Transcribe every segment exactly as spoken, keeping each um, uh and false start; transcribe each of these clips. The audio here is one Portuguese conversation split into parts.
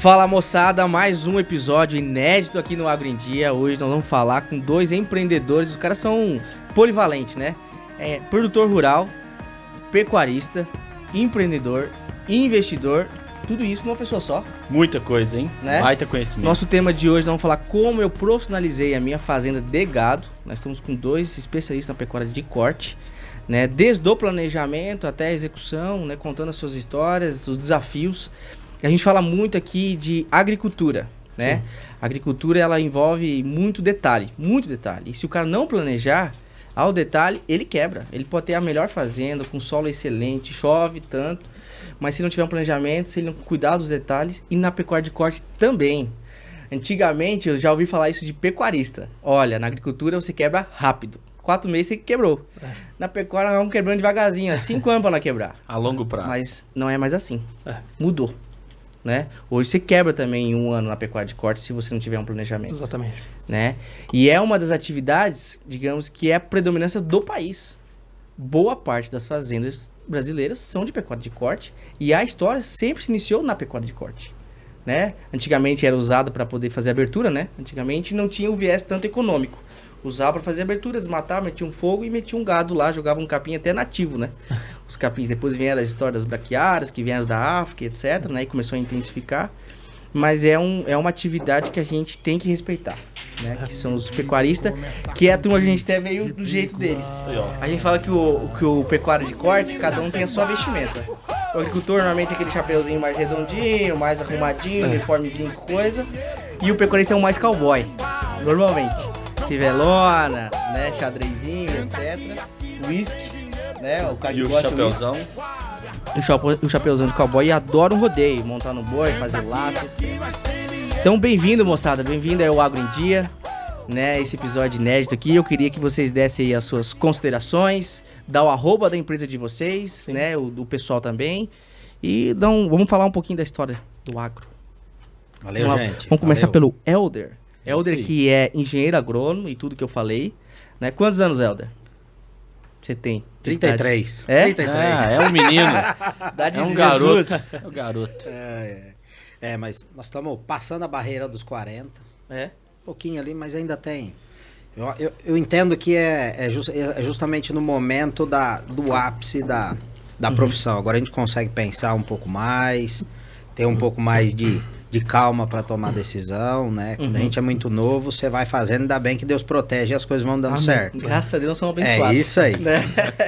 Fala moçada, mais um episódio inédito aqui no Agro em Dia. Hoje nós vamos falar com dois empreendedores, os caras são polivalentes, né? É produtor rural, pecuarista, empreendedor, investidor, tudo isso numa pessoa só. Muita coisa, hein? Né? Baita conhecimento. Nosso tema de hoje nós vamos falar como eu profissionalizei a minha fazenda de gado. Nós estamos com dois especialistas na pecuária de corte, né? Desde o planejamento até a execução, né? Contando as suas histórias, os desafios. A gente fala muito aqui de agricultura, né? Sim. A agricultura, ela envolve muito detalhe, muito detalhe. E se o cara não planejar ao detalhe, ele quebra. Ele pode ter a melhor fazenda, com solo excelente, chove tanto, mas se não tiver um planejamento, se ele não cuidar dos detalhes, e na pecuária de corte também. Antigamente, eu já ouvi falar isso de pecuarista. Olha, na agricultura você quebra rápido. Quatro meses você quebrou. É. Na pecuária, vamos quebrando devagarzinho, cinco anos para não quebrar. A longo prazo. Mas não é mais assim. É. Mudou. Né? Hoje você quebra também em um ano na pecuária de corte se você não tiver um planejamento. Exatamente. Né? E é uma das atividades, digamos, que é a predominância do país. Boa parte das fazendas brasileiras são de pecuária de corte e a história sempre se iniciou na pecuária de corte. Né? Antigamente era usado para poder fazer abertura, né? Antigamente não tinha o viés tanto econômico. Usava para fazer abertura, desmatar, metia um fogo e metia um gado lá, jogava um capim até nativo, né? Os capins, depois vieram as histórias das braquiárias, que vieram da África, etcétera, né? E começou a intensificar. Mas é, um, é uma atividade que a gente tem que respeitar, né? Que são os pecuaristas, que é a turma que a gente até veio do jeito deles. A gente fala que o, que o pecuário de corte, cada um tem a sua vestimenta. O agricultor, normalmente, é aquele chapeuzinho mais redondinho, mais arrumadinho, uniformezinho, coisa. E o pecuarista é um mais cowboy, normalmente. Fivelona, né, xadrezinho, etcétera. Whisky, né, o cara que e o gosta chapeuzão. O, chape, o chapeuzão de cowboy, e adora um rodeio, montar no boi, fazer laço, etcétera. Então, bem-vindo, moçada, bem-vindo ao Agro em Dia, né, esse episódio inédito aqui. Eu queria que vocês dessem aí as suas considerações, dá o arroba da empresa de vocês, Sim. né, o do pessoal também, e dá um, vamos falar um pouquinho da história do agro. Valeu, vamos, gente. Vamos começar Valeu. pelo Helder. Helder, que é engenheiro agrônomo e tudo que eu falei, né? Quantos anos, Helder? Você tem? trinta e três. É? trinta e três. Ah, é um menino. é um de garoto. Jesus. É o garoto. É, é. é, mas nós estamos passando a barreira dos quarenta. É? Um pouquinho ali, mas ainda tem. Eu, eu, eu entendo que é, é, just, é justamente no momento da, do ápice da, da uhum. profissão. Agora a gente consegue pensar um pouco mais, ter um uhum. pouco mais de... de calma para tomar decisão, né? Quando uhum. a gente é muito novo, você vai fazendo, ainda bem que Deus protege e as coisas vão dando Amém. certo. Graças a Deus nós somos abençoados. É isso aí. Né?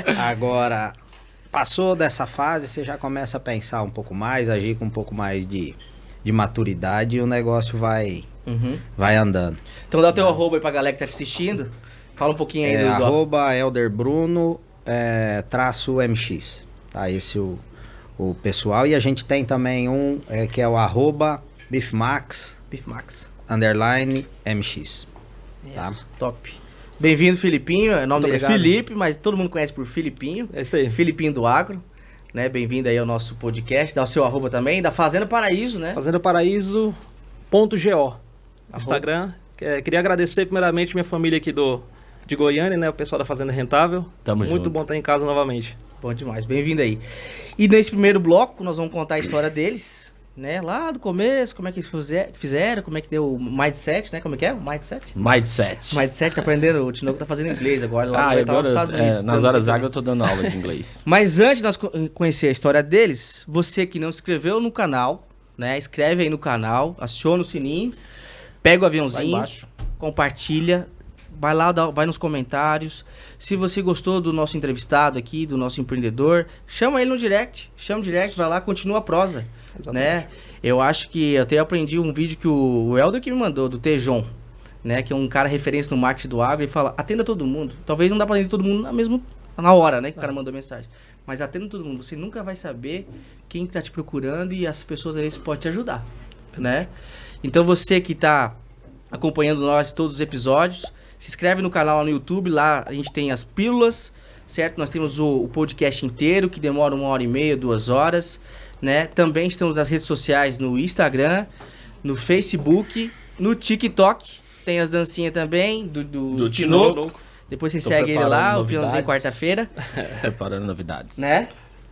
Agora, passou dessa fase, você já começa a pensar um pouco mais, agir com um pouco mais de, de maturidade e o negócio vai, uhum. vai andando. Então dá o teu é. arroba aí pra galera que tá te assistindo. Fala um pouquinho aí é, do... Arroba Helder Bruno, é, traço M X. Tá, esse é o, o pessoal. E a gente tem também um é, que é o arroba Beefmax, Beefmax, underline M X. Yes, tá? Top. Bem-vindo, Filipinho. O nome dele é Felipe, mas todo mundo conhece por Filipinho. É isso aí. Filipinho do Agro. Né? Bem-vindo aí ao nosso podcast. Dá o seu arroba também, da Fazenda Paraíso, né? Fazenda Paraíso ponto go. Instagram. É, queria agradecer primeiramente minha família aqui do, de Goiânia, né? O pessoal da Fazenda Rentável. Tamo Muito junto. bom estar em casa novamente. Bom demais. Bem-vindo aí. E nesse primeiro bloco, nós vamos contar a história deles. Né? Lá do começo, como é que eles fizeram, como é que deu o mindset, né? Como é que é? O mindset? Mindset. Mindset, tá aprendendo, o Tinoco tá fazendo inglês agora, lá ah, vai agora, nos Estados Unidos. É, nas horas vagas eu tô dando aula de inglês. Mas antes de nós conhecer a história deles, você que não se inscreveu no canal, né? Escreve aí no canal, aciona o sininho, pega o aviãozinho, compartilha, vai lá, vai nos comentários. Se você gostou do nosso entrevistado aqui, do nosso empreendedor, chama ele no direct, chama o direct, vai lá, continua a prosa. Né? Eu acho que eu até aprendi um vídeo que o, o Helder que me mandou, do Tejon, né? Que é um cara referência no marketing do agro, e fala, atenda todo mundo. Talvez não dá pra atender todo mundo na, mesmo, na hora, né? Que o cara mandou mensagem. Mas atenda todo mundo. Você nunca vai saber quem tá te procurando e as pessoas às vezes podem te ajudar, né? Então você que tá acompanhando nós todos os episódios, se inscreve no canal lá no YouTube, lá a gente tem as pílulas, certo? Nós temos o, o podcast inteiro, que demora uma hora e meia, duas horas, né? Também estamos nas redes sociais, no Instagram, no Facebook, no TikTok, tem as dancinhas também, do, do, do Tinoco. Tinoco. Depois você Tô segue ele lá, preparando o peãozinho novidades. quarta-feira. Preparando novidades. Né?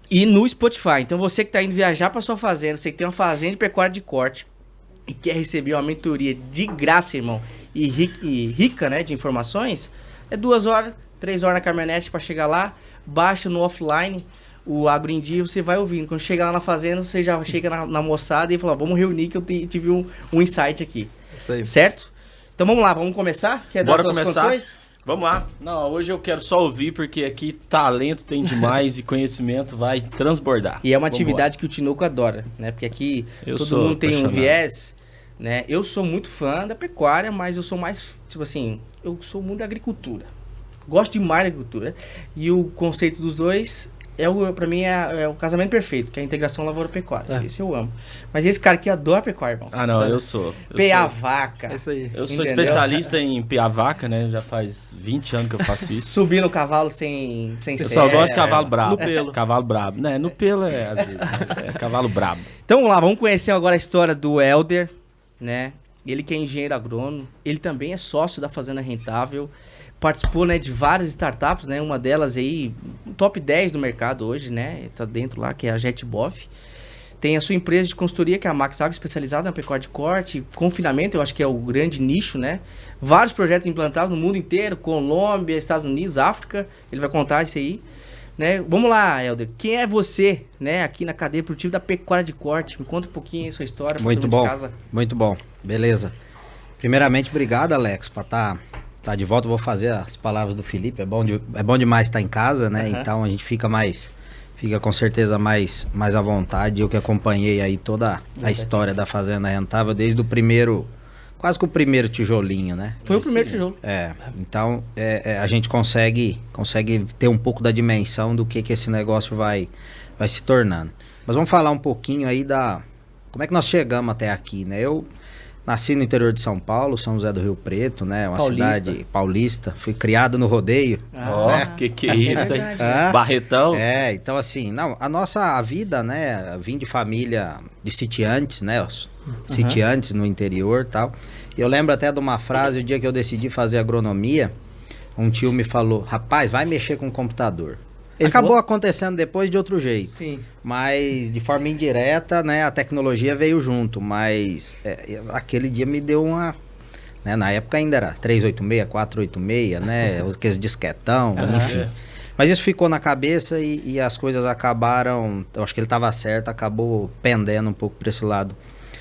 E no Spotify. Então você que tá indo viajar pra sua fazenda, você que tem uma fazenda de pecuária de corte e quer receber uma mentoria de graça, irmão, e rica, e rica, né, de informações, é duas horas, três horas na caminhonete pra chegar lá, baixa no offline o Agro em Dia, você vai ouvindo. Quando chega lá na fazenda, você já chega na, na moçada e fala, vamos reunir que eu te- tive um, um insight aqui. Isso aí. Certo? Então vamos lá, vamos começar? Quer Bora dar tuas começar? condições? Vamos lá. Não, hoje eu quero só ouvir, porque aqui talento tem demais e conhecimento vai transbordar. E é uma Vambora. atividade que o Tinoco adora, né? Porque aqui Eu todo sou mundo tem um apaixonado. viés, né? Eu sou muito fã da pecuária, mas eu sou mais, tipo assim, eu sou muito da agricultura. Gosto demais da agricultura. E o conceito dos dois, é o, pra mim, é, é o casamento perfeito, que é a integração lavoura-pecuária. É. Esse eu amo. Mas esse cara aqui adora pecuária, irmão. Ah, não, eu sou. Eu P A sou, vaca. É isso aí. eu sou Entendeu? especialista em piar vaca, né? Já faz vinte anos que eu faço isso. Subir no cavalo sem, sem Eu ser. só gosto de cavalo no brabo. pelo. Cavalo brabo. Né, no pelo é, às vezes, é cavalo brabo. Então vamos lá, vamos conhecer agora a história do Helder, né? Ele que é engenheiro agrônomo, ele também é sócio da Fazenda Rentável, participou, né, de várias startups, né? Uma delas aí, top dez do mercado hoje, né? Tá dentro lá, que é a JetBoff. Tem a sua empresa de consultoria, que é a Max Agro, especializada na pecuária de corte, confinamento, eu acho que é o grande nicho, né? Vários projetos implantados no mundo inteiro, Colômbia, Estados Unidos, África, ele vai contar isso aí. Né? Vamos lá, Helder. Quem é você, né, aqui na cadeia produtiva da pecuária de corte? Me conta um pouquinho aí sua história. pra Muito todo mundo de bom, casa. muito bom. Beleza. Primeiramente, obrigado, Alex, por estar tá, tá de volta. Eu vou fazer as palavras do Felipe. É bom, de, é bom demais estar em casa, né? Aham. Então a gente fica mais, fica com certeza mais, mais à vontade. Eu que acompanhei aí toda a Verdade. história da Fazenda Rentável desde o primeiro, quase que o primeiro tijolinho, né? Foi o Esse- primeiro tijolo. É, então é, é, a gente consegue, consegue ter um pouco da dimensão do que, que esse negócio vai, vai se tornando. Mas vamos falar um pouquinho aí da... Como é que nós chegamos até aqui, né? Eu nasci no interior de São Paulo, São José do Rio Preto, né? Uma Paulista. cidade paulista. Fui criado no rodeio. Ó, Ah, que que é isso aí? verdade. Ah, Barretão. É, então assim, não, a nossa a vida, né? Vim de família de sitiantes, né? Os sitiantes no interior e tal. E eu lembro até de uma frase, o dia que eu decidi fazer agronomia, um tio me falou, rapaz, vai mexer com o computador. Ele Acabou falou? acontecendo depois de outro jeito. Sim. Mas de forma indireta, né, a tecnologia veio junto. Mas é, aquele dia me deu uma... Né, na época ainda era trezentos e oitenta e seis, quatrocentos e oitenta e seis, né? Os aqueles disquetão, Aham. enfim. Mas isso ficou na cabeça e, e as coisas acabaram... Eu acho que ele estava certo, acabou pendendo um pouco para esse lado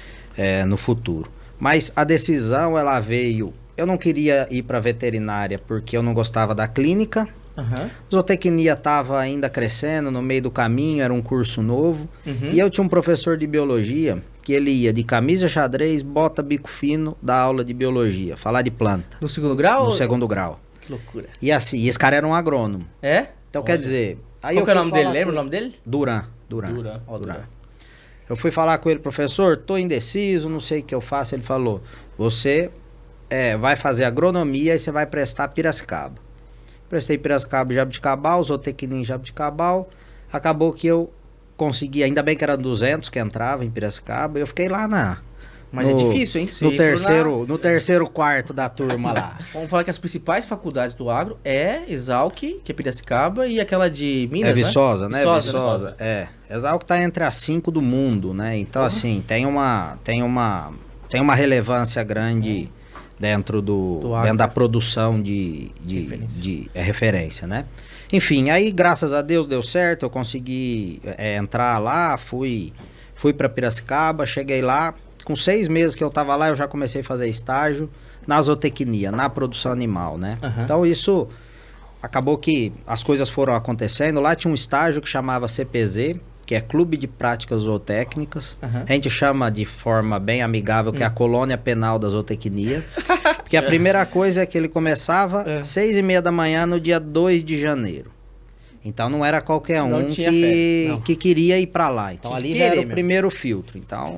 é, no futuro. Mas a decisão, ela veio... Eu não queria ir para veterinária porque eu não gostava da clínica. Aham. Zootecnia estava ainda crescendo, no meio do caminho, era um curso novo. Uhum. E eu tinha um professor de biologia que ele ia de camisa xadrez, bota bico fino, dar aula de biologia, falar de planta, No segundo grau? no segundo grau. Que loucura. E assim, e esse cara era um agrônomo. É? Então Olha. quer dizer... Aí Qual eu que é o fui nome dele? falar Lembra o com- nome dele? Duran. Duran. Dura. Ó, Duran. Duran. Eu fui falar com ele, professor, tô indeciso, não sei o que eu faço. Ele falou, você é, vai fazer agronomia e você vai prestar Piracicaba. Prestei Piracicaba e Jabuticabal, zootecnia em Jabuticabal. Acabou que eu consegui, ainda bem que era duzentos que entrava em Piracicaba, e eu fiquei lá na... Mas no- é difícil, hein? Você No entrou terceiro, no terceiro quarto da turma lá. Vamos falar que as principais faculdades do agro é Exalc, que é Piracicaba, e aquela de Minas, É Viçosa, né? Viçosa, Viçosa, é. Exalc tá entre as cinco do mundo, né? Então, Uhum. assim, tem uma, tem uma, tem uma relevância grande dentro do, Do agro. dentro da produção de, de, Referência. de é, referência, né? Enfim, aí, graças a Deus, deu certo, eu consegui é, entrar lá, fui, fui para Piracicaba, cheguei lá, com seis meses que eu tava lá, eu já comecei a fazer estágio na zootecnia, na produção animal, né? Aham. Então, isso... Acabou que as coisas foram acontecendo. Lá tinha um estágio que chamava C P Z, que é Clube de Práticas Zootécnicas. Aham. A gente chama de forma bem amigável, que é a Hum. colônia penal da zootecnia. Porque a primeira coisa é que ele começava É. às seis e meia da manhã no dia dois de janeiro. Então não era qualquer Não um tinha que, férias, não. que queria ir para lá. Então Tinha que ali já querer era o mesmo. primeiro filtro. Então,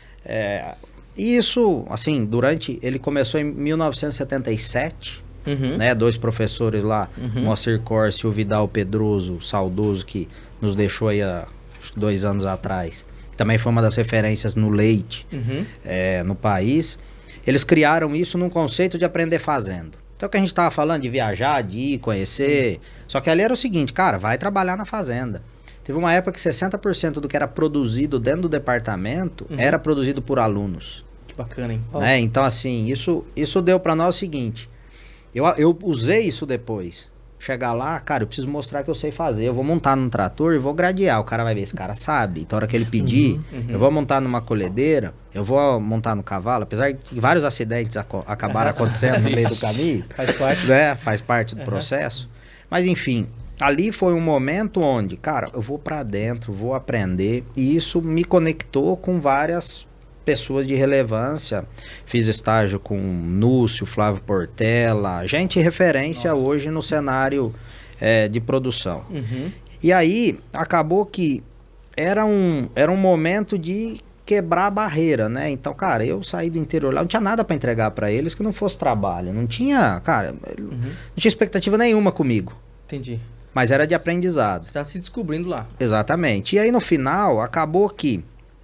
é, isso, assim, durante... Ele começou em mil novecentos e setenta e sete... Uhum. Né, dois professores lá, Uhum. Moacir Corsi e o Vidal Pedroso, saudoso, que nos deixou aí há acho que dois anos atrás. Também foi uma das referências no leite Uhum. é, no país. Eles criaram isso num conceito de aprender fazendo. Então, o que a gente estava falando de viajar, de ir, conhecer. Só que ali era o seguinte, cara, vai trabalhar na fazenda. Teve uma época que sessenta por cento do que era produzido dentro do departamento uhum. era produzido por alunos. Que bacana, hein? Né? Então, assim, isso, isso deu para nós o seguinte, eu, eu usei isso depois. Chegar lá, cara, eu preciso mostrar que eu sei fazer. Eu vou montar num trator e vou gradear. O cara vai ver, esse cara sabe. Então, a hora que ele pedir, uhum, uhum. eu vou montar numa colhedeira, eu vou montar no cavalo. Apesar de que vários acidentes ac acabaram acontecendo no meio do caminho. Faz parte. Né? Faz parte do uhum. processo. Mas, enfim, ali foi um momento onde, cara, eu vou pra dentro, vou aprender. E isso me conectou com várias pessoas de relevância. Fiz estágio com Núcio, Flávio Portela, gente referência Nossa. hoje no cenário é, de produção. Uhum. E aí, acabou que era um, era um momento de quebrar a barreira, né? Então, cara, eu saí do interior lá, não tinha nada para entregar para eles que não fosse trabalho. Não tinha, cara, uhum. não tinha expectativa nenhuma comigo. Entendi. Mas era de aprendizado. Você tá se descobrindo lá. Exatamente. E aí, no final, acabou que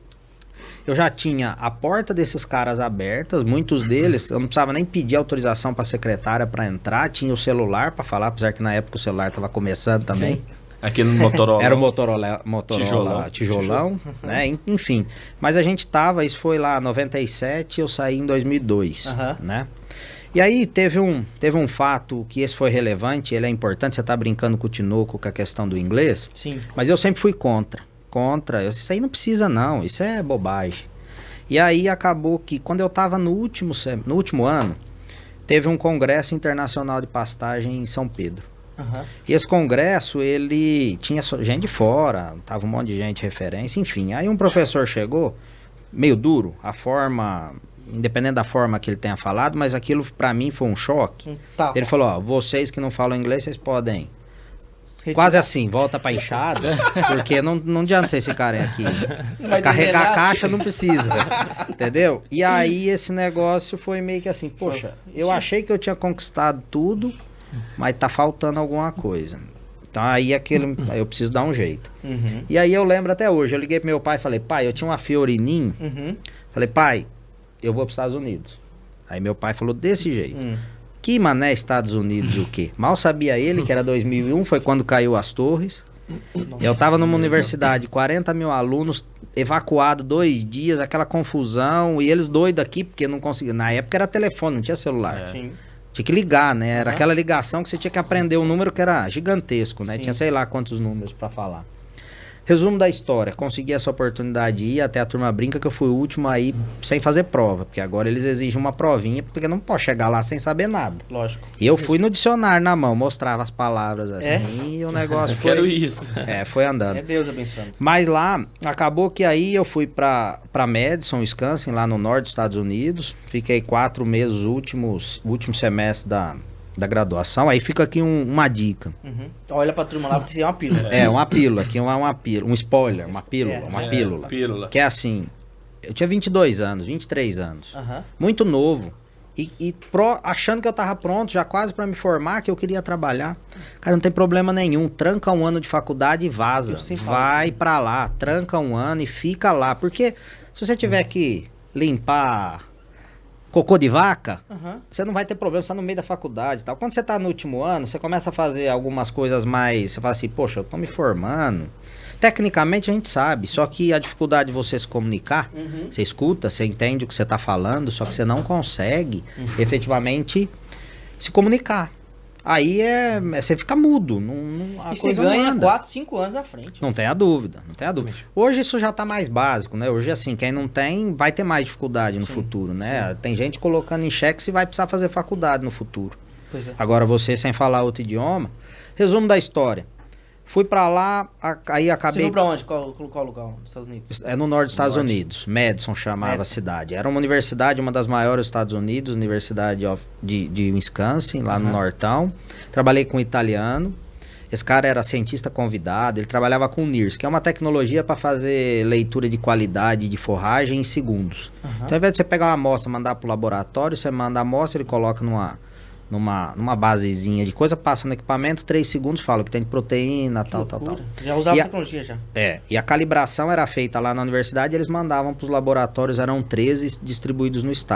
eu já tinha a porta desses caras abertas, muitos deles, eu não precisava nem pedir autorização para a secretária para entrar, tinha o celular para falar, apesar que na época o celular estava começando também. Sim. Aquele Motorola. Era o Motorola, Motorola tijolão, tijolão, tijolão. Né? Enfim. Mas a gente tava, isso foi lá em noventa e sete, eu saí em dois mil e dois, uhum. né? E aí teve um, teve um fato que esse foi relevante, ele é importante, você tá brincando com o Tinoco com a questão do inglês. Sim. Mas eu sempre fui contra. Contra, isso aí não precisa não, isso é bobagem. E aí acabou que quando eu estava no último, no último ano, teve um congresso internacional de pastagem em São Pedro. Uhum. E esse congresso, ele tinha gente de fora, tava um monte de gente de referência, enfim. Aí um professor chegou, meio duro, a forma, independente da forma que ele tenha falado, mas aquilo para mim foi um choque. Tá. Ele falou, ó, vocês que não falam inglês, vocês podem... Retirar. Quase assim, volta pra enxada, porque não, não adianta vocês ficarem aqui. Carregar a caixa não precisa, entendeu? E aí esse negócio foi meio que assim, poxa, eu achei que eu tinha conquistado tudo, mas tá faltando alguma coisa. Então aí aquele, aí eu preciso dar um jeito. Uhum. E aí eu lembro até hoje, eu liguei pro meu pai e falei, pai, eu tinha uma Fiorininho, uhum. falei, pai, eu vou pros Estados Unidos. Aí meu pai falou desse jeito. Uhum. Que mané Estados Unidos o quê? Mal sabia ele que era dois mil e um, foi quando caiu as torres. Nossa, eu tava numa universidade, quarenta mil alunos, evacuado dois dias, aquela confusão, e eles doidos aqui, porque não conseguiam. Na época era telefone, não tinha celular. É. Tinha que ligar, né? Era uhum. aquela ligação que você tinha que aprender um número que era gigantesco, né? Sim. Tinha sei lá quantos números para falar. Resumo da história, consegui essa oportunidade de ir, até a turma brinca que eu fui o último aí sem fazer prova, porque agora eles exigem uma provinha, porque não pode chegar lá sem saber nada. Lógico. E eu fui no dicionário na mão, mostrava as palavras assim, é? E o negócio foi... Quero isso. É, foi andando. É Deus abençoando. Mas lá, acabou que aí eu fui pra, pra Madison, Wisconsin, lá no norte dos Estados Unidos, fiquei quatro meses últimos, último semestre da... da graduação, aí fica aqui um, uma dica. Uhum. Olha pra turma lá, porque isso é uma pílula. É, uma pílula, aqui é uma, uma pílula, um spoiler, uma pílula, é. uma é, pílula. pílula. Que é assim, eu tinha vinte e dois anos, vinte e três anos, uhum. muito novo, e, e pro, achando que eu tava pronto, já quase pra me formar, que eu queria trabalhar. Cara, não tem problema nenhum, tranca um ano de faculdade e vaza. Vai assim. Pra lá, tranca um ano e fica lá, porque se você tiver que limpar... cocô de vaca, uhum. você não vai ter problema, você tá no meio da faculdade e tal. Quando você tá no último ano, você começa a fazer algumas coisas mais... Você fala assim, poxa, eu tô me formando. Tecnicamente a gente sabe, só que a dificuldade de você se comunicar, uhum. você escuta, você entende o que você tá falando, só que você não consegue uhum. efetivamente se comunicar. Aí é, você fica mudo. Não, não, a e você ganha quatro, cinco anos na frente. Não tem a dúvida, não tem a dúvida. Hoje isso já tá mais básico, né? Hoje, assim, quem não tem, vai ter mais dificuldade no sim, futuro, né? Sim. Tem gente colocando em xeque se vai precisar fazer faculdade no futuro. Pois é. Agora você sem falar outro idioma. Resumo da história. Fui pra lá, a, aí acabei... Você foi pra onde? Qual, qual lugar nos Estados Unidos? É no norte dos Estados norte. Unidos. Madison chamava Madison. a cidade. Era uma universidade, uma das maiores dos Estados Unidos, Universidade of, de, de Wisconsin, lá uhum. no Nortão. Trabalhei com um italiano. Esse cara era cientista convidado, ele trabalhava com o N I R S, que é uma tecnologia para fazer leitura de qualidade de forragem em segundos. Uhum. Então, ao invés de você pegar uma amostra e mandar para o laboratório, você manda a amostra, ele coloca numa... Numa, numa basezinha de coisa, passa no equipamento, três segundos, fala o que tem de proteína, que tal, loucura. tal, tal. Já usava e tecnologia a, já. É, e a calibração era feita lá na universidade, eles mandavam para os laboratórios, eram treze distribuídos no estado.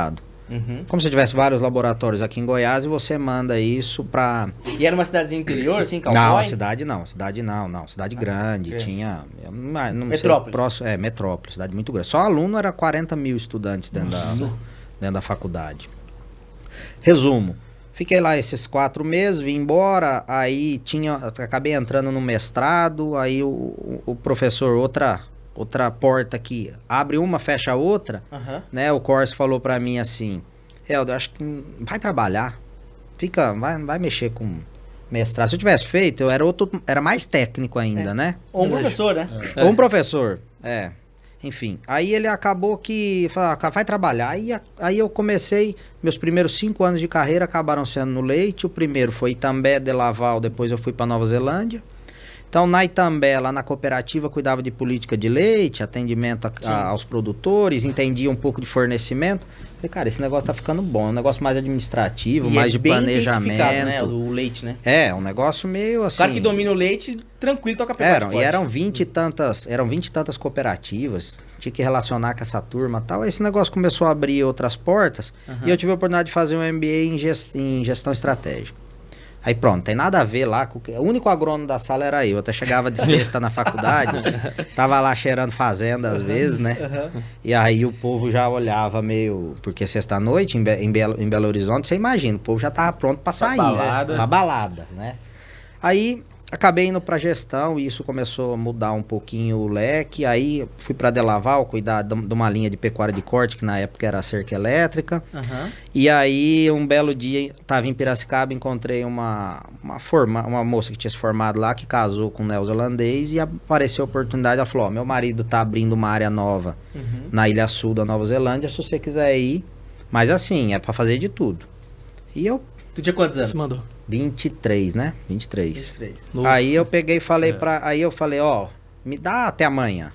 Uhum. Como se tivesse vários laboratórios aqui em Goiás e você manda isso pra... E era uma cidadezinha interior, assim, Cowboy? Não, cidade não, cidade não, não, cidade ah, grande, grande, tinha... Não, não metrópole. Próximo, é, metrópole, cidade muito grande. Só aluno era quarenta mil estudantes dentro da, dentro da faculdade. Resumo, fiquei lá esses quatro meses, vim embora, aí tinha, acabei entrando no mestrado, aí o, o professor, outra... outra porta aqui, abre uma, fecha a outra, uhum. né? O Corse falou pra mim assim, Helder, acho que vai trabalhar, fica, vai, vai mexer com mestrado. Se eu tivesse feito, eu era outro, era mais técnico ainda, é. né? Ou um professor, né? É. Ou um professor, é. Enfim, aí ele acabou que, falou, vai trabalhar, aí, aí eu comecei, meus primeiros cinco anos de carreira acabaram sendo no leite, o primeiro foi Itambé de Laval, depois eu fui pra Nova Zelândia. Então, na Itambé, lá na cooperativa, cuidava de política de leite, atendimento a, a, aos produtores, entendia um pouco de fornecimento. Falei, cara, esse negócio tá ficando bom, um negócio mais administrativo, e mais é de bem planejamento. Né, o leite, né? É, um negócio meio assim... O cara que domina o leite, tranquilo, toca pegar eram, E eram vinte e tantas, eram vinte e tantas cooperativas, tinha que relacionar com essa turma e tal. Esse negócio começou a abrir outras portas, uhum. e eu tive a oportunidade de fazer um M B A em, gest, em gestão estratégica. Aí pronto, tem nada a ver lá com... O único agrônomo da sala era eu. Até chegava de sexta na faculdade, tava lá cheirando fazenda às vezes, né? Uhum. E aí o povo já olhava meio... Porque sexta-noite em, Be em, Belo, em Belo Horizonte, você imagina, o povo já tava pronto pra sair. Pra balada. Pra balada, né? Aí acabei indo pra gestão e isso começou a mudar um pouquinho o leque. Aí fui pra Delaval cuidar de uma linha de pecuária de corte, que na época era a cerca elétrica. Uhum. E aí um belo dia, tava em Piracicaba, encontrei uma, uma, forma, uma moça que tinha se formado lá, que casou com um neozelandês, e apareceu a oportunidade. Ela falou, ó, meu marido tá abrindo uma área nova uhum. na Ilha Sul da Nova Zelândia, se você quiser ir. Mas assim, é pra fazer de tudo. E eu... Tu tinha quantos anos? Você mandou? vinte e três, né? vinte e três. vinte e três. Aí eu peguei e falei é. pra... Aí eu falei, ó, me dá até amanhã.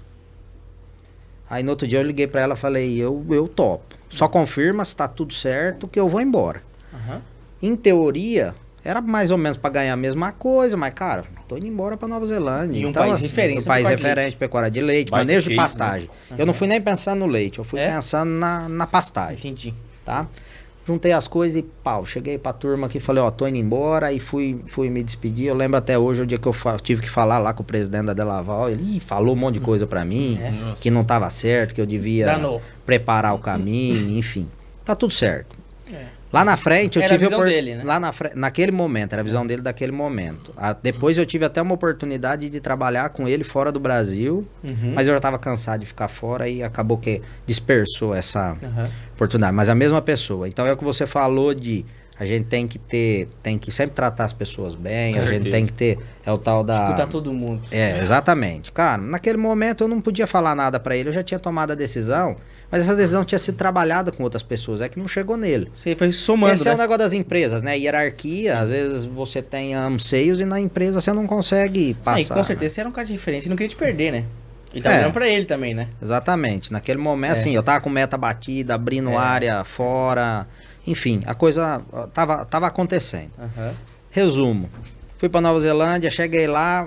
Aí no outro dia eu liguei pra ela e falei, eu, eu topo. Só confirma se tá tudo certo que eu vou embora. Uhum. Em teoria, era mais ou menos pra ganhar a mesma coisa, mas cara, tô indo embora pra Nova Zelândia. E um então, país assim, referência. Um país referente, pecuária de leite, Vai manejo de, de pastagem. Né? Uhum. Eu não fui nem pensando no leite, eu fui é? pensando na, na pastagem. Entendi. Tá? Juntei as coisas e pau, cheguei pra turma aqui, falei, ó, tô indo embora, e fui, fui me despedir. Eu lembro até hoje, o dia que eu tive que falar lá com o presidente da Delaval, ele ih, falou um monte de coisa pra mim, é. que não tava certo, que eu devia Danou. preparar o caminho, enfim. Tá tudo certo. É. Lá na frente eu era tive... a visão por... dele, né? Lá na fre... Naquele momento, era a visão dele daquele momento. A... Depois eu tive até uma oportunidade de trabalhar com ele fora do Brasil, uhum. mas eu já tava cansado de ficar fora e acabou que dispersou essa uhum. oportunidade. Mas a mesma pessoa. Então é o que você falou de... A gente tem que ter... Tem que sempre tratar as pessoas bem, com a certeza. gente tem que ter... É o tal da... Escutar todo mundo. É, exatamente. Cara, naquele momento eu não podia falar nada pra ele, eu já tinha tomado a decisão... Mas essa decisão tinha sido trabalhada com outras pessoas, é que não chegou nele. Você foi somando, Esse né? é o negócio das empresas, né? Hierarquia, Sim. às vezes você tem anseios e na empresa você não consegue passar. Ah, e com certeza né? você era um cara de referência e não queria te perder, né? E tá olhando é. pra ele também, né? Exatamente. Naquele momento, é. assim, eu tava com meta batida, abrindo é. área fora, enfim, a coisa tava, tava acontecendo. Uhum. Resumo, fui pra Nova Zelândia, cheguei lá...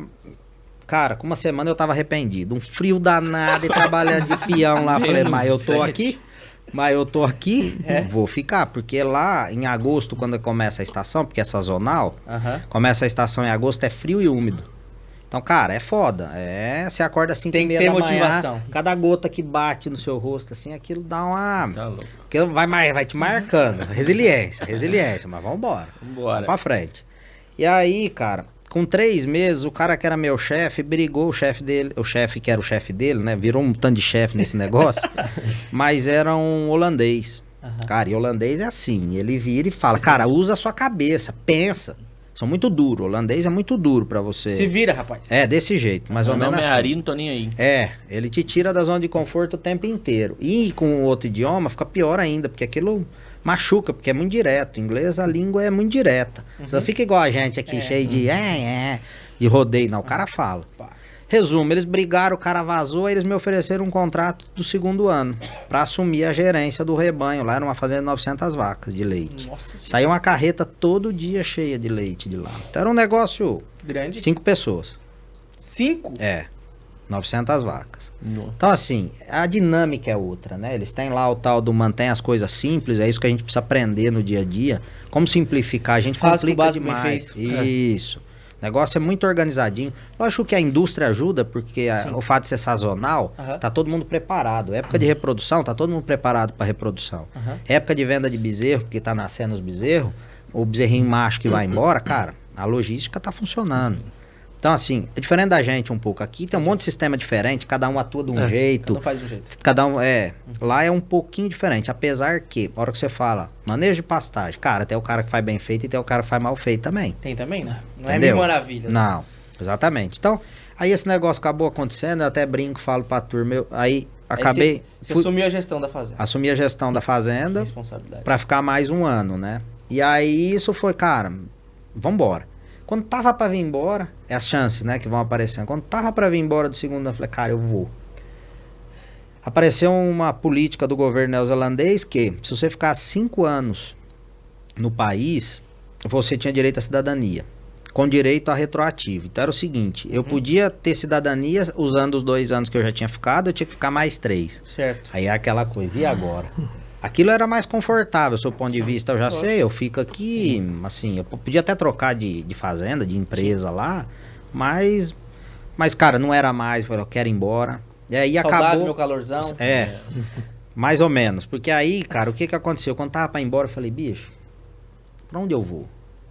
Cara, com uma semana eu tava arrependido. Um frio danado e trabalhando de peão lá. Falei, mas eu tô aqui, mas eu tô aqui, é. vou ficar. Porque lá em agosto, quando começa a estação, porque é sazonal, uh-huh. começa a estação em agosto, é frio e úmido. Então, cara, é foda. É, você acorda às cinco e meia da manhã. Tem que ter motivação. Cada gota que bate no seu rosto, assim, aquilo dá uma... Tá louco. Aquilo vai, vai te marcando. Resiliência, resiliência. Mas vambora. Vambora. Vamos pra frente. E aí, cara... Com três meses, o cara que era meu chefe brigou, o chefe dele, o chefe que era o chefe dele, né? Virou um tanto de chefe nesse negócio, mas era um holandês. Uhum. Cara, e holandês é assim, ele vira e fala, Você cara, usa a sua cabeça, pensa. São muito duro, o holandês é muito duro pra você. Se vira, rapaz. É, desse jeito, mais ou menos assim. Meu nome é Ari, não tô nem aí. É, ele te tira da zona de conforto o tempo inteiro. E com outro idioma fica pior ainda, porque aquilo... machuca, porque é muito direto. Em inglês a língua é muito direta. Uhum. Você não fica igual a gente aqui, é. cheio de é, é, de rodeio. Não, o cara fala. Resumo, eles brigaram, o cara vazou, aí eles me ofereceram um contrato do segundo ano para assumir a gerência do rebanho. Lá era uma fazenda de novecentas vacas de leite. Nossa Senhora. Saía uma carreta todo dia cheia de leite de lá. Então era um negócio... grande? Cinco pessoas. Cinco? É. novecentas vacas. Nossa. Então, assim, a dinâmica é outra, né? Eles têm lá o tal do mantém as coisas simples, é isso que a gente precisa aprender no dia a dia. Como simplificar, a gente Faz com o complica básico bem demais. feito. Isso. O negócio é muito organizadinho. Lógico que a indústria ajuda, porque a- o fato de ser sazonal, Aham. tá todo mundo preparado. Época de reprodução, tá todo mundo preparado para reprodução. Aham. Época de venda de bezerro, porque tá nascendo os bezerros, o bezerrinho macho que vai embora, cara, a logística tá funcionando. Então, assim, é diferente da gente um pouco. Aqui tem um monte de sistema diferente, cada um atua de um Cada jeito. um faz de um jeito. Cada um, é. Lá é um pouquinho diferente. Apesar que, na hora que você fala manejo de pastagem, cara, tem o cara que faz bem feito e tem o cara que faz mal feito também. Tem também, né? Não é Entendeu? mil maravilhas. Não, exatamente. Então, aí esse negócio acabou acontecendo, eu até brinco, falo pra turma, eu, aí acabei. Aí Você, você fui- assumiu a gestão da fazenda. assumi a gestão da fazenda Responsabilidade. pra ficar mais um ano, né? E aí isso foi, cara, vambora. Quando tava pra vir embora, é as chances, né, que vão aparecendo. Quando tava pra vir embora do segundo, eu falei, cara, eu vou. Apareceu uma política do governo neozelandês que, se você ficar cinco anos no país, você tinha direito à cidadania, com direito a retroativo. Então era o seguinte, eu podia ter cidadania usando os dois anos que eu já tinha ficado, eu tinha que ficar mais três. Certo. Aí é aquela coisa, e agora? Aquilo era mais confortável, do seu ponto de vista, eu já sei, eu fico aqui, assim, eu podia até trocar de, de fazenda, de empresa lá, mas, mas, cara, não era mais, eu falei, eu quero ir embora. E aí Saudade do acabou... meu calorzão. É, mais ou menos, porque aí, cara, o que que aconteceu? Quando tava pra ir embora, eu falei, bicho, pra onde eu vou?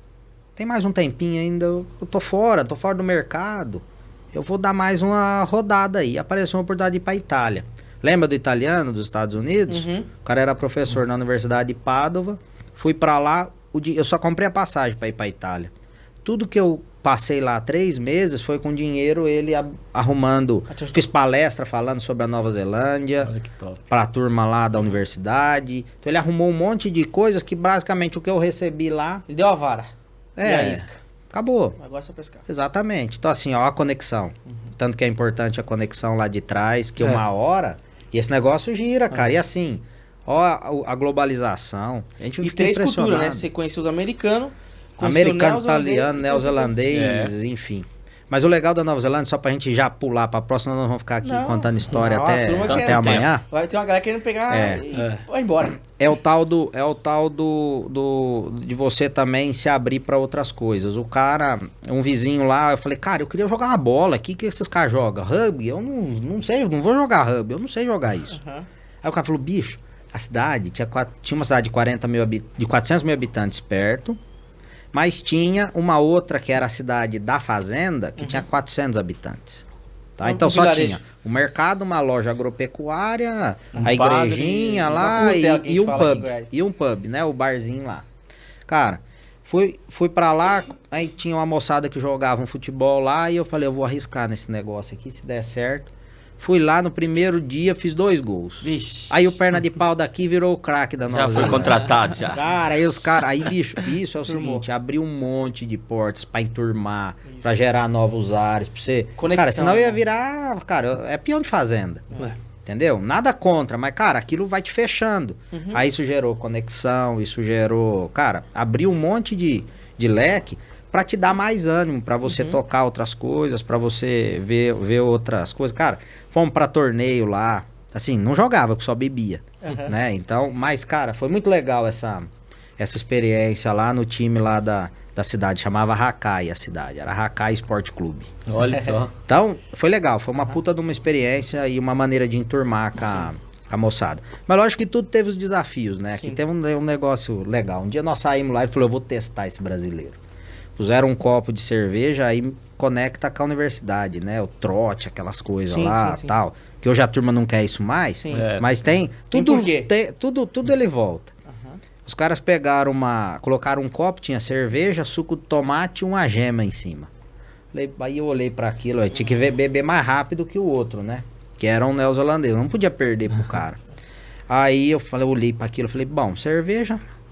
Tem mais um tempinho ainda, eu, eu tô fora, tô fora do mercado, eu vou dar mais uma rodada aí. Apareceu uma oportunidade de ir pra Itália. Lembra do italiano dos Estados Unidos? Uhum. O cara era professor na Universidade de Pádua. Fui pra lá, o di- eu só comprei a passagem pra ir pra Itália. Tudo que eu passei lá três meses foi com dinheiro ele a- arrumando. Ah, te ajudou. Fiz palestra falando sobre a Nova Zelândia Olha que top. pra turma lá da universidade. Então ele arrumou um monte de coisas que basicamente o que eu recebi lá Ele deu a vara. E é a isca. acabou. Agora é só pescar. Exatamente. Então assim, ó, a conexão. Tanto que é importante a conexão lá de trás, que É. uma hora e esse negócio gira, cara. E assim, ó a, a globalização. A gente E fica três culturas, né? impressionado. Você conheceu os americanos, conheceu o Americano, neozelandês italiano, e neozelandês, enfim. Mas o legal da Nova Zelândia, só pra gente já pular pra próxima, nós vamos ficar aqui Não. contando história Não, a até, turma até quer amanhã. Vai ter uma galera querendo pegar É. e vai embora. É o tal do, é o tal do, do de você também se abrir pra outras coisas. O cara, um vizinho lá, eu falei, cara, eu queria jogar uma bola. O que que esses caras jogam? Rugby? Eu não, não sei, eu não vou jogar rugby, eu não sei jogar isso. Uhum. Aí o cara falou, bicho, a cidade tinha, quatro- tinha uma cidade de quarenta mil habi- de quatrocentos mil habitantes perto, mas tinha uma outra que era a cidade da fazenda, que tinha quatrocentos habitantes. Tá? Um- Então um só vilarejo. tinha o mercado, uma loja agropecuária, Um a padre, igrejinha uma lá curtela e, que a gente e um fala aqui em pub. Goiás. E um pub, né? O barzinho lá. Cara, fui, fui pra lá, aí tinha uma moçada que jogava um futebol lá e eu falei, eu vou arriscar nesse negócio aqui, se der certo. Fui lá no primeiro dia, fiz dois gols. Vixe. Aí o perna de pau daqui virou o craque da Nova Já foi Zelândia. contratado, já. Cara, aí os caras, aí bicho, isso é o Turmou. seguinte, abriu um monte de portas pra enturmar, pra gerar novos ares, pra você... Conexão, cara, senão eu ia né? virar, cara, é peão de fazenda. É. Entendeu? Nada contra, mas, cara, aquilo vai te fechando. Uhum. Aí isso gerou conexão, isso gerou... Cara, abriu um monte de, de leque pra te dar mais ânimo, pra você Uhum. tocar outras coisas, pra você ver, ver outras coisas. Cara, fomos pra torneio lá. Assim, não jogava, porque só bebia, Uhum. né? Então, mas, cara, foi muito legal essa, essa experiência lá no time lá da, da cidade. Chamava Hakai a cidade, era Hakai Esporte Clube. Olha só. Então, foi legal, foi uma puta de uma experiência e uma maneira de enturmar com a, com a moçada. Mas lógico que tudo teve os desafios, né? Aqui Sim. teve um, um negócio legal. Um dia nós saímos lá e falou, eu vou testar esse brasileiro. Puseram um copo de cerveja, aí conecta com a universidade, né? O trote, aquelas coisas Sim, lá, sim, sim. tal. Que hoje a turma não quer isso mais, Sim. É. mas tem... Tem Tudo, porquê. tem- tudo, tudo ele volta. Uhum. Os caras pegaram uma... Colocaram um copo, tinha cerveja, suco de tomate e uma gema em cima. Falei, aí eu olhei pra aquilo, eu tinha que ver- beber mais rápido que o outro, né? Que era um neozelandês, não podia perder pro cara. Aí eu falei, eu olhei pra aquilo, falei, bom, cerveja,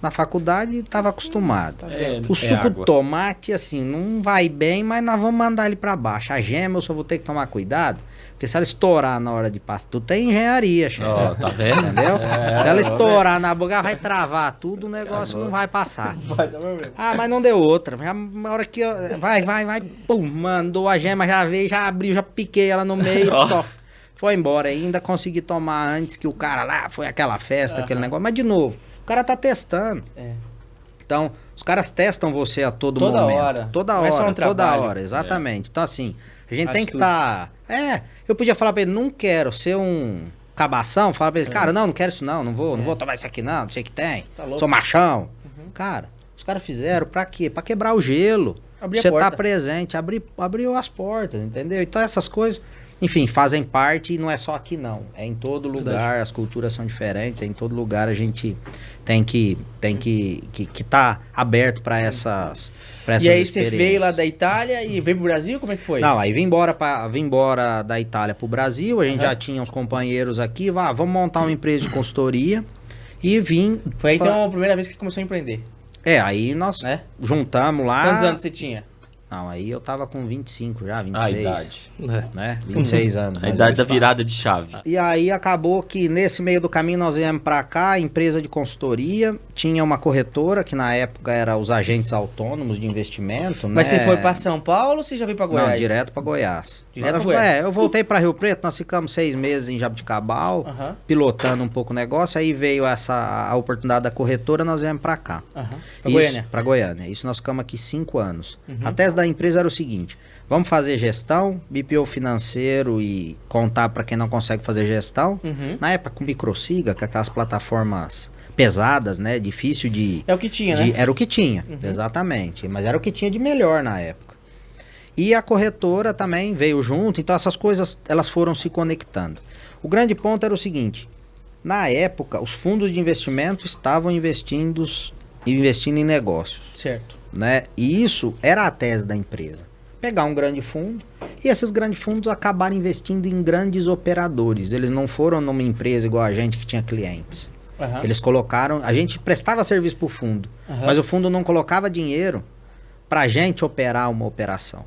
na faculdade e tava acostumado. É, o é suco água. de tomate, assim, não vai bem, mas nós vamos mandar ele pra baixo. A gema eu só vou ter que tomar cuidado, porque se ela estourar na hora de passar, tudo tem engenharia, chefe. Ó, tá vendo? Entendeu? É, se ela ó, estourar na boca, ela vai travar tudo, o negócio não vai passar. Vai dar problema. Ah, mas não deu outra. Já, na hora que eu, vai, vai, vai, pum, mandou a gema, já veio, já abriu, já piquei ela no meio, Ó. tof, foi embora. Ainda consegui tomar antes que o cara lá, foi aquela festa, Aham. aquele negócio. Mas de novo, o cara tá testando. É. Então, os caras testam você a todo Toda momento. hora. Toda Não é hora, só um toda trabalho. hora, exatamente. Então, assim, a gente tem que Atitudes. estar... É, eu podia falar pra ele, não quero ser um cabação, falar pra ele, cara, não, não quero isso não, não vou, não vou tomar isso aqui não, não sei o que tem, Tá louco. sou machão. Cara, os caras fizeram pra quê? Pra quebrar o gelo. Abrir a Você tá porta. presente, abrir, abriu as portas, entendeu? Então essas coisas, enfim, fazem parte e não é só aqui não. É em todo lugar, as culturas são diferentes, é em todo lugar a gente tem que tem que que, que tá aberto para essas pra essas E aí você experiências. veio lá da Itália e veio pro Brasil? Como é que foi? Não, aí vim embora, pra, vim embora da Itália pro Brasil, a gente Aham. já tinha uns companheiros aqui, vá, vamos montar uma empresa de consultoria e vim... Foi aí pra- então a primeira vez que começou a empreender, É, aí nós né? juntamos lá... Quantos anos você tinha? Não, aí eu tava com vinte e cinco já, vinte e A seis. idade. É. Né? vinte e seis anos. A mais idade ou da menos. virada de chave. E aí acabou que nesse meio do caminho nós viemos pra cá, empresa de consultoria, tinha uma corretora que na época era os agentes autônomos de investimento, Mas né? você foi pra São Paulo ou você já veio pra Goiás? Não, direto pra Goiás. Direto eu, pra Goiás. É, eu voltei pra Rio Preto, nós ficamos seis meses em Jabuticabal, Aham, pilotando um pouco o negócio, aí veio essa a oportunidade da corretora, nós viemos pra cá. aham. Pra Isso, Goiânia. Pra Goiânia. Isso nós ficamos aqui cinco anos. Uhum. A tese da empresa era o seguinte: vamos fazer gestão, B P O financeiro e contar para quem não consegue fazer gestão. Uhum. Na época com Microsiga, com aquelas plataformas pesadas, né? Difícil de. É o que tinha, de- né? Era o que tinha, Uhum. exatamente. Mas era o que tinha de melhor na época. E a corretora também veio junto, então essas coisas elas foram se conectando. O grande ponto era o seguinte: na época, os fundos de investimento estavam investindo, investindo em negócios, Certo. né? E isso era a tese da empresa. Pegar um grande fundo e esses grandes fundos acabaram investindo em grandes operadores. Eles não foram numa empresa igual a gente que tinha clientes. Aham. Eles colocaram, a gente prestava serviço para o fundo, Aham. mas o fundo não colocava dinheiro para a gente operar uma operação.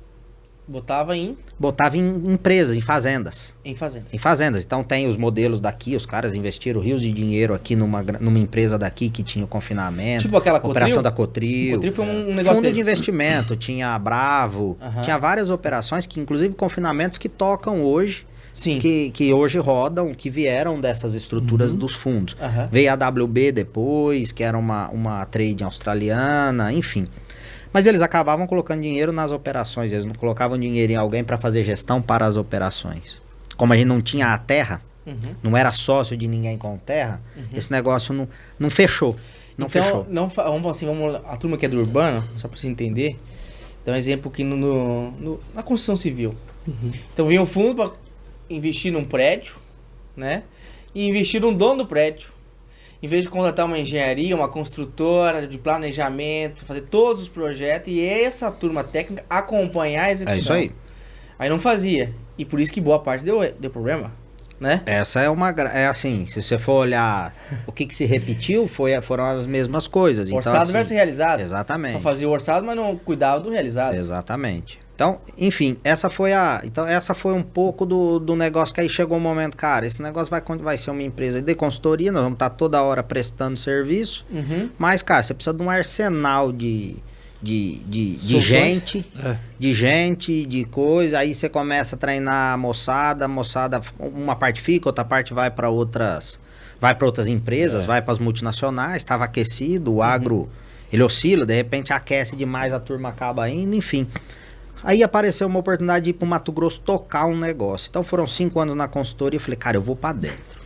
Botava em, Botava em empresas, em fazendas. em fazendas. Em fazendas. Então tem os modelos daqui, os caras investiram rios de dinheiro aqui numa, gra- numa empresa daqui que tinha o confinamento. Tipo aquela operação Cotril? da Cotril. Cotril foi um negócio Fundo desse. de investimento, tinha a Bravo, Aham. tinha várias operações que inclusive confinamentos que tocam hoje, Sim. que, que hoje rodam, que vieram dessas estruturas Uhum. dos fundos. Aham. Veio a W B depois, que era uma, uma trade australiana, enfim. Mas eles acabavam colocando dinheiro nas operações, eles não colocavam dinheiro em alguém para fazer gestão para as operações. Como a gente não tinha a terra, Uhum. não era sócio de ninguém com terra, esse negócio não, não fechou. Não então, fechou. Não, fa- vamos assim, vamos, a turma que é do urbano, só pra você entender, dá um exemplo aqui no, no- no- na construção civil. Então vinha o fundo para investir num prédio, né? E investir num dono do prédio. Em vez de contratar uma engenharia, uma construtora de planejamento, fazer todos os projetos e essa turma técnica acompanhar a execução. É isso aí. Aí não fazia. E por isso que boa parte deu, deu problema, né? Essa é uma. gra- É assim, se você for olhar o que, que se repetiu, foi, foram as mesmas coisas. Orçado então, assim, versus realizado. Exatamente. Só fazia o orçado, mas não cuidava do realizado. Exatamente. Então, enfim, essa foi a. Então, essa foi um pouco do, do negócio que aí chegou o momento, cara, esse negócio vai, con- vai ser uma empresa de consultoria, nós vamos estar toda hora prestando serviço. Uhum. Mas, cara, você precisa de um arsenal de, de, de, de Soluções. gente, É. de gente, de coisa. Aí você começa a treinar a moçada, a moçada, uma parte fica, outra parte vai para outras, vai para outras empresas, É. vai para as multinacionais, estava aquecido, o agro, ele oscila, de repente aquece demais, a turma acaba indo, enfim. Aí apareceu uma oportunidade de ir pro Mato Grosso tocar um negócio. Então foram cinco anos na consultoria, eu falei, cara, eu vou para dentro.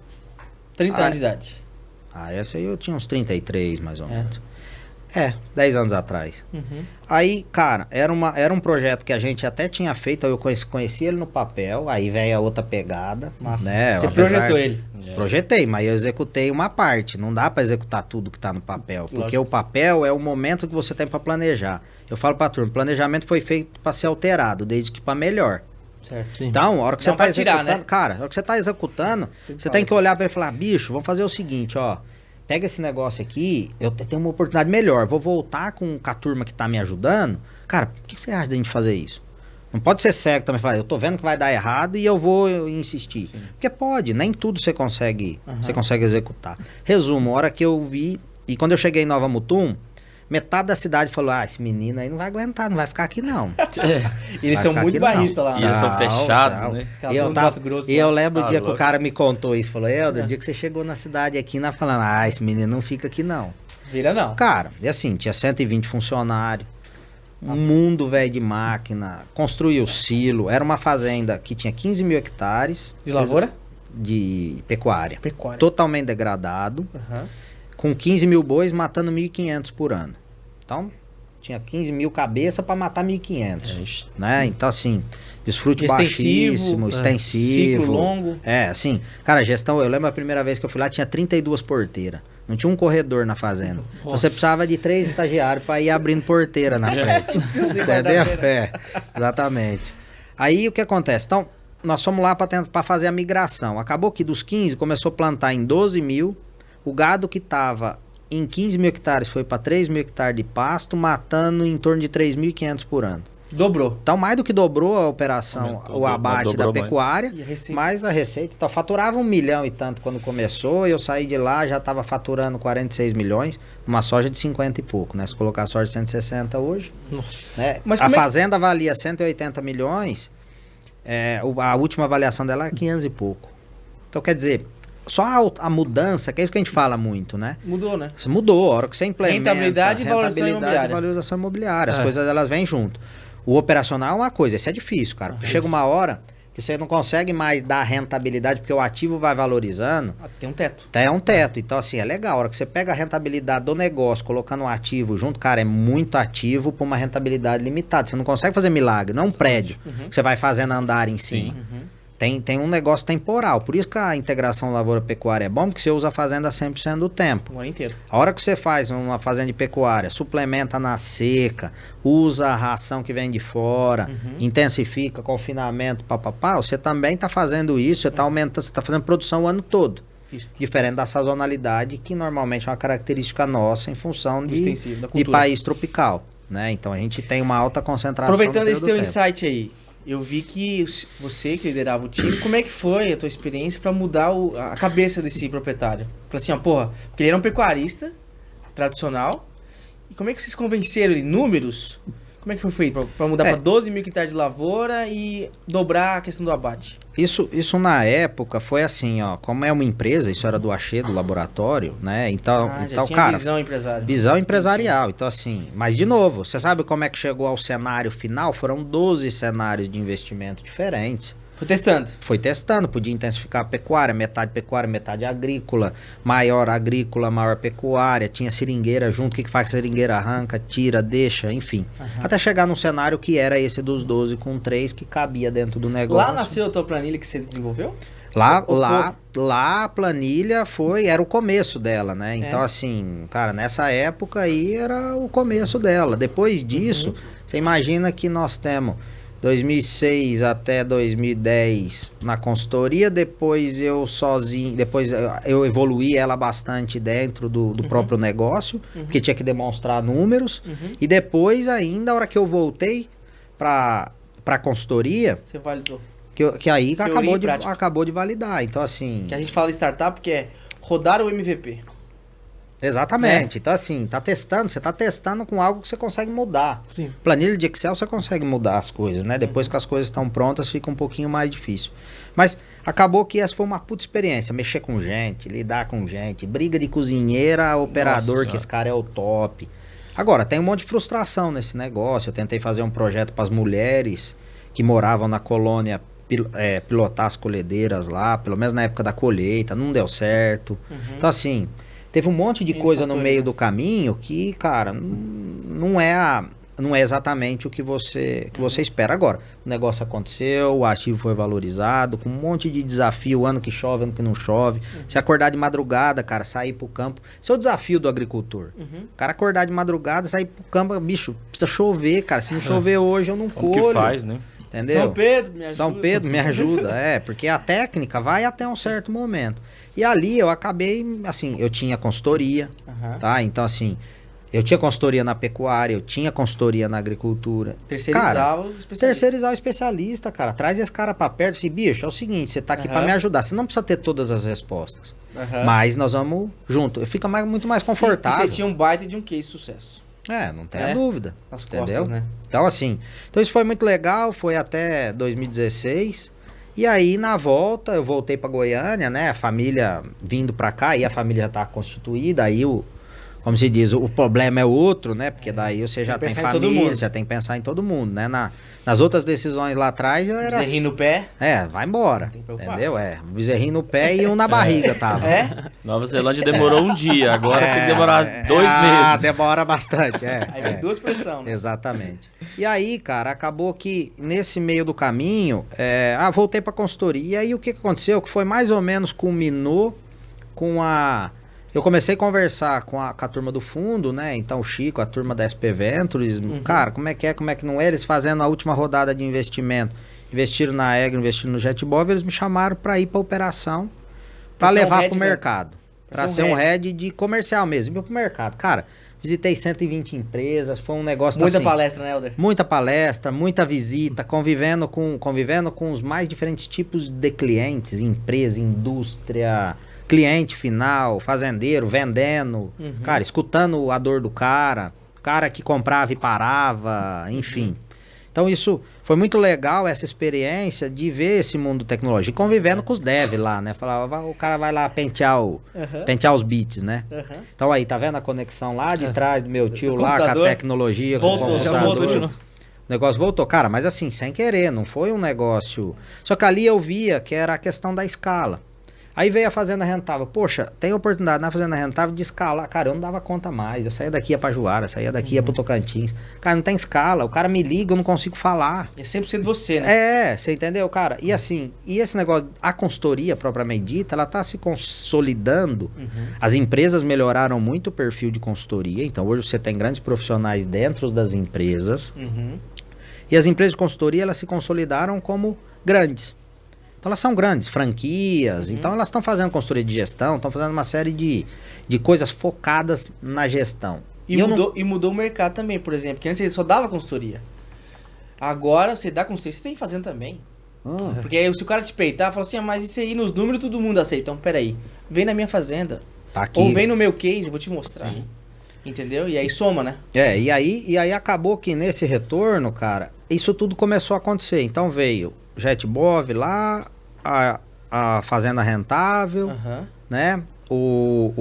trinta Ah, anos de idade. Ah, essa aí eu tinha uns trinta e três, mais ou É. menos. É, dez anos atrás. Uhum. Aí, cara, era, uma, era um projeto que a gente até tinha feito, eu conheci, conheci ele no papel, aí veio a outra pegada. Massa. Né? Você Apesar- projetou ele. É. Projetei, mas eu executei uma parte. Não dá pra executar tudo que tá no papel, porque Lógico. o papel é o momento que você tem pra planejar. Eu falo pra turma, planejamento foi feito pra ser alterado, desde que pra melhor. Certo. Sim. Então, a hora que você Não tá pra tirar, executando, né? cara, a hora que você tá executando, Sempre você fala tem que assim. olhar pra ele e falar, bicho, vamos fazer o seguinte, ó. pega esse negócio aqui, eu tenho uma oportunidade melhor, vou voltar com, com a turma que tá me ajudando. Cara, o que, que você acha da gente fazer isso? Não pode ser cego também, falar, eu tô vendo que vai dar errado e eu vou insistir. Sim. Porque pode, nem tudo você consegue, uhum. você consegue executar. Resumo, a hora que eu vi, e quando eu cheguei em Nova Mutum, metade da cidade falou, ah, esse menino aí não vai aguentar, não vai ficar aqui não. É. Eles são muito barristas lá. E eles são fechados, não. né? E eu, tava, e eu lembro tá o dia louco. que o cara me contou isso, falou, Helder, o dia que você chegou na cidade aqui, nós falamos, ah, esse menino não fica aqui não. Vira não. Cara, e assim, tinha cento e vinte funcionários, um mundo velho de máquina, construiu silo, era uma fazenda que tinha quinze mil hectares. De lavoura? De pecuária. Pecuária. Totalmente degradado, Uhum. com quinze mil bois matando mil e quinhentos por ano. Então, tinha quinze mil cabeças para matar mil e quinhentos, é. né? Então, assim, desfrute extensivo, baixíssimo, é. extensivo. Ciclo longo. É, assim, cara, gestão, eu lembro a primeira vez que eu fui lá, tinha trinta e duas porteiras. Não tinha um corredor na fazenda. Nossa. Então você precisava de três estagiários para ir abrindo porteira na frente. Entendeu? É, exatamente. Aí o que acontece? Então, nós fomos lá para fazer a migração. Acabou que dos quinze, começou a plantar em doze mil. O gado que estava em quinze mil hectares foi para três mil hectares de pasto, matando em torno de três mil e quinhentos por ano. Dobrou. Então, mais do que dobrou a operação, Aumentou, o abate da pecuária, mais. A mais a receita. Então, faturava um milhão e tanto quando começou, eu saí de lá, já estava faturando quarenta e seis milhões, uma soja de cinquenta e pouco, né? Se colocar a soja de cento e sessenta hoje, Nossa. Né? Mas a é... fazenda valia cento e oitenta milhões, é, a última avaliação dela é quinhentos e pouco. Então, quer dizer, só a, a mudança, que é isso que a gente fala muito, né? Mudou, né? Você mudou, a hora que você implementa... Rentabilidade e valorização imobiliária. e valorização imobiliária, as é. coisas elas vêm junto. O operacional é uma coisa, isso é difícil, cara. Porque chega uma hora que você não consegue mais dar rentabilidade, porque o ativo vai valorizando. Ah, tem um teto. Tem um teto. Então, assim, é legal. A hora que você pega a rentabilidade do negócio, colocando um ativo junto, cara, é muito ativo para uma rentabilidade limitada. Você não consegue fazer milagre, não é um prédio uhum. que você vai fazendo andar em cima. Uhum. Tem, tem um negócio temporal. Por isso que a integração lavoura-pecuária é bom, porque você usa a fazenda cem por cento do tempo. O ano inteiro. A hora que você faz uma fazenda de pecuária, suplementa na seca, usa a ração que vem de fora, uhum. intensifica, confinamento, papapá, você também está fazendo isso, você está aumentando, você está fazendo produção o ano todo. Isso. Diferente da sazonalidade, que normalmente é uma característica nossa em função de, de país tropical. Né? Então a gente tem uma alta concentração. Aproveitando esse teu tempo. Insight aí, eu vi que você que liderava o time, como é que foi a tua experiência para mudar o, a cabeça desse proprietário? Falei assim, ó, porra, porque ele era um pecuarista tradicional, e como é que vocês convenceram ele? Números? Como é que foi feito para mudar é. para doze mil hectares de lavoura e dobrar a questão do abate? Isso, isso na época foi assim, ó, como é uma empresa, isso era do Axê, do laboratório, né? Então, ah, então já tinha cara, visão empresarial. Visão empresarial. Então assim, mas de novo, você sabe como é que chegou ao cenário final? Foram doze cenários de investimento diferentes. Foi testando? Foi testando, podia intensificar a pecuária, metade pecuária, metade agrícola, maior agrícola, maior pecuária, tinha seringueira junto, o que que faz? Seringueira arranca, tira, deixa, enfim. Uhum. Até chegar num cenário que era esse dos doze com três que cabia dentro do negócio. Lá nasceu a tua planilha que você desenvolveu? Lá, lá, lá a planilha foi, era o começo dela, né? Então, é. assim, cara, nessa época aí era o começo dela. Depois disso, uhum. você imagina que nós temos dois mil e seis até dois mil e dez na consultoria, depois eu sozinho, depois eu evoluí ela bastante dentro do, do uhum. próprio negócio, uhum. porque tinha que demonstrar números, uhum. e depois ainda, a hora que eu voltei para a consultoria, você validou. Que, que aí acabou de, acabou de validar, então assim... Que a gente fala startup, que é rodar o M V P. Exatamente, é. Então assim, tá testando, você tá testando com algo que você consegue mudar. Sim. Planilha de Excel você consegue mudar as coisas, né? Depois uhum. que as coisas estão prontas fica um pouquinho mais difícil. Mas acabou que essa foi uma puta experiência, mexer com gente, lidar com gente, briga de cozinheira, operador, Nossa, que esse cara é o top. Agora, tem um monte de frustração nesse negócio, eu tentei fazer um projeto para as mulheres que moravam na colônia, pil é, pilotar as colhedeiras lá, pelo menos na época da colheita, não deu certo. Uhum. Então assim... Teve um monte de coisa no meio do caminho que, cara, não é, a, não é exatamente o que você, que você espera. Agora, o negócio aconteceu, o ativo foi valorizado, com um monte de desafio, ano que chove, ano que não chove. Uhum. Se acordar de madrugada, cara, sair pro campo. Esse é o desafio do agricultor. Uhum. O cara acordar de madrugada, sair pro campo, bicho, precisa chover, cara. Se não chover hoje, eu não colho. Como que faz, né? Entendeu? São Pedro, me ajuda. São Pedro, me ajuda, é, porque a técnica vai até um certo momento. E ali eu acabei, assim, eu tinha consultoria, Aham. tá? Então, assim, eu tinha consultoria na pecuária, eu tinha consultoria na agricultura. Terceirizar Cara, os especialistas. Terceirizar o especialista, cara. Traz esse cara pra perto e assim, bicho, é o seguinte, você tá aqui Aham. pra me ajudar. Você não precisa ter todas as respostas. Aham. Mas nós vamos junto. Fica mais, muito mais E confortável. você tinha um baita de um case de sucesso. É, não tem É. a dúvida. Nas Entendeu? costas, né? Então, assim, então isso foi muito legal, foi até dois mil e dezesseis. E aí, na volta, eu voltei pra Goiânia, né? A família vindo pra cá, e a família já tá constituída, aí o, como se diz, o problema é outro, né? Porque daí você já Tem tem, que pensar em todo família, mundo. você já tem que pensar em todo mundo, né? Na, nas outras decisões lá atrás, eu era... Bezerrinho no pé. É, vai embora, Tem que preocupar. entendeu? É, um bezerrinho no pé e um na barriga tava. É? Nova Zelândia demorou um dia, agora tem que demorar É, dois ah, meses. demora bastante, é. Aí é. vem duas pressões, né? Exatamente. E aí, cara, acabou que nesse meio do caminho, é, ah, voltei pra consultoria. E aí o que que aconteceu? Que foi mais ou menos culminou com a... Eu comecei a conversar com a, com a turma do fundo, né? Então o Chico, a turma da S P Ventures, cara, como é que é, como é que não é? Eles fazendo a última rodada de investimento, investiram na Egro, investiram no JetBov, eles me chamaram para ir para operação, para Pra ser um levar head, para o né? mercado, Pra para ser ser um um head de comercial mesmo, ir para o mercado. Cara, visitei cento e vinte empresas, foi um negócio Muita assim, palestra, né, Helder? muita palestra, muita visita, convivendo com, convivendo com os mais diferentes tipos de clientes, empresa, indústria, cliente final, fazendeiro, vendendo, Uhum. cara, escutando a dor do cara, cara que comprava e parava, enfim. Então isso foi muito legal, essa experiência de ver esse mundo tecnológico, e convivendo com os devs lá, né? Falava, o cara vai lá pentear, o, Aham. pentear os bits, né? Aham. Então aí, tá vendo a conexão lá de trás do meu tio lá, com a computador. tecnologia, com o Voltou, já computador. voltou de novo. O negócio voltou, cara, mas assim, sem querer, não foi um negócio... Só que ali eu via que era a questão da escala. Aí veio a Fazenda Rentável. Poxa, tem oportunidade na Fazenda Rentável de escalar. Cara, eu não dava conta mais. Eu saía daqui ia pra Juara, saía daqui ia pro Tocantins. Cara, não tem escala. O cara me liga, eu não consigo falar. É cem por cento você, né? É, você entendeu, cara? E assim, e esse negócio, a consultoria propriamente dita, ela tá se consolidando. Uhum. As empresas melhoraram muito o perfil de consultoria. Então hoje você tem grandes profissionais dentro das empresas. Uhum. E as empresas de consultoria, elas se consolidaram como grandes. Então elas são grandes, franquias, Uhum. então elas estão fazendo consultoria de gestão, estão fazendo uma série de, de coisas focadas na gestão. E, eu não- mudou, e mudou o mercado também, por exemplo, que antes ele só dava consultoria. Agora você dá consultoria, você tem que fazendo também. Hum, Porque aí se o cara te peitar, fala assim, ah, mas isso aí nos números todo mundo aceita. Então, peraí, vem na minha fazenda. tá aqui. Ou vem no meu case, eu vou te mostrar. Sim. Entendeu? E aí soma, né? É, e aí, e aí acabou que nesse retorno, cara, isso tudo começou a acontecer. Então veio JetBov lá, a, a Fazenda Rentável, Aham. né? O,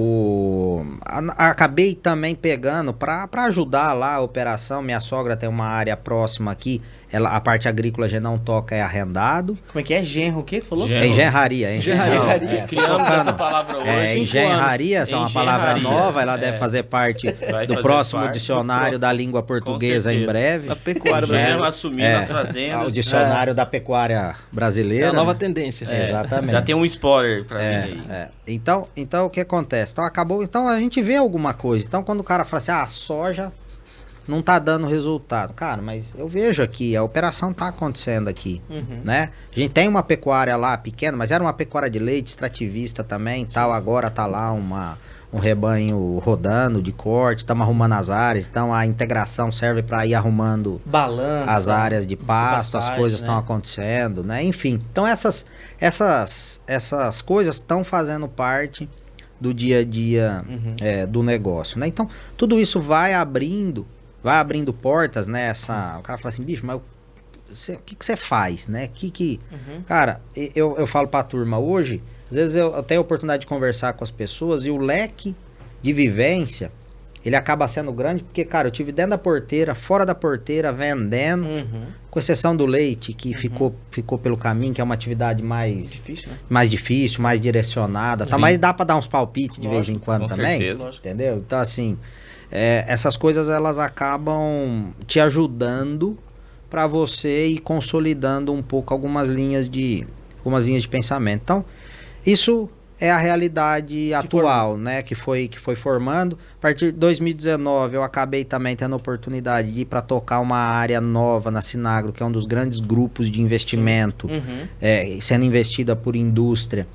o a- acabei também pegando para ajudar lá a operação. Minha sogra tem uma área próxima aqui. Ela, a parte agrícola já não toca, é arrendado. Como é que é? Genro o quê? Tu falou? Genro. É engenharia, é engenharia. Não, Engenharia. é, criamos tocando. essa palavra hoje. É, cinco engenharia, anos. essa é uma palavra Engenharia. nova, ela É. deve fazer parte Vai do fazer próximo parte dicionário do da língua portuguesa em certeza. breve. A pecuária Podemos brasileira. assumir É. nas fazendas. O dicionário da pecuária brasileira. É a nova né? tendência. É, Exatamente. Já tem um spoiler pra É, vir aí. é. Então, então o que acontece? Então acabou, então a gente vê alguma coisa. Então quando o cara fala assim: "Ah, a soja não tá dando resultado". Cara, mas eu vejo aqui, a operação tá acontecendo aqui, Uhum. né? A gente tem uma pecuária lá pequena, mas era uma pecuária de leite extrativista também, tal, agora tá lá uma um rebanho rodando de corte, estamos arrumando as áreas, então a integração serve para ir arrumando Balança. as áreas de pasto, as passagem, coisas estão né? acontecendo, né? Enfim, então essas, essas, essas coisas estão fazendo parte do dia a dia Uhum. é, do negócio, né? Então tudo isso vai abrindo, vai abrindo portas, né? Essa, o cara fala assim, bicho, mas o cê- o que que você faz, né? Que que, Uhum. cara, e- eu, eu falo pra turma hoje, às vezes eu, eu tenho a oportunidade de conversar com as pessoas e o leque de vivência, ele acaba sendo grande, porque, cara, eu tive dentro da porteira, fora da porteira, vendendo, Uhum. com exceção do leite, que ficou, ficou pelo caminho, que é uma atividade mais, Difícil, né? mais difícil, mais direcionada, tá? Sim. Mas dá pra dar uns palpites de vez em Lógico, quando com também, certeza. Lógico. entendeu? Então, assim, é, essas coisas, elas acabam te ajudando pra você ir consolidando um pouco algumas linhas de, algumas linhas de pensamento. Então, isso é a realidade atual, né, que foi, que foi formando. A partir de dois mil e dezenove, eu acabei também tendo a oportunidade de ir para tocar uma área nova na Sinagro, que é um dos grandes grupos de investimento, Uhum. é, sendo investida por indústria,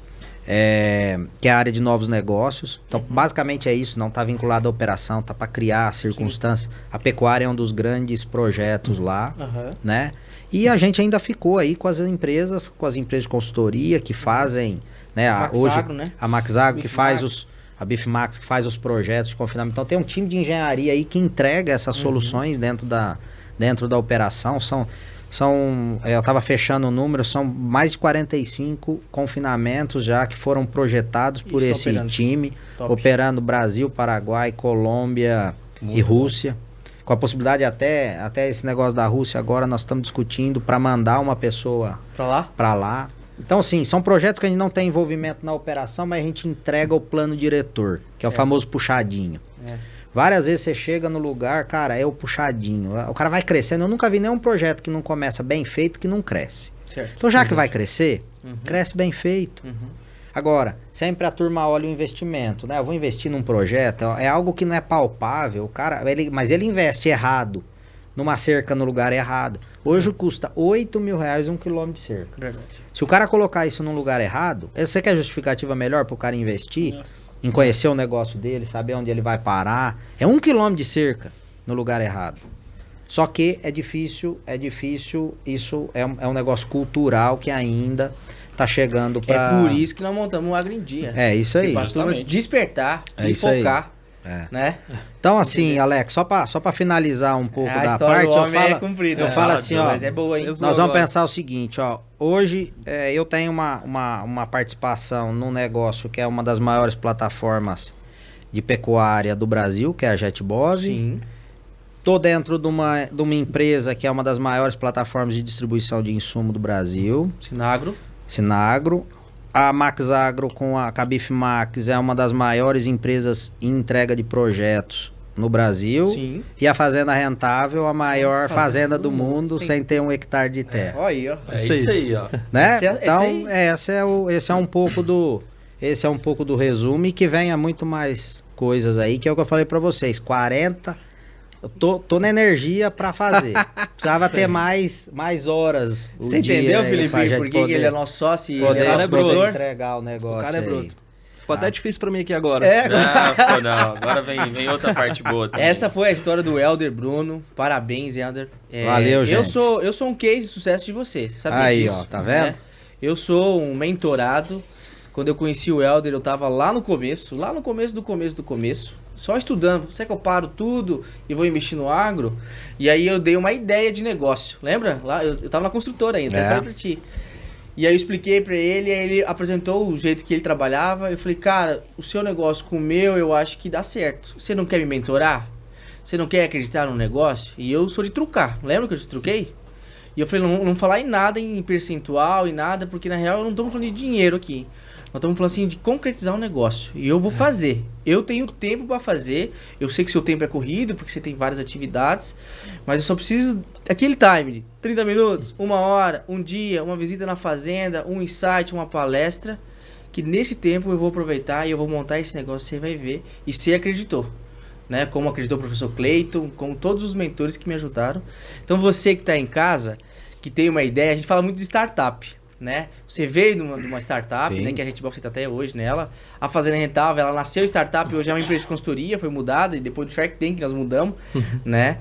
é, que é a área de novos negócios. Então, uhum. basicamente é isso, não está vinculado à operação, está para criar circunstâncias. Sim. A pecuária é um dos grandes projetos uhum. lá, uhum. né? E a gente ainda ficou aí com as empresas, com as empresas de consultoria que fazem, né? A, Max hoje, Agro, né? A Max Agro que faz Max. os... A Bifmax que faz os projetos de confinamento. Então tem um time de engenharia aí que entrega essas uhum. soluções dentro da, dentro da operação. São... São, eu estava fechando o número, são mais de quarenta e cinco confinamentos já que foram projetados por Isso, esse operando. time, Top. operando Brasil, Paraguai, Colômbia Muito e Rússia. Bom. Com a possibilidade até, até esse negócio da Rússia agora nós estamos discutindo para mandar uma pessoa para lá. Para lá. Então, sim, são projetos que a gente não tem envolvimento na operação, mas a gente entrega o plano diretor, que certo. é o famoso puxadinho. É. Várias vezes você chega no lugar, cara, é o puxadinho. O cara vai crescendo. Eu nunca vi nenhum projeto que não começa bem feito que não cresce. Certo. Então, já uhum. que vai crescer, uhum. cresce bem feito. Uhum. Agora, sempre a turma olha o investimento, né? Eu vou investir num projeto, é algo que não é palpável, cara, ele, mas ele investe errado, numa cerca no lugar errado. Hoje uhum. custa oito mil reais um quilômetro de cerca. Verdade. Se o cara colocar isso num lugar errado, você quer justificativa melhor para o cara investir? Nossa. Em conhecer o negócio dele, saber onde ele vai parar. É um quilômetro de cerca no lugar errado. Só que é difícil, é difícil, isso é um, é um negócio cultural que ainda tá chegando para... É por isso que nós montamos o Agro em Dia. É isso aí. Para despertar é e focar. É. Né? Então assim, Entendeu? Alex, só para só para finalizar um pouco é, da parte, eu falo, é cumprida, eu é, falo assim, ó, mas é boa, hein? nós vamos agora. pensar o seguinte, ó, hoje é, eu tenho uma, uma, uma participação num negócio que é uma das maiores plataformas de pecuária do Brasil, que é a JetBov. Sim. Tô dentro de uma, de uma empresa que é uma das maiores plataformas de distribuição de insumo do Brasil. Sinagro. Sinagro. A Max Agro com a Cabif Max é uma das maiores empresas em entrega de projetos no Brasil. Sim. E a Fazenda Rentável, a maior fazenda, fazenda do mundo, sim. sem ter um hectare de terra. É, olha aí, ó. É isso aí, ó. Né? Esse é, então, esse, esse, é o, esse é um pouco do esse é um pouco do resumo e que venha muito mais coisas aí, que é o que eu falei para vocês, quarenta Eu tô, tô na energia pra fazer. Precisava ter mais, mais horas. Você entendeu, Felipe? Por que ele é nosso sócio e poder, ele é nosso poder entregar o negócio. O cara é aí. bruto. Ficou ah. até difícil pra mim aqui agora. É, não, ficou não. Agora vem, vem outra parte boa também. Essa foi a história do Helder Bruno. Parabéns, Helder. É, Valeu, gente. Eu sou, eu sou um case de sucesso de você. Você sabe aí, disso. Ó, tá vendo? Né? Eu sou um mentorado. Quando eu conheci o Helder, eu tava lá no começo, lá no começo do começo do começo, só estudando. Será que eu paro tudo e vou investir no agro? E aí eu dei uma ideia de negócio. Lembra? Lá, eu, eu tava na construtora ainda, é. até falei pra ti. E aí eu expliquei pra ele, aí ele apresentou o jeito que ele trabalhava. Eu falei, cara, o seu negócio com o meu, eu acho que dá certo. Você não quer me mentorar? Você não quer acreditar no negócio? E eu sou de trucar. Lembra que eu te truquei? E eu falei, não, não falar em nada, em percentual, em nada, porque na real eu não estamos falando de dinheiro aqui. Nós estamos falando assim de concretizar um negócio. E eu vou fazer. Eu tenho tempo para fazer. Eu sei que seu tempo é corrido, porque você tem várias atividades. Mas eu só preciso daquele time de trinta minutos, uma hora, um dia, uma visita na fazenda, um insight, uma palestra. Que nesse tempo eu vou aproveitar e eu vou montar esse negócio, você vai ver. E você acreditou. Né? Como acreditou o professor Cleiton, como todos os mentores que me ajudaram. Então você que está em casa, que tem uma ideia, a gente fala muito de startup. Né? Você veio de uma, de uma startup, né, que a gente vai citar até hoje nela. A Fazenda Rentável, ela nasceu startup, hoje é uma empresa de consultoria, foi mudada, e depois do Shark Tank nós mudamos, né?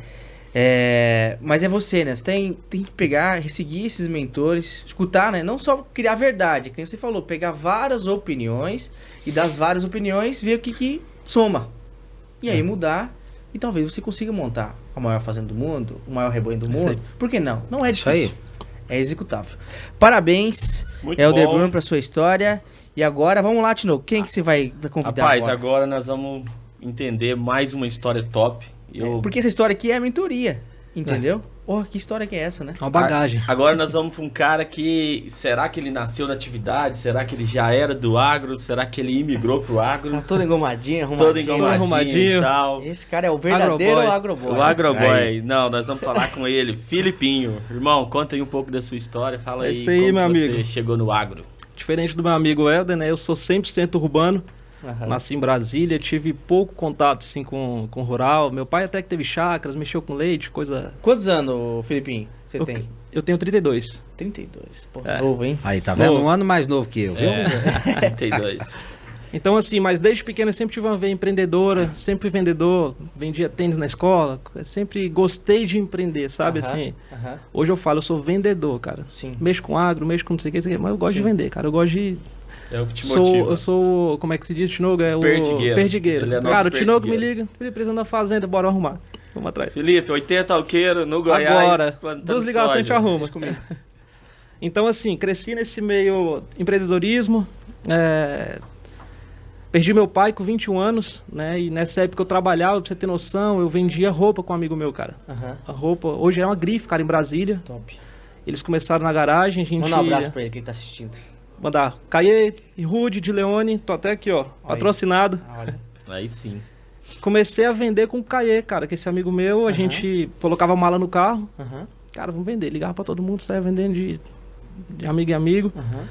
É, mas é você, né? Você tem, tem que pegar, seguir esses mentores, escutar, né? Não só criar verdade, que nem você falou, pegar várias opiniões e das várias opiniões ver o que, que soma. E aí mudar, e talvez você consiga montar a maior fazenda do mundo, o maior rebanho do mundo. Por que não? Não é difícil. Isso aí. É executável. Parabéns, Helder Bruno, pra sua história. E agora, vamos lá, Tino. Quem que você vai, vai convidar Rapaz, agora? agora nós vamos entender mais uma história top. Eu... É, porque essa história aqui é a mentoria, entendeu? É. Oh, que história que é essa, né? Uma bagagem. Agora nós vamos para um cara que... Será que ele nasceu na atividade? Será que ele já era do agro? Será que ele imigrou pro agro? Tá todo engomadinho, arrumadinho. Todo engomadinho, arrumadinho e tal. Esse cara é o verdadeiro agroboy. O agroboy. Não, nós vamos falar com ele. Filipinho. Irmão, conta aí um pouco da sua história. Fala aí, aí como meu você amigo. chegou no agro. Diferente do meu amigo Helder, né? Eu sou cem por cento urbano. Uhum. Nasci em Brasília, tive pouco contato assim, com, com rural. Meu pai até que teve chácaras, mexeu com leite, coisa... Quantos anos, Filipinho, você eu, tem? Eu tenho trinta e dois. trinta e dois, pô, É. novo, hein? Aí, tá vendo? Novo. Um ano mais novo que eu, viu? É, trinta e dois. Então, assim, mas desde pequeno eu sempre tive uma veia empreendedora, sempre fui vendedor, vendia tênis na escola, sempre gostei de empreender, sabe? Aham, Assim, aham. hoje eu falo, eu sou vendedor, cara. Sim. Mexo com agro, mexo com não sei o que, não sei o que, mas eu gosto Sim. de vender, cara. Eu gosto de. É o que te Sou, motiva. eu sou, como é que se diz, Tinoga? É o Perdigueiro. Perdigueiro. Ele é nosso Cara, o Tinoga me perdigueiro. liga, ele precisando da fazenda, bora arrumar. Vamos atrás. Felipe, oitenta alqueiro no Goiás. Agora, plantando duas ligações a gente soja. arruma. Deixa comigo. Então, assim, cresci nesse meio empreendedorismo. é, Perdi meu pai com vinte e um anos, né? E nessa época eu trabalhava, pra você ter noção, eu vendia roupa com um amigo meu, cara. Aham. A roupa, hoje é uma grife, cara, em Brasília. Top. Eles começaram na garagem, a gente... Manda um abraço pra ele que ele tá assistindo. Mandar. Caê, Rude, de Leone, tô até aqui, ó, patrocinado. Ah, olha. Aí sim. Comecei a vender com o Caê, cara, que esse amigo meu, a Aham. gente colocava mala no carro. Aham, Cara, vamos vender. Ligava pra todo mundo, saia vendendo de, de amigo em amigo. aham.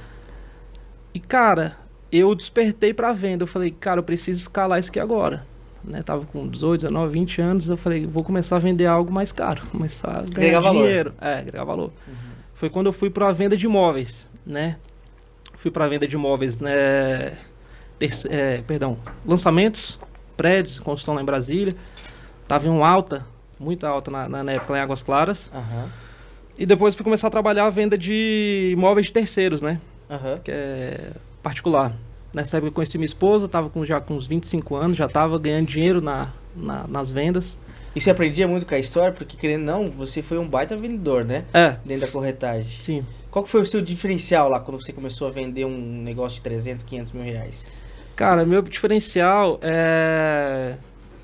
E, cara, eu despertei pra venda. Eu falei, cara, eu preciso escalar isso aqui agora. Né? Tava com dezoito, dezenove, vinte anos. Eu falei, vou começar a vender algo mais caro. Começar a ganhar Agregar valor. dinheiro. É, agregar valor. Foi quando eu fui pra venda de imóveis, né? Fui pra venda de imóveis, né? Terce- é, perdão, lançamentos, prédios, construção lá em Brasília. Tava em um alta, muito alta na, na, na época lá em Águas Claras. Aham, E depois fui começar a trabalhar a venda de imóveis de terceiros, né? aham. Que é particular. Nessa época eu conheci minha esposa, tava com, já com uns vinte e cinco anos, já tava ganhando dinheiro na, na- nas vendas. E você aprendia muito com a história, porque querendo ou não, você foi um baita vendedor, né? É, Dentro da corretagem. sim. Qual que foi o seu diferencial lá, quando você começou a vender um negócio de trezentos, quinhentos mil reais? Cara, meu diferencial é...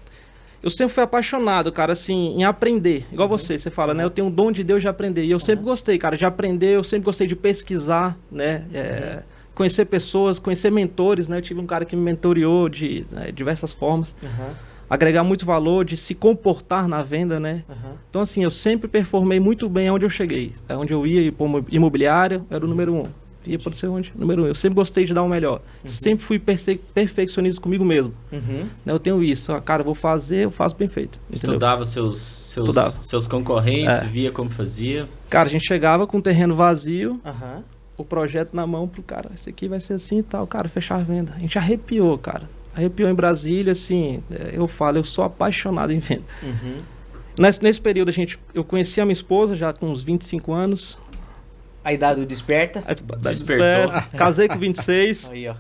Eu sempre fui apaixonado, cara, assim, em aprender. Igual você, você fala, né? Eu tenho um dom de Deus de aprender. E eu sempre gostei, cara, de aprender. Eu sempre gostei de pesquisar, né? É, conhecer pessoas, conhecer mentores, né? Eu tive um cara que me mentoreou de né, diversas formas. Aham, Agregar muito valor, de se comportar na venda, né? aham. Então, assim, eu sempre performei muito bem onde eu cheguei. Onde eu ia, ir para imobiliária, era o número um. Ia para ser onde? Número um. Eu sempre gostei de dar o melhor. Sempre fui perse- perfeccionista comigo mesmo. Uhum. Né? Eu tenho isso. Ah, cara, eu vou fazer, eu faço bem feito. Entendeu? Estudava seus, seus, Estudava. seus concorrentes, É. via como fazia. Cara, a gente chegava com o terreno vazio, Aham. o projeto na mão pro cara. Esse aqui vai ser assim e tal. Cara, fechar a venda. A gente arrepiou, cara. Arrepiou em Brasília, assim. é, Eu falo, eu sou apaixonado em venda. Uhum. Nesse, nesse período, a gente, eu conheci a minha esposa, já com uns vinte e cinco anos. A idade do desperta. Aí, da- Despertou. desperta, Casei com vinte e seis. Aí, ó.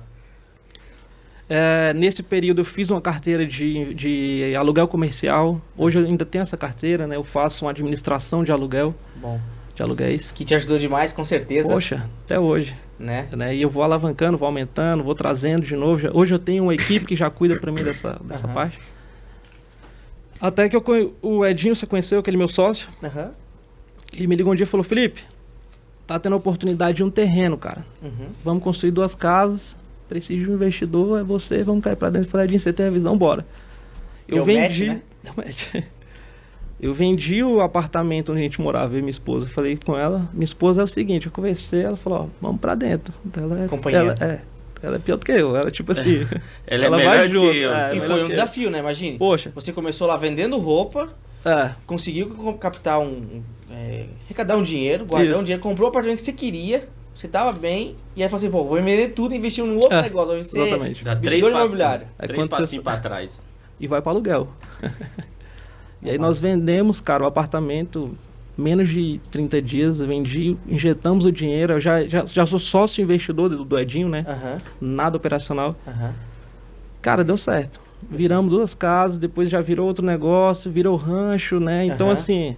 É, nesse período eu fiz uma carteira de, de aluguel comercial. Hoje eu ainda tenho essa carteira, né? Eu faço uma administração de aluguel, Bom. de aluguéis. Que te ajudou demais, com certeza. Poxa, até hoje. Né? Né? E eu vou alavancando, vou aumentando, vou trazendo de novo. Já- Hoje eu tenho uma equipe que já cuida pra mim dessa, dessa Aham. parte. Até que eu conhe... o Edinho, você conheceu, aquele meu sócio, Aham. ele me ligou um dia e falou, Felipe, tá tendo a oportunidade de um terreno, cara. Uhum. Vamos construir duas casas, preciso de um investidor, é você, vamos cair pra dentro. Eu falei, Edinho, você tem a visão, bora. Eu Deu vendi... match, né? Deu match. Eu vendi o apartamento onde a gente morava, eu e minha esposa. Falei com ela, minha esposa é o seguinte, eu conversei, ela falou, ó, vamos pra dentro. Ela é, Companheiro. ela, é, ela é pior do que eu, ela tipo assim... Ela é Ela melhor vai do junto, que eu. é. E melhor foi um que- desafio, né? Imagine. Poxa, Você começou lá vendendo roupa, é, conseguiu co- captar um... um, é, arrecadar um dinheiro, guardar Isso. um dinheiro, comprou o apartamento que você queria, você tava bem, e aí falou assim, pô, vou vender tudo e investir num outro É, negócio, vai ser exatamente. Dá três investidor passinhos. imobiliário. É Três quando você- passinhos pra trás. E vai para aluguel. E aí nós vendemos, cara, o apartamento menos de trinta dias, vendi, injetamos o dinheiro, eu já, já, já sou sócio investidor do, do Edinho, né? Aham, Nada operacional. aham. Cara, deu certo. Viramos duas casas, depois já virou outro negócio, virou rancho, né? Então, Aham. assim,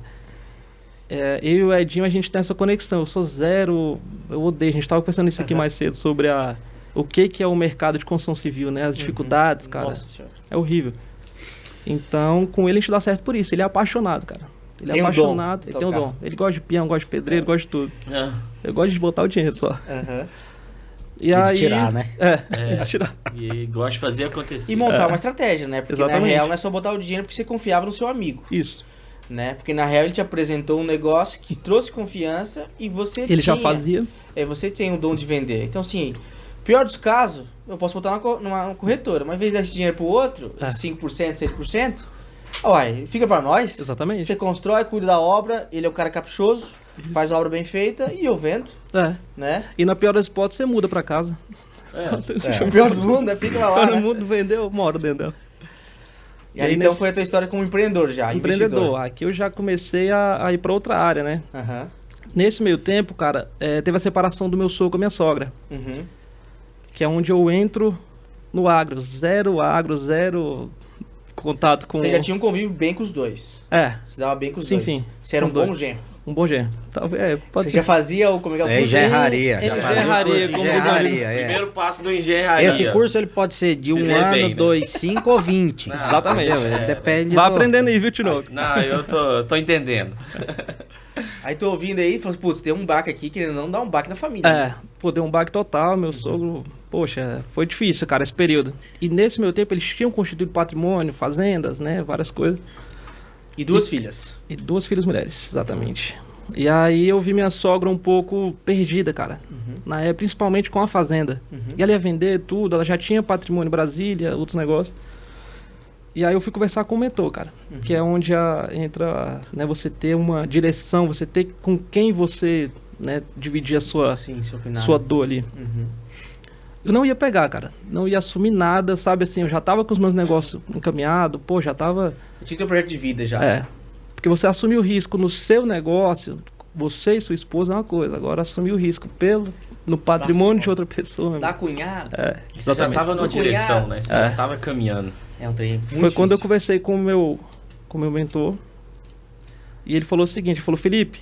é, eu e o Edinho, a gente tem essa conexão. Eu sou zero, eu odeio. A gente tava conversando isso aqui Aham. mais cedo, sobre a, o que, que é o mercado de construção civil, né? As dificuldades, cara. Nossa senhora. É horrível. Então, com ele a gente dá certo por isso. Ele é apaixonado, cara. Ele é Tem um apaixonado, dom de ele tem um tocar. dom. Ele gosta de peão, gosta de pedreiro, gosta de tudo. É. Eu gosto de botar o dinheiro só. Aham. E de aí, tirar, né? É, É. de tirar. E gosta de fazer acontecer. E montar uma estratégia, né? Porque na Exatamente. real não é só botar o dinheiro porque você confiava no seu amigo, Isso. né? Porque na real ele te apresentou um negócio que trouxe confiança e você Ele já tinha, fazia. é, você tem o dom de vender. Então assim, pior dos casos, eu posso botar numa, co- numa corretora, mas ao invés desse dinheiro pro outro, É. cinco por cento, seis por cento, Uai, fica pra nós. Exatamente. Você constrói, cuida da obra, ele é o cara caprichoso, Isso. faz a obra bem feita e eu vendo. É. Né? E na pior das hipóteses, você muda pra casa. É. é. O pior do mundo é fica lá. Quando né? o mundo vendeu, mora dentro dela. E aí, e então nesse... foi a tua história como empreendedor já, Empreendedor. Investidor. Aqui eu já comecei a, a ir pra outra área, né? Aham. Uhum. Nesse meio tempo, cara, é, teve a separação do meu sogro com a minha sogra. Uhum. Que é onde eu entro no agro. Zero agro, zero contato com... Você já tinha um convívio bem com os dois. É. Você dava bem com os sim, dois. Sim, sim. Você era um bom genro. Um bom genro. Talvez, é, pode Você ser. já fazia o... Como é, é engenharia. É, engenharia. Como engenharia, é. Primeiro passo do engenharia. Esse curso ele pode ser de um ano, bem, né? dois, cinco ou vinte. Não, exatamente. É, Depende Vai do... aprendendo aí, viu, Tinoco? Não, eu tô, tô entendendo. Aí tô ouvindo aí e falando assim, putz, tem um baque aqui querendo não dar um baque na família. É, né? Pô, deu um baque total, meu uhum. sogro, poxa, foi difícil, cara, esse período. E nesse meu tempo eles tinham constituído patrimônio, fazendas, né, várias coisas. E duas e, filhas. E duas filhas mulheres, exatamente. E aí eu vi minha sogra um pouco perdida, cara, uhum. na época, principalmente com a fazenda. Uhum. E ela ia vender tudo, ela já tinha patrimônio em Brasília, outros negócios. E aí eu fui conversar com o mentor, cara, uhum. que é onde a, entra, né, você ter uma direção, você ter com quem você, né, dividir a sua, Sim, sua dor ali. Uhum. Eu não ia pegar, cara, não ia assumir nada, sabe, assim, eu já tava com os meus negócios encaminhados, pô, já tava... Eu tinha teu projeto de vida já. É, porque você assumir o risco no seu negócio, você e sua esposa é uma coisa, agora assumir o risco pelo... no patrimônio Nossa, de outra pessoa. Da cunhada. É, você já tava numa direção, né? Você é. já tava caminhando. É um trem muito Foi difícil. quando eu conversei com o meu, com o meu mentor. E ele falou o seguinte, ele falou, Felipe,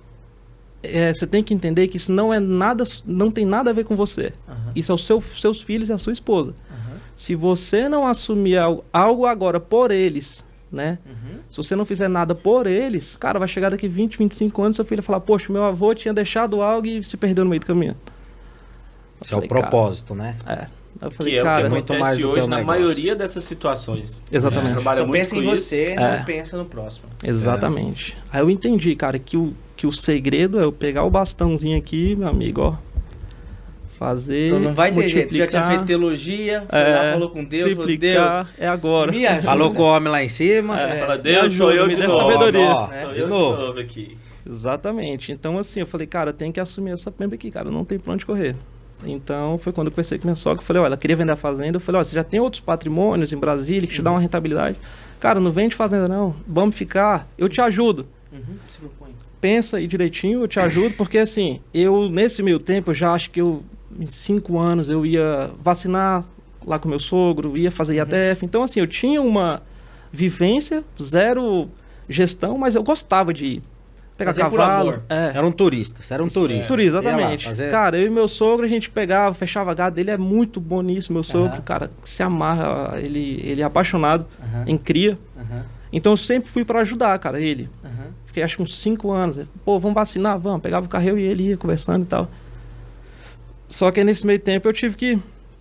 é, você tem que entender que isso não é nada, não tem nada a ver com você. Uhum. Isso é os seu, seus filhos e a sua esposa. Uhum. Se você não assumir algo, algo agora por eles, né? Uhum. Se você não fizer nada por eles, cara, vai chegar daqui vinte, vinte e cinco anos, seu filho vai falar, poxa, meu avô tinha deixado algo e se perdeu no meio do caminho. Esse falei, é o propósio, né? É. Eu falei, que é cara, o que acontece mais hoje na maioria dessas situações. Exatamente. Trabalha Só muito pensa em isso. você, é. não pensa no próximo. Exatamente. É. Aí eu entendi, cara, que o, que o segredo é eu pegar o bastãozinho aqui, meu amigo, ó. Fazer. Então não vai ter jeito. Você já tinha feito teologia, é, já falou com Deus, falou, Deus. É agora. Me ajuda. Falou com o homem lá em cima. É. Fala, Deus, sou eu de novo. Sabedoria. Ó, é. Sou eu de novo. de novo aqui. Exatamente. Então, assim, eu falei, cara, eu tenho que assumir essa pemba aqui, cara. Não tem pra onde correr. Então, foi quando eu conversei com minha sogra, eu falei, olha, ela queria vender a fazenda, eu falei, olha, você já tem outros patrimônios em Brasília que te uhum. dá uma rentabilidade? Cara, não vende fazenda não, vamos ficar, eu te ajudo. Uhum. Se propõe. Pensa aí direitinho, eu te ajudo, porque assim, eu, nesse meio tempo, eu já acho que eu, em cinco anos, eu ia vacinar lá com meu sogro, ia fazer I A T F, uhum. então assim, eu tinha uma vivência, zero gestão, mas eu gostava de ir. Pegar fazer cavalo. Por amor. É. Era um turista, você era um Isso, turista. É. Turista, exatamente. Fazer... Cara, eu e meu sogro, a gente pegava, fechava gado, ele é muito bom nisso, meu sogro, uhum. cara, se amarra, ele, ele é apaixonado uhum. em cria. Uhum. Então eu sempre fui pra ajudar, cara, ele. Uhum. Fiquei acho que uns cinco anos. Pô, vamos vacinar? Vamos. Pegava o carro e ele ia conversando e tal. Só que nesse meio tempo eu tive que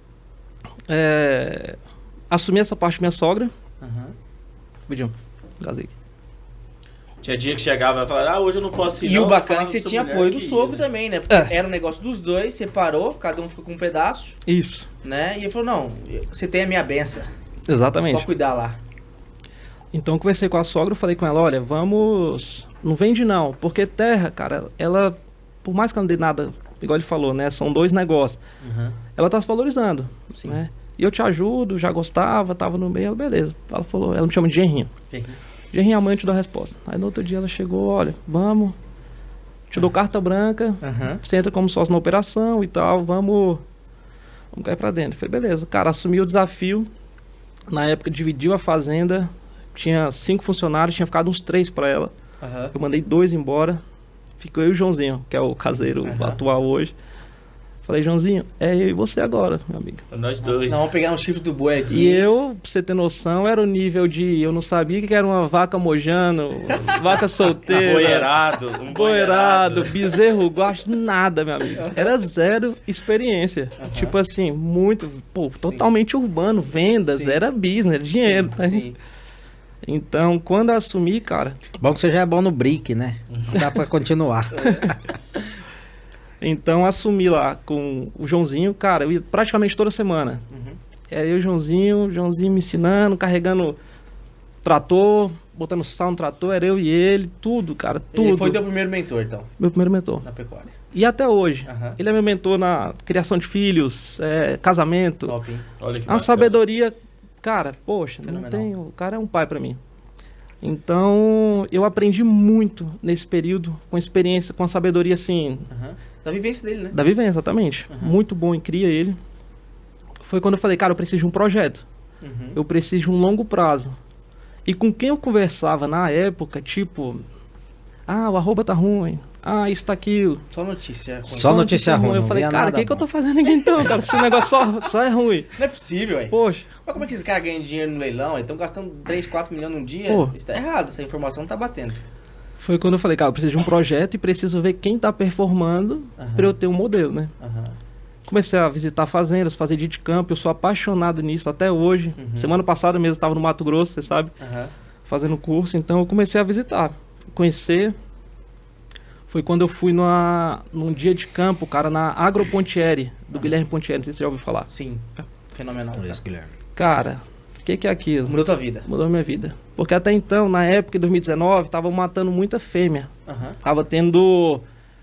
é, assumir essa parte da minha sogra. Uhum. Pediu, gasei. Tinha dia que chegava e falava, ah, hoje eu não posso ir. E não, o bacana é que você tinha apoio do sogro né? também, né? Porque é. era um negócio dos dois, separou, cada um ficou com um pedaço. Isso. Né? E ele falou, não, você tem a minha benção. Exatamente. Pode cuidar lá. Então eu conversei com a sogra, falei com ela, olha, vamos... Não vende não, porque terra, cara, ela... Por mais que ela não dê nada, igual ele falou, né? São dois negócios. Uhum. Ela tá se valorizando, Sim. né? E eu te ajudo, já gostava, tava no meio, beleza. Ela falou, ela me chama de genrinho. Genrinho, amanhã eu te dou a resposta. Aí no outro dia ela chegou, olha, vamos, te dou carta branca, uhum. você entra como sócio na operação e tal, vamos, vamos cair pra dentro. Eu falei, beleza. Cara, assumiu o desafio, na época dividiu a fazenda, tinha cinco funcionários, tinha ficado uns três pra ela. Uhum. Eu mandei dois embora, ficou eu e o Joãozinho, que é o caseiro uhum. atual hoje. Falei, Joãozinho, é eu e você agora, meu amigo. Nós dois. Não, vamos pegar um chifre do boi aqui. E eu, pra você ter noção, era o nível de... Eu não sabia que era uma vaca mojando, vaca solteira. Boeirado. Um boeirado, bezerro, gosto nada, meu amigo. Era zero experiência. Uhum. Tipo assim, muito... Pô, totalmente sim. urbano, vendas, sim. era business, era dinheiro. Sim, né? Sim. Então, quando eu assumi, cara... Bom que você já é bom no brick, né? Não dá pra continuar. Então, assumi lá com o Joãozinho, cara, eu ia praticamente toda semana. Uhum. Era eu e o Joãozinho, o Joãozinho me ensinando, carregando trator, botando sal no trator, era eu e ele, tudo, cara, tudo. Ele foi teu primeiro mentor, então, Meu primeiro mentor. na pecuária. E até hoje. Aham. Ele é meu mentor na criação de filhos, é, casamento. Top, hein? Olha que A bacana. sabedoria, cara, poxa, não Fenomenal. tem, o cara é um pai pra mim. Então, eu aprendi muito nesse período, com experiência, com a sabedoria, assim, Aham. Da vivência dele, né? da vivência, exatamente. Uhum. Muito bom em cria ele. Foi quando eu falei, cara, eu preciso de um projeto. Uhum. Eu preciso de um longo prazo. E com quem eu conversava na época, tipo, ah, o arroba tá ruim, ah, isso tá aquilo. Só notícia. ruim. Só notícia ruim, Eu não falei, via cara, o nada que, que eu bom. tô fazendo aqui então, cara? Esse negócio só, só é ruim. Não é possível, ué. Poxa, Mas como é que esses caras ganham dinheiro no leilão? Eles estão gastando três, quatro milhões num dia? Pô. Isso tá errado, essa informação não tá batendo. foi quando eu falei, cara, eu preciso de um projeto e preciso ver quem tá performando Aham. pra eu ter um modelo, né? Aham. Comecei a visitar fazendas, fazer dia de campo, eu sou apaixonado nisso até hoje. Uhum. Semana passada mesmo eu estava no Mato Grosso, você sabe, Aham. fazendo curso, então eu comecei a visitar, conhecer. Foi quando eu fui numa, num dia de campo, cara, na Agro Pontieri, do Guilherme Pontieri, não sei se você já ouviu falar. Sim. Fenomenal. Olha Cara. isso, Guilherme. Cara, o que, que é aquilo? Mudou tua vida. Mudou minha vida. Porque até então, na época de dois mil e dezenove, tava matando muita fêmea. Aham. Tava tendo...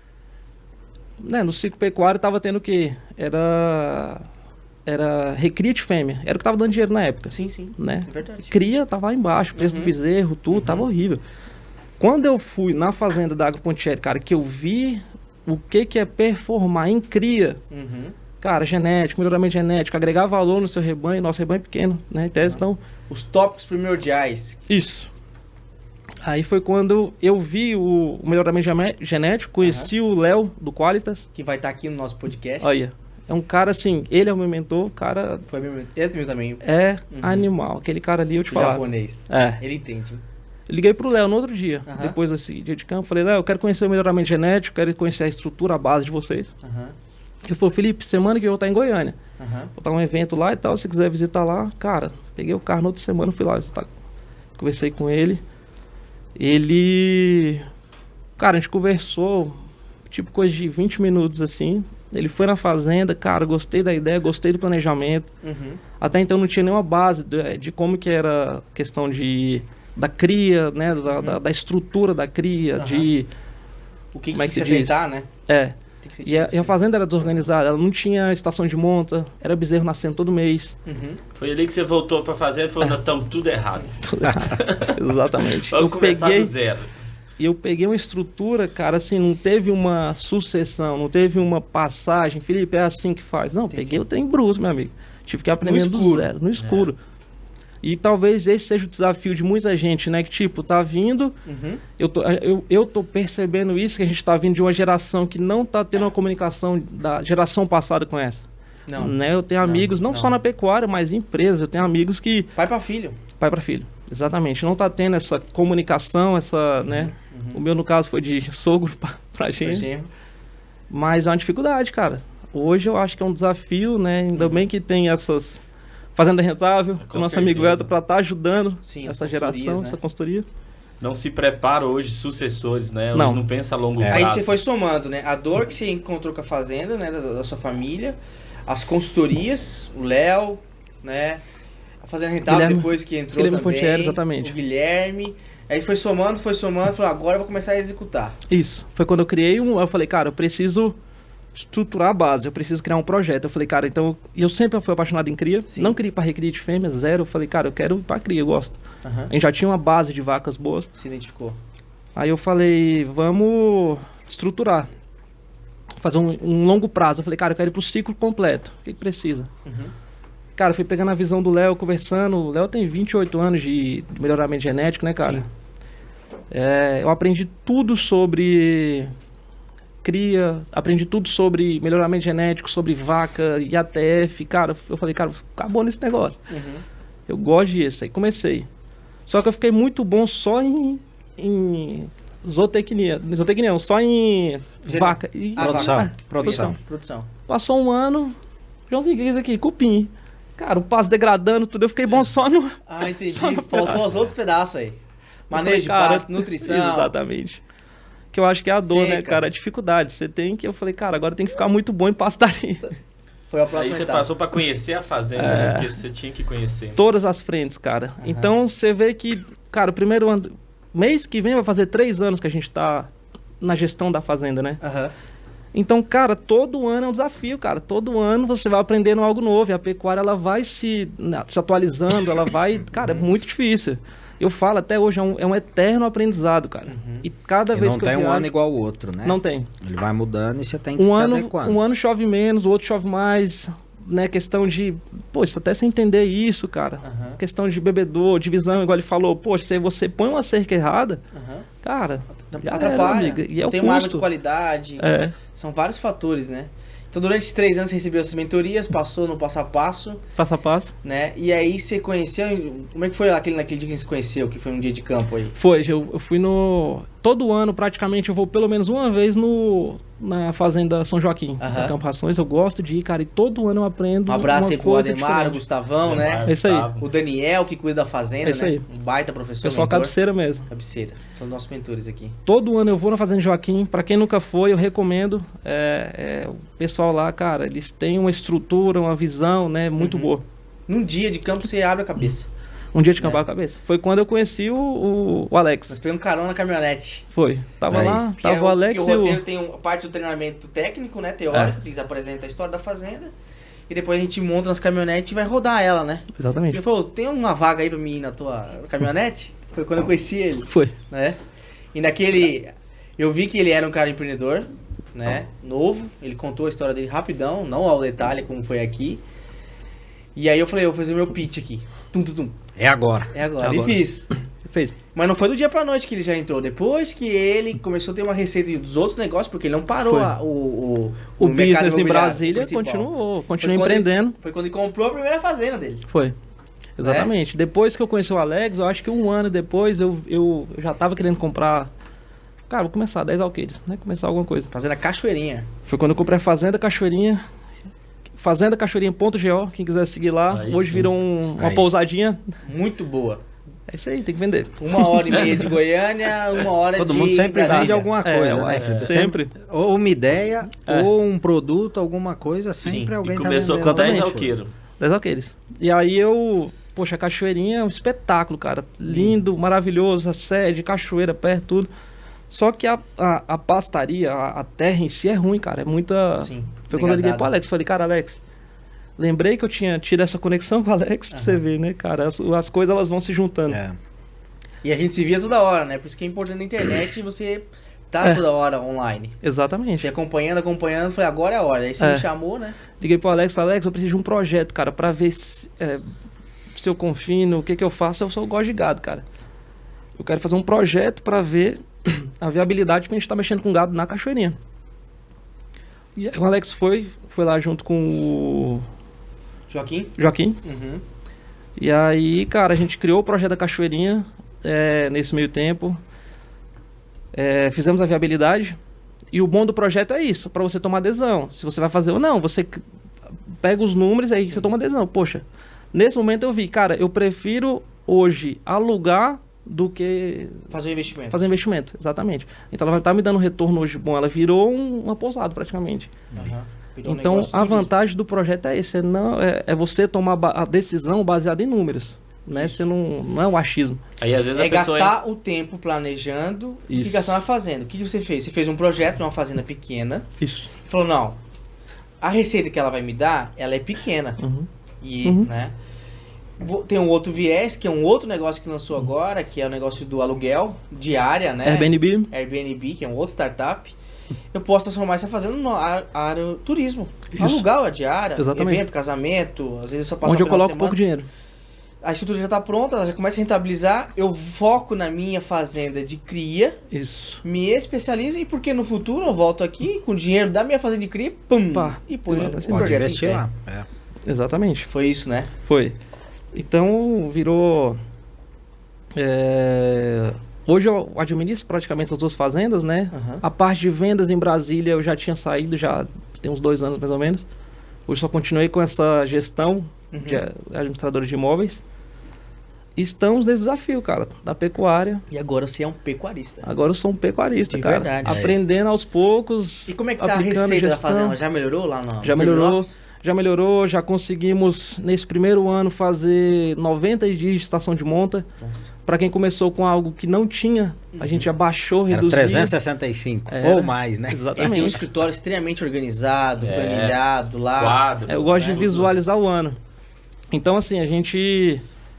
Né, no ciclo pecuário tava tendo o quê? Era... Era recria de fêmea. Era o que tava dando dinheiro na época, Sim, sim. né? É verdade. Cria tava lá embaixo, preço Uhum. do bezerro, tudo, Uhum. tava horrível. Quando eu fui na fazenda da Agro Pontieri, cara, que eu vi o que que é performar em cria, Uhum. cara, genético, melhoramento genético, agregar valor no seu rebanho, nosso rebanho é pequeno, né? Em tese, então, Os tópicos primordiais. isso. Aí foi quando eu vi o, o melhoramento gene- genético, conheci o Léo do Qualitas. Que vai estar aqui no nosso podcast. Olha, é um cara assim, ele é o meu mentor, o cara Foi meu. Ele é meu também. é Uhum. animal. Aquele cara ali, eu te falo. Japonês. É. Ele entende. hein? Eu liguei pro Léo no outro dia, Aham. depois desse dia de campo. Falei, Léo, eu quero conhecer o melhoramento genético, quero conhecer a estrutura, a base de vocês. Aham. Ele falou, Felipe, semana que eu vou estar em Goiânia. Aham. Vou estar um evento lá e tal, se quiser visitar lá. Cara, peguei o carro na outra semana, fui lá visitar. Conversei com ele. Ele... Cara, a gente conversou, tipo, coisa de vinte minutos, assim. Ele foi na fazenda, cara, gostei da ideia, gostei do planejamento. Uhum. Até então não tinha nenhuma base de, de como que era a questão de... Da cria, né? Da, da, da estrutura da cria, Aham. de... O que, que Como é tinha que que se se diz? atentar, né? É. O que que você E tinha a, que e a se- fazenda era desorganizada, ela não tinha estação de monta, era bezerro nascendo todo mês. Uhum. Foi ali que você voltou pra fazer e falou, nós estamos tudo errado. Exatamente. Vamos Eu começar peguei, do zero. e eu peguei uma estrutura, cara, assim, não teve uma sucessão, não teve uma passagem. Felipe, é assim que faz. Não, Entendi. peguei o trem bruto, meu amigo. Tive que aprender do escuro. zero, no escuro. E talvez esse seja o desafio de muita gente, né? Que, tipo, tá vindo, Uhum. eu tô, eu, eu tô percebendo isso, que a gente tá vindo de uma geração que não tá tendo uma comunicação da geração passada com essa. Não. Né? Eu tenho Não, amigos, não, não. só na pecuária, mas em empresas. Eu tenho amigos que... Pai pra filho. Pai para filho, exatamente. Não tá tendo essa comunicação, essa, né? Uhum. O meu, no caso, foi de sogro pra, pra Pra gente. genro. Mas é uma dificuldade, cara. Hoje eu acho que é um desafio, né? Ainda bem que tem essas... Fazenda Rentável, Com com o nosso certeza. amigo Elton, para estar ajudando Sim, as essa consultorias, geração, né? essa consultoria. Não se prepara hoje sucessores, né? Hoje Não. não pensa a longo É. Aí prazo. você foi somando, né? A dor que você encontrou com a fazenda, né? Da, da sua família. As consultorias, o Léo, né? A Fazenda Rentável Guilherme- depois que entrou Guilherme também. Pontieri, exatamente. O Guilherme. Aí foi somando, foi somando. Falou, agora eu vou começar a executar. Isso. Foi quando eu criei um... Eu falei, cara, eu preciso estruturar a base, eu preciso criar um projeto. Eu falei, cara, então... E eu sempre fui apaixonado em cria. Sim. Não queria ir pra recria de fêmea, zero. Eu falei, cara, eu quero ir pra cria, eu gosto. Aham. A gente já tinha uma base de vacas boas. Se identificou. Aí eu falei, vamos estruturar. Fazer um, um longo prazo. Eu falei, cara, eu quero ir pro ciclo completo. O que, que precisa? Uhum. Cara, eu fui pegando a visão do Léo, conversando. O Léo tem vinte e oito anos de de melhoramento genético, né, cara? Sim. É, eu aprendi tudo sobre cria, aprendi tudo sobre melhoramento genético, sobre vaca, I A T F. Cara, eu falei, cara, acabou nesse negócio. Uhum. Eu gosto disso. Aí comecei. Só que eu fiquei muito bom só em, em zootecnia. Zootecnia não, só em Gene- vaca. E, Ah, Produção, vaca. produção. Produção. Passou um ano, Joãozinho, o que é isso aqui? Cupim. Cara, o passo degradando, tudo, eu fiquei bom só no... Ah, entendi. Só no Faltou pedaço. os outros pedaços aí. Eu Manejo de falei, cara, pasto, nutrição. Exatamente. Que eu acho que é a dor, né, Seca. cara? A dificuldade. Você tem que... Eu falei, cara, agora tem que ficar muito bom em pastaria. Foi a próxima Aí você etapa. passou pra conhecer a fazenda, É. né? Porque você tinha que conhecer. Todas as frentes, cara. Aham. Então você vê que, cara, o primeiro ano. Mês que vem vai fazer três anos que a gente tá na gestão da fazenda, né? Aham. Então, cara, todo ano é um desafio, cara. Todo ano você vai aprendendo algo novo. E a pecuária, ela vai se, né, se atualizando, ela vai... Cara, é muito difícil. Eu falo, até hoje, é um, é um eterno aprendizado, cara. E cada E vez não que tem eu um viajo, ano igual o outro, né? Não tem. Ele vai mudando e você tem que Um se ano, adequando. um ano chove menos, o outro chove mais, né? Questão de... Pô, isso até sem entender isso, cara. Aham. Questão de bebedor, divisão, igual ele falou. Pô, se você põe uma cerca errada, Aham. cara... já era, Atrapalha. amiga. E é o Tem uma água de custo. qualidade. É. São vários fatores, né? Então, durante esses três anos, você recebeu essas mentorias, passou no passo a passo, Passo a passo. né? E aí, você conheceu... Como é que foi aquele, naquele dia que você conheceu, que foi um dia de campo aí? Foi, eu, eu fui no... Todo ano, praticamente, eu vou pelo menos uma vez no, na Fazenda São Joaquim, Aham. na Campo Rações. Eu gosto de ir, cara, e todo ano eu aprendo Um abraço uma aí pro coisa Ademar, o diferente. Gustavo, né? É isso aí. O Daniel, que cuida da fazenda, É isso né? aí. Um baita professor, Pessoal mentor. cabeceira mesmo. Cabeceira. São nossos mentores aqui. Todo ano eu vou na Fazenda Joaquim. Pra quem nunca foi, eu recomendo. É, é, o pessoal lá, cara, eles têm uma estrutura, uma visão, né? Muito Uhum. boa. Num dia de campo, você abre a cabeça. Um dia de É. campar a cabeça. Foi quando eu conheci o, o, o Alex. Nós pegamos carona na caminhonete. Foi. Tava Aí. lá, Que tava é o Alex que e o o... roteiro tem um, parte do treinamento técnico, né? Teórico, É. que eles apresentam a história da fazenda. E depois a gente monta nas caminhonetes e vai rodar ela, né? E Exatamente. ele falou, tem uma vaga aí pra mim ir na tua caminhonete? Foi quando eu conheci ele, Foi. né? E naquele... Eu vi que ele era um cara empreendedor, né? Novo. Ele contou a história dele rapidão, não ao detalhe como foi aqui. E aí eu falei, eu vou fazer o meu pitch aqui. Tum, tum, tum. É agora. É agora. É agora. E fiz. Fez. Mas não foi do dia pra noite que ele já entrou. Depois que ele começou a ter uma receita dos outros negócios, porque ele não parou Foi. a- o, o, O, mercado business em imobiliário Brasília principal. continuou, continuou Foi quando empreendendo. Ele, foi quando ele comprou a primeira fazenda dele. Foi. Exatamente. Depois que eu conheci o Alex, eu acho que um ano depois eu, eu, eu já tava querendo comprar. Cara, vou começar dez alqueires, né? Começar alguma coisa. Fazenda Cachoeirinha. Foi quando eu comprei a Fazenda Cachoeirinha. Fazenda Cachoeirinha.go, quem quiser seguir lá. Aí Hoje sim. virou um- uma Aí. pousadinha. Muito boa. É isso aí, tem que vender. Uma hora e meia de Goiânia, uma hora Todo de mundo sempre Brasília. vende alguma É, coisa, é, né, é, Felipe? sempre. Ou uma ideia, É. ou um produto, alguma coisa, sempre Sim. alguém E tá começou vendendo com dez alguma alqueiros. dez alqueires. E aí eu... Poxa, a Cachoeirinha é um espetáculo, cara. Lindo, maravilhoso, a sede, cachoeira perto, tudo. Só que a, a, a pastaria, a, a terra em si é ruim, cara. É muita... Sim. Foi quando eu liguei degradado. pro Alex. Falei, cara, Alex, lembrei que eu tinha tido essa conexão com o Alex pra você ver, né, cara? As, as coisas, elas vão se juntando. É. E a gente se via toda hora, né? Por isso que é importante na internet você tá É. toda hora online. Exatamente. Você acompanhando, acompanhando, falei, agora é a hora. Aí você É. me chamou, né? Liguei pro Alex, falei, Alex, eu preciso de um projeto, cara, pra ver se, é, se eu confino, o que que eu faço. Eu sou gosto de gado, cara. Eu quero fazer um projeto pra ver a viabilidade que a gente tá mexendo com gado na Cachoeirinha. E aí o Alex foi, foi lá junto com o Joaquim? Joaquim. Uhum. E aí, cara, a gente criou o projeto da Cachoeirinha é, nesse meio tempo. É, fizemos a viabilidade. E o bom do projeto é isso, pra você tomar adesão. Se você vai fazer ou não, você c- pega os números e aí você toma adesão. Poxa, nesse momento eu vi, cara, eu prefiro hoje alugar do que Fazer um investimento. fazer investimento. Exatamente. Então ela vai estar me dando um retorno hoje bom. Ela virou um, uma pousada praticamente. Aham. Virou um Então negócio de a turismo. vantagem do projeto é esse, é, não, é, é você tomar ba- a decisão baseada em números. Né? Você não, não é o achismo. Aí às vezes É a pessoa... gastar o tempo planejando e Isso. gastar na fazenda. O que que você fez? Você fez um projeto de uma fazenda pequena Isso. e falou, não, a receita que ela vai me dar, ela é pequena. Uhum. E, Uhum. né? Vou- Tem um outro viés, que é um outro negócio que lançou agora, que é o negócio do aluguel diária, né? Airbnb. Airbnb, que é um outro startup. Eu posso transformar essa fazenda no ar- área turismo. Isso. Alugar a diária, Exatamente. evento, casamento, às vezes eu só passo Onde um eu final de coloco pouco semana. dinheiro. A estrutura já está pronta, ela já começa a rentabilizar. Eu foco na minha fazenda de cria, Isso. me especializo e porque no futuro eu volto aqui com o dinheiro da minha fazenda de cria, pum, Pá. e põe Pode esse Pode projeto em investir pé. lá. É. Exatamente. Foi isso, né? Foi. Então virou. é, Hoje eu administro praticamente as duas fazendas, né? Aham. A parte de vendas em Brasília eu já tinha saído, já tem uns dois anos mais ou menos. Hoje só continuei com essa gestão Uhum. de administradores de imóveis. E estamos nesse desafio, cara, da pecuária. E agora você é um pecuarista. Agora eu sou um pecuarista, De cara. verdade. Aprendendo aos poucos. E como é que tá a aplicando receita da gestão. fazenda? Já melhorou lá no Já melhorou. Florianópolis? já melhorou, já conseguimos, nesse primeiro ano, fazer noventa dias de estação de monta. Para quem começou com algo que não tinha, a gente já baixou, Era reduziu. trezentos e sessenta e cinco, Era. ou mais, né? Ele Exatamente. tem um escritório extremamente organizado, É. planilhado lá. Quadro. É, eu gosto né? de visualizar o ano. Então, assim, a gente...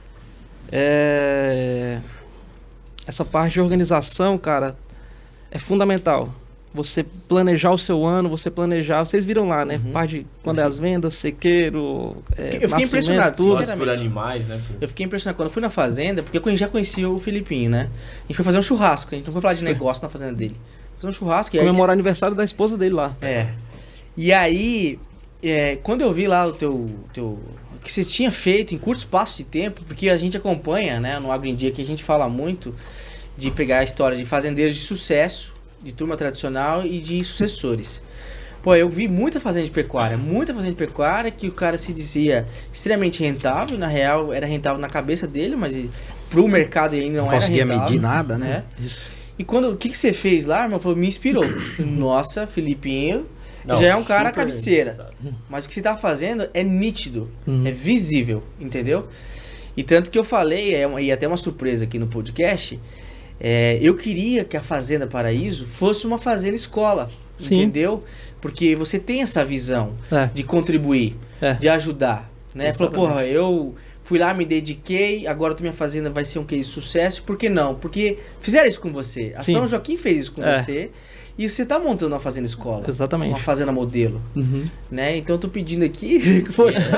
é, essa parte de organização, cara, é fundamental. Você planejar o seu ano, você planejar... Vocês viram lá, né? Uhum. Parte de quando é as vendas, sequeiro, é, Eu fiquei nascimento, impressionado, tudo. Mortes por sinceramente. animais, né? Por- Eu fiquei impressionado quando eu fui na fazenda, porque eu já conhecia o Filipinho, né? A gente foi fazer um churrasco, a gente não foi falar de negócio na fazenda dele. Fazer um churrasco e aí... Comemorar o aniversário da esposa dele lá. É. E aí, é, quando eu vi lá o teu, teu... o que você tinha feito em curto espaço de tempo, porque a gente acompanha, né, no Agro em Dia, que a gente fala muito de pegar a história de fazendeiros de sucesso, de turma tradicional e de sucessores. Pô, eu vi muita fazenda de pecuária, muita fazenda de pecuária que o cara se dizia extremamente rentável, na real era rentável na cabeça dele, mas pro mercado ele não, Não era conseguia rentável. medir nada, né? Isso. E quando, o que, que você fez lá, irmão? Falou, me inspirou. Nossa, Filipinho Não, já é um cara super cabeceira. organizado. Mas o que você tá fazendo é nítido, Uhum. é visível, entendeu? E tanto que eu falei, é uma, e até uma surpresa aqui no podcast, é, eu queria que a Fazenda Paraíso fosse uma fazenda escola, Sim. entendeu? Porque você tem essa visão É. de contribuir, É. de ajudar, né? Falou, Exatamente. porra, eu fui lá, me dediquei, agora a minha fazenda vai ser um case de sucesso, por que não? Porque fizeram isso com você, a Sim. São Joaquim fez isso com É. você, e você tá montando uma fazenda escola, Exatamente. uma fazenda modelo, Uhum. né? Então eu tô pedindo aqui, força,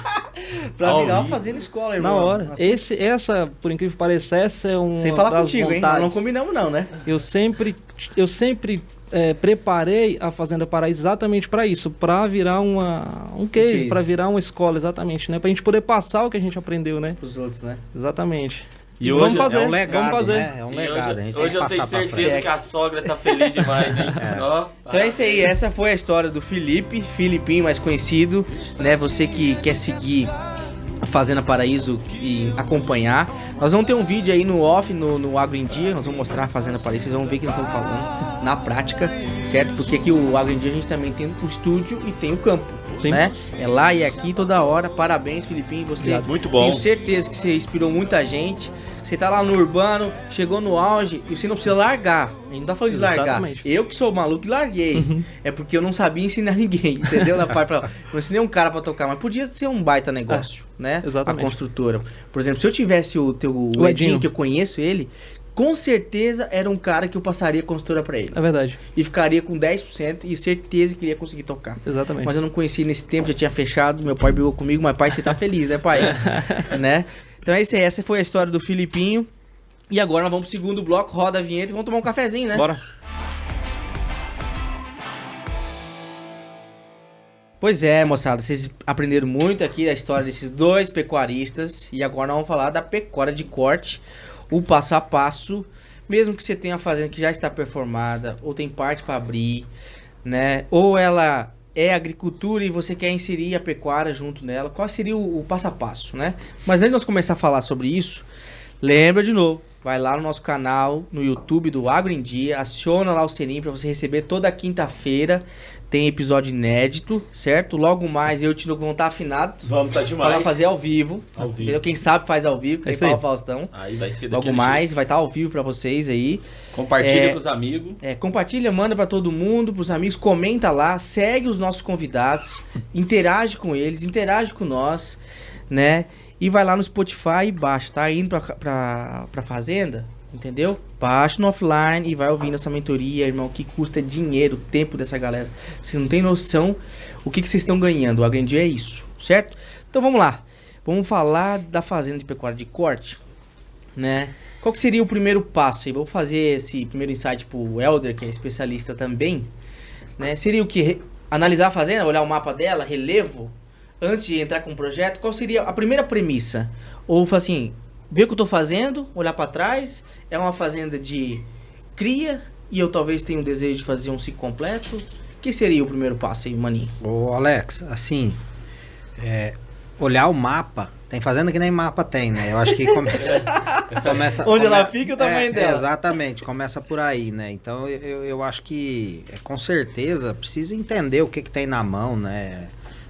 pra Ao virar uma vivo. fazenda escola, Na irmão. hora. Assim, Esse, essa, por incrível que pareça, essa é um sem falar das contigo, hein? Nós vontades. não combinamos não, né? Eu sempre, eu sempre é, preparei a Fazenda Paraíso exatamente para isso, para virar uma, um case, case. para virar uma escola, exatamente, né? Pra gente poder passar o que a gente aprendeu, né? Pros outros, né? Exatamente. E vamos hoje fazer, É um legado, vamos fazer. né? É um E legado, a hoje, gente hoje tem eu que tenho passar pra certeza frente. que a sogra tá feliz demais, hein? Ó, Então é isso aí, essa foi a história do Felipe, Filipinho mais conhecido, né? Você que quer seguir a Fazenda Paraíso e acompanhar. Nós vamos ter um vídeo aí no off, no, no Agro em Dia, nós vamos mostrar a Fazenda Paraíso, vocês vão ver o que nós estamos falando na prática, certo? Porque aqui o Agro em Dia a gente também tem o estúdio e tem o campo, Sim. né? É lá e aqui toda hora. Parabéns, Filipinho, você... Obrigado. Muito bom. Tenho certeza que você inspirou muita gente. Você tá lá no urbano, chegou no auge e você não precisa largar. A gente não tá falando de largar. Exatamente. Eu que sou maluco e larguei. É porque eu não sabia ensinar ninguém, entendeu? Na parte pra... Não ensinei um cara pra tocar, mas podia ser um baita negócio, né? exatamente. A construtora. Por exemplo, se eu tivesse o teu o O Edinho, Edinho. que eu conheço ele, com certeza era um cara que eu passaria a construtora pra ele. É verdade. E ficaria com dez por cento e certeza que ele ia conseguir tocar. Exatamente. Mas eu não conheci nesse tempo, já tinha fechado, meu pai brigou comigo, mas pai, você tá feliz, né, pai? Né? Então é isso aí, essa foi a história do Filipinho. E agora nós vamos pro segundo bloco, roda a vinheta e vamos tomar um cafezinho, né? Bora. Pois é, moçada, vocês aprenderam muito aqui da história desses dois pecuaristas. E agora nós vamos falar da pecuária de corte, o passo a passo. Mesmo que você tenha a fazenda que já está performada, ou tem parte para abrir, né? Ou ela é agricultura e você quer inserir a pecuária junto nela, qual seria o, o passo a passo, né? Mas antes de nós começar a falar sobre isso, lembra de novo, vai lá no nosso canal, no YouTube do Agro em Dia, aciona lá o sininho para você receber toda quinta-feira, tem episódio inédito, certo? Logo mais eu e o Tino vão estar afinados Vamos tá para demais. fazer ao vivo, Ao vivo. entendeu? Quem sabe faz ao vivo, É quem isso aí. fala Faustão. Aí vai ser Logo daquele mais, vai estar ao vivo para vocês aí. jeito. Compartilha É, com os amigos. É, compartilha, manda pra todo mundo, pros amigos, comenta lá, segue os nossos convidados, interage com eles, interage com nós, né? E vai lá no Spotify e baixa, tá indo pra, pra, pra fazenda, entendeu? Baixa no offline e vai ouvindo essa mentoria, irmão, que custa dinheiro, o tempo dessa galera. Vocês não tem noção o que, que vocês estão ganhando, o Agro em Dia é isso, certo? Então vamos lá, vamos falar da fazenda de pecuária de corte, né? Qual que seria o primeiro passo aí? Vou fazer esse primeiro insight pro Helder, que é especialista também, né? Seria o que? Re- Analisar a fazenda, olhar o mapa dela, relevo, antes de entrar com o projeto, qual seria a primeira premissa? Ou falar assim, ver o que eu tô fazendo, olhar para trás, é uma fazenda de cria e eu talvez tenha um desejo de fazer um ciclo completo. O que seria o primeiro passo aí, maninho? Ô Alex, assim, é, olhar o mapa, tem fazenda que nem mapa tem, né? Eu acho que começa... começa Onde ela come- fica, o tamanho é, dela. Exatamente, começa por aí, né? Então eu, eu acho que, é, com certeza, precisa entender o que, que tem na mão, né?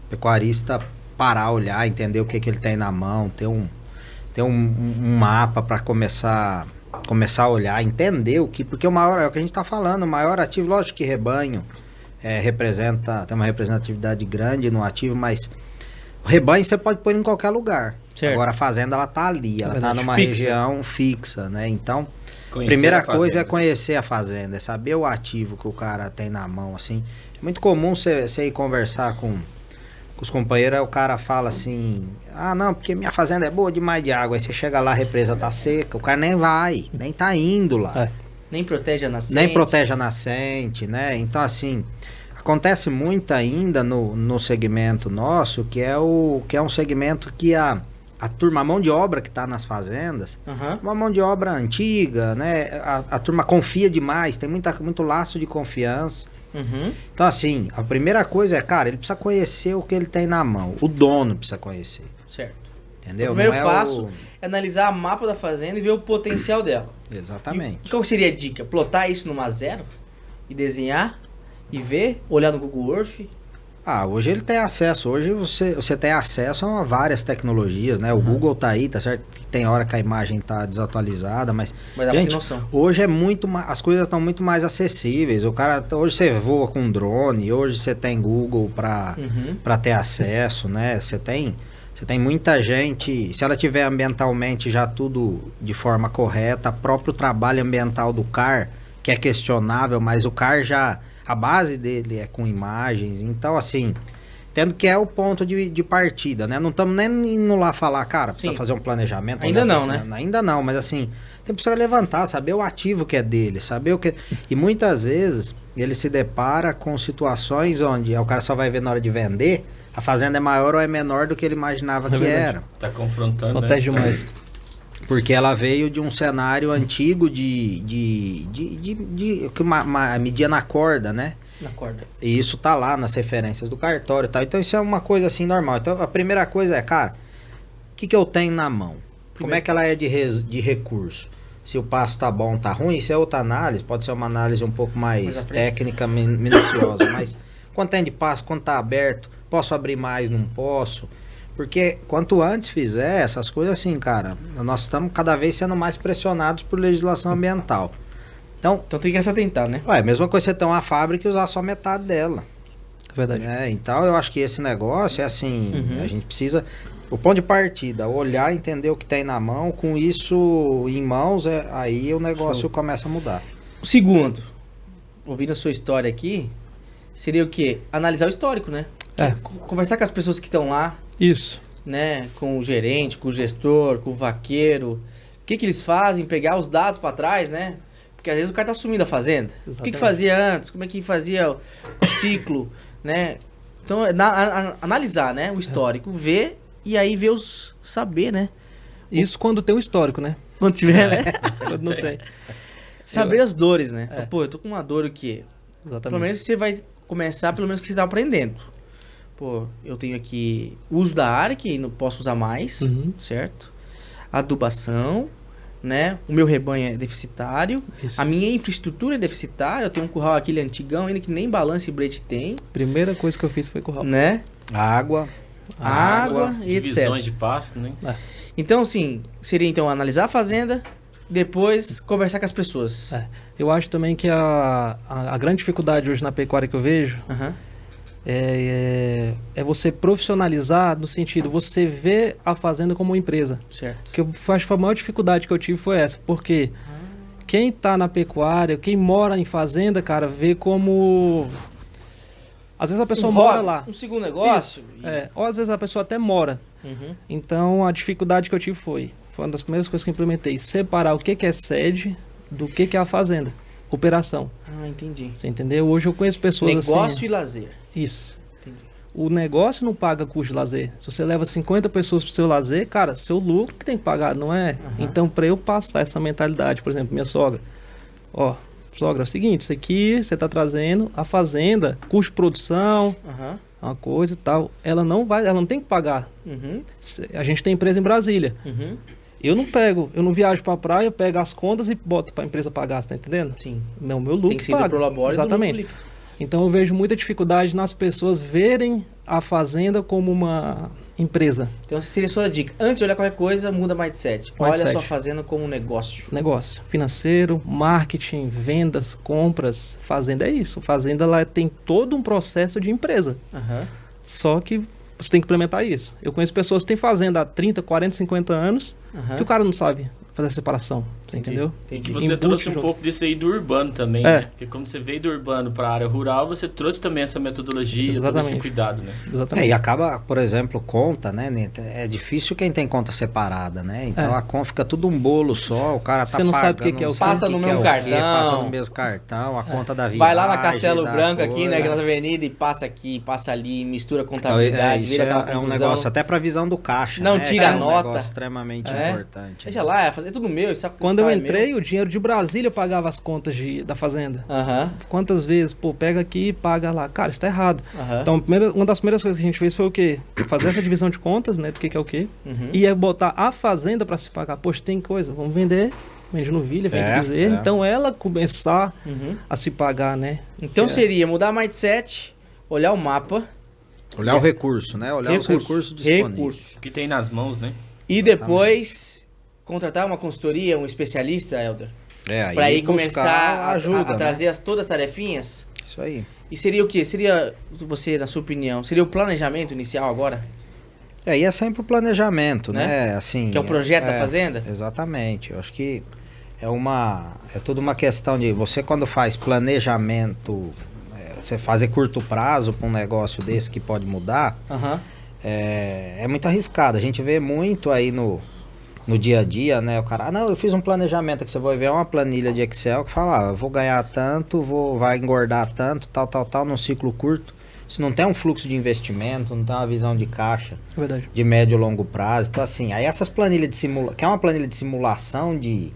pecuarista parar, olhar, entender o que, que ele tem na mão, ter um, ter um, um mapa para começar, começar a olhar, entender o que... Porque o maior, é o que a gente está falando, o maior ativo, lógico que rebanho é, representa, tem uma representatividade grande no ativo, mas o rebanho você pode pôr em qualquer lugar. Certo. Agora a fazenda, ela tá ali, ela é tá numa fixa. região fixa, né? Então, conhecer primeira coisa é conhecer a fazenda, é saber o ativo que o cara tem na mão, assim. É muito comum você ir conversar com, com os companheiros, aí o cara fala assim, ah, não, porque minha fazenda é boa demais de água. Aí você chega lá, a represa tá seca, o cara nem vai, nem tá indo lá. É. Nem protege a nascente. Nem protege a nascente, né? Então, assim, acontece muito ainda no, no segmento nosso, que é, o, que é um segmento que a... A turma, a mão de obra que está nas fazendas, uhum. uma mão de obra antiga, né? A, a turma confia demais, tem muita, muito laço de confiança. Uhum. Então, assim, a primeira coisa é, cara, ele precisa conhecer o que ele tem na mão. O dono precisa conhecer. Certo. Entendeu? O primeiro Não é passo o... é analisar a mapa da fazenda e ver o potencial dela. Exatamente. E qual seria a dica? Plotar isso numa zero e desenhar e ver, olhar no Google Earth. Ah, hoje ele tem acesso, hoje você, você tem acesso a várias tecnologias, né? O uhum. Google tá aí, tá certo? Tem hora que a imagem tá desatualizada, mas... Mas dá gente, noção. Hoje é muito mais, as coisas estão muito mais acessíveis. O cara, hoje você voa com drone, hoje você tem Google para uhum. para ter acesso, né? Você tem, você tem muita gente, se ela tiver ambientalmente já tudo de forma correta, próprio trabalho ambiental do C A R, que é questionável, mas o C A R já... A base dele é com imagens, então assim, tendo que é o ponto de, de partida, né? Não estamos nem indo lá falar, cara, precisa Sim. fazer um planejamento. Ainda não, né? Ainda não, mas assim, tem que levantar, saber o ativo que é dele, saber o que... E muitas vezes ele se depara com situações onde o cara só vai ver na hora de vender, a fazenda é maior ou é menor do que ele imaginava é que verdade. era. Tá confrontando, Acontece né? demais. Porque ela veio de um cenário antigo de, de, de, de, de, de uma, uma, media na corda, né? Na corda. E isso tá lá nas referências do cartório e tal. Então isso é uma coisa assim normal. Então a primeira coisa é, cara, o que, que eu tenho na mão? Primeiro. Como é que ela é de, res, de recurso? Se o passo tá bom, tá ruim, isso é outra análise. Pode ser uma análise um pouco mais técnica, minuciosa. Mas quanto tem de passo, quanto tá aberto, posso abrir mais, não posso... Porque quanto antes fizer essas coisas assim, cara, nós estamos cada vez sendo mais pressionados por legislação ambiental. Então, então tem que se atentar, né? Ué, mesma coisa você ter uma fábrica e usar só metade dela. Verdade. É, então eu acho que esse negócio é assim, uhum. a gente precisa... O ponto de partida, olhar, entender o que tem na mão, com isso em mãos, é, aí o negócio Show. começa a mudar. O segundo, ouvindo a sua história aqui, seria o quê? Analisar o histórico, né? É. Conversar com as pessoas que estão lá. Isso. Né? Com o gerente, com o gestor, com o vaqueiro. O que que eles fazem? Pegar os dados para trás, né? Porque às vezes o cara tá assumindo a fazenda. Exatamente. O que que fazia antes? Como é que fazia o ciclo, né? Então, na, a, a, analisar, né? O histórico, é. ver e aí ver os... saber, né? Isso o, quando tem o histórico, né? Quando tiver, né? Quando não tem. Saber eu, as dores, né? É. Pô, eu tô com uma dor aqui. Exatamente. Pelo menos você vai começar, pelo menos que você tá aprendendo. Pô, eu tenho aqui uso da área, que não posso usar mais, uhum. certo? Adubação, né? O meu rebanho é deficitário. Isso. A minha infraestrutura é deficitária. Eu tenho um curral aquele antigão, ainda que nem balanço e brete tem. Primeira coisa que eu fiz foi curral. Né? Água. Água, e etcétera. Divisões de pasto, né? É. Então, assim, seria então analisar a fazenda, depois conversar com as pessoas. É. Eu acho também que a, a, a grande dificuldade hoje na pecuária que eu vejo... Uhum. É, é, é você profissionalizar no sentido, você ver a fazenda como uma empresa. Certo. Que eu acho que a maior dificuldade que eu tive foi essa, porque ah. quem tá na pecuária, quem mora em fazenda, cara, vê como... Às vezes a pessoa um mora hobby, lá. Um segundo negócio. E... É, ou às vezes a pessoa até mora. Uhum. Então a dificuldade que eu tive foi, foi uma das primeiras coisas que eu implementei, separar o que, que é sede do que, que é a fazenda. Operação. Ah, entendi. Você entendeu? Hoje eu conheço pessoas negócio assim... Negócio e lazer. Isso. Entendi. O negócio não paga custo de lazer. Se você leva cinquenta pessoas pro seu lazer, cara, seu lucro que tem que pagar, não é? Uhum. Então, para eu passar essa mentalidade, por exemplo, minha sogra. Ó, sogra, é o seguinte, isso aqui você tá trazendo a fazenda, custo de produção, uhum. uma coisa e tal. Ela não vai, ela não tem que pagar. Uhum. A gente tem empresa em Brasília. Uhum. Eu não pego, eu não viajo pra praia, eu pego as contas e boto pra empresa pagar, você tá entendendo? Sim. Meu, meu lucro tem que ser paga. do Prolabore. Exatamente. Então eu vejo muita dificuldade nas pessoas verem a fazenda como uma empresa. Então seria a sua dica. Antes de olhar qualquer coisa, muda mindset. Olha Mindset. a sua fazenda como um negócio. Negócio financeiro, marketing, vendas, compras, fazenda é isso. Fazenda lá tem todo um processo de empresa. Aham. Só que você tem que implementar isso. Eu conheço pessoas que têm fazenda há trinta, quarenta, cinquenta anos Aham. que o cara não sabe fazer a separação. Você Entendi, entendeu? entendi. E você Embute trouxe um junto. pouco disso aí do urbano também, É. né? Porque como você veio do urbano para a área rural, você trouxe também essa metodologia, todo esse Exatamente. cuidado, né? É, Exatamente. e acaba, por exemplo, conta, né? Neta? É difícil quem tem conta separada, né? Então É. a conta fica tudo um bolo só, o cara tá Você não sabe pagando, o que que é o não quê. sabe Passa o que no que mesmo é o quê, cartão. Passa no mesmo cartão, a conta da viagem. Vai lá na Castelo da Branco aqui, né? coisa. Aquela avenida e passa aqui, passa ali, mistura É, contabilidade, isso vira é, aquela é um confusão. negócio até pra visão do caixa. Não né? tira É a um nota. negócio extremamente É. importante. Deixa lá, é fazer tudo meu. Isso Quando eu sabe entrei, meu. o dinheiro de Brasília pagava as contas de, da fazenda. Aham, Quantas vezes, pô, pega aqui e paga lá. Cara, isso tá errado. aham. Então, a primeira- uma das primeiras coisas que a gente fez foi o quê? Fazer essa divisão de contas, né? Do que, que é o quê? Uhum. E é botar a fazenda para se pagar. Poxa, tem coisa, vamos vender, vende novilha, vende É, bezerro. é. Então ela começar Uhum. a se pagar, né? Então É. seria mudar mindset, olhar o mapa, Olhar o recurso, né? Olhar os recursos disponíveis. recurso. O que tem nas mãos, né? E depois contratar uma consultoria, um especialista, Helder, É, aí para ir buscar começar a, ajuda, a- a né? trazer as, todas as tarefinhas. Isso aí. E seria o quê? Seria, você, na sua opinião, seria o planejamento inicial agora? E aí é sempre o planejamento, Né? né? Assim, Que é o projeto da é, fazenda? Exatamente. Eu acho que é uma é tudo uma questão de você quando faz planejamento, é, você fazer curto prazo para um negócio desse que pode mudar, Aham. é, é muito arriscado. A gente vê muito aí no, no dia a dia, né? O cara, ah, não, eu fiz um planejamento que você vai ver é uma planilha de Excel que fala, ah, eu vou ganhar tanto, vou vai engordar tanto, tal, tal, tal, num ciclo curto. Se não tem um fluxo de investimento, não tem uma visão de caixa É verdade. de médio e longo prazo. Então, assim, aí essas planilhas de simulação, que é uma planilha de simulação de,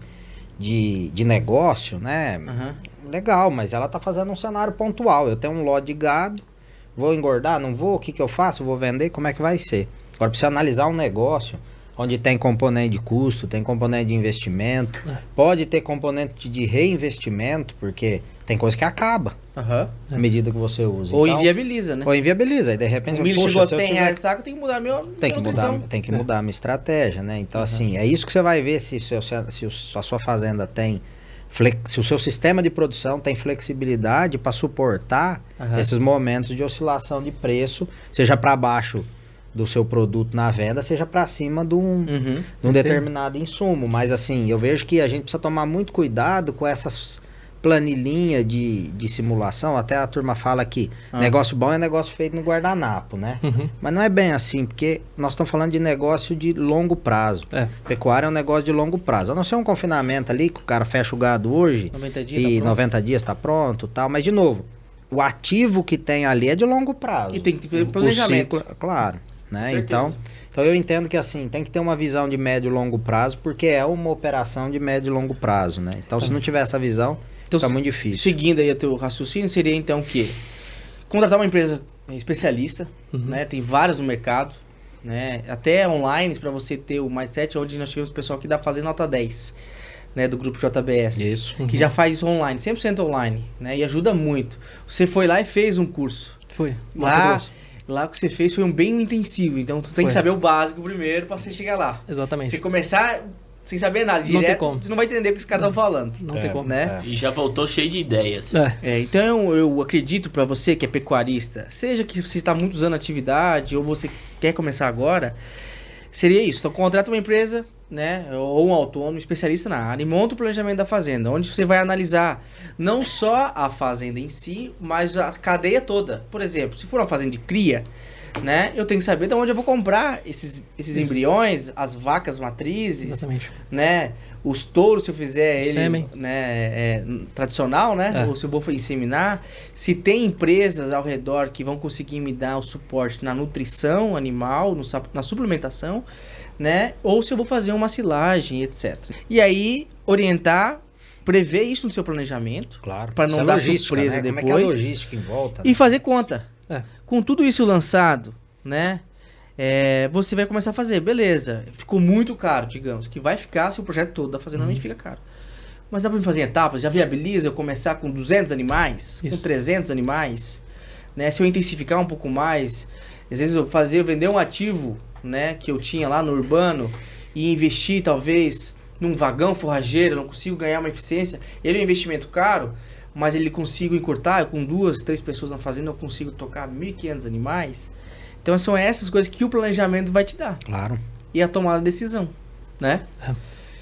de, de negócio, né? Aham. Legal, mas ela tá fazendo um cenário pontual. Eu tenho um lote de gado, vou engordar, não vou, o que que eu faço? Vou vender, como é que vai ser? Agora, pra você analisar um negócio onde tem componente de custo, tem componente de investimento, É. pode ter componente de reinvestimento, porque tem coisa que acaba Aham. à medida que você usa. Ou Então, inviabiliza, né? ou inviabiliza, aí de repente... O milho poxa, chegou a se eu cem tiver- reais saco, tem que mudar meu, Tem que, minha mudar, nutrição. tem que É. mudar a minha estratégia, né? Então, assim, é isso que você vai ver se, seu, se, o- se a sua fazenda tem... flex- Se o seu sistema de produção tem flexibilidade para suportar Aham. esses momentos de oscilação de preço, seja para baixo do seu produto na venda, seja para cima de um, Uhum. de um Sim. determinado insumo. Mas, assim, eu vejo que a gente precisa tomar muito cuidado com essas planilhinhas de, de simulação. Até a turma fala que Ah. negócio bom é negócio feito no guardanapo, né? Uhum. Mas não é bem assim, porque nós estamos falando de negócio de longo prazo. É. Pecuária é um negócio de longo prazo. A não ser um confinamento ali, que o cara fecha o gado hoje noventa dias, e tá pronto. noventa dias está pronto tal. Mas, de novo, o ativo que tem ali é de longo prazo. E tem que ter O planejamento. ciclo- claro. Né? Certeza. Então, então eu entendo que assim, tem que ter uma visão de médio e longo prazo, porque é uma operação de médio e longo prazo. Né? Então, se não tiver essa visão, Então, fica se- muito difícil. Seguindo aí o teu raciocínio, seria então o quê? Contratar uma empresa especialista, Uhum. né? Tem várias no mercado, né? Até online para você ter o mindset, onde nós tivemos o pessoal que dá pra fazer nota dez, né, do grupo J B S. Isso. Que já faz isso online, cem por cento online, né? E ajuda muito. Você foi lá e fez um curso. Foi. Lá, Mato Grosso. lá o que você fez foi um bem intensivo, então tu tem que Foi. saber o básico primeiro para você chegar lá. Exatamente. Você começar sem saber nada, Não tem direto, como. você não vai entender o que os caras estão falando. Não É, tem como. né? é. E já voltou cheio de ideias. É. É, então eu acredito para você que é pecuarista, seja que você está muitos anos na atividade ou você quer começar agora, seria isso. Então contrata uma empresa, né, ou um autônomo, especialista na área e monta o planejamento da fazenda, onde você vai analisar não só a fazenda em si, mas a cadeia toda. Por exemplo, se for uma fazenda de cria, né, eu tenho que saber de onde eu vou comprar esses, esses Isso. embriões, as vacas matrizes, Exatamente. né? Os touros, se eu fizer ele Sêmen. né, é, tradicional, né? É. Ou se eu vou inseminar. Se tem empresas ao redor que vão conseguir me dar o suporte na nutrição animal, no, sa- na suplementação, né? Ou se eu vou fazer uma silagem, etcétera. E aí, orientar, prever isso no seu planejamento Claro. Pra não Isso é dar logística, surpresa né? Como é que é a depois. logística em volta? e fazer conta. É. Com tudo isso lançado, né? é, você vai começar a fazer, beleza. Ficou muito caro, digamos, que vai ficar se o projeto todo da fazenda realmente fica caro. Mas dá pra me fazer em etapas? Já viabiliza eu começar com duzentos animais? Isso. Com trezentos animais? Né? Se eu intensificar um pouco mais, às vezes eu fazer, eu vender um ativo, né, que eu tinha lá no urbano e investir talvez num vagão forrageiro, eu não consigo ganhar uma eficiência. Ele é um investimento caro, mas ele consigo encurtar, eu com duas, três pessoas na fazenda eu consigo tocar mil e quinhentos animais. Então são essas coisas que o planejamento vai te dar. Claro. E a tomada de decisão, né? É.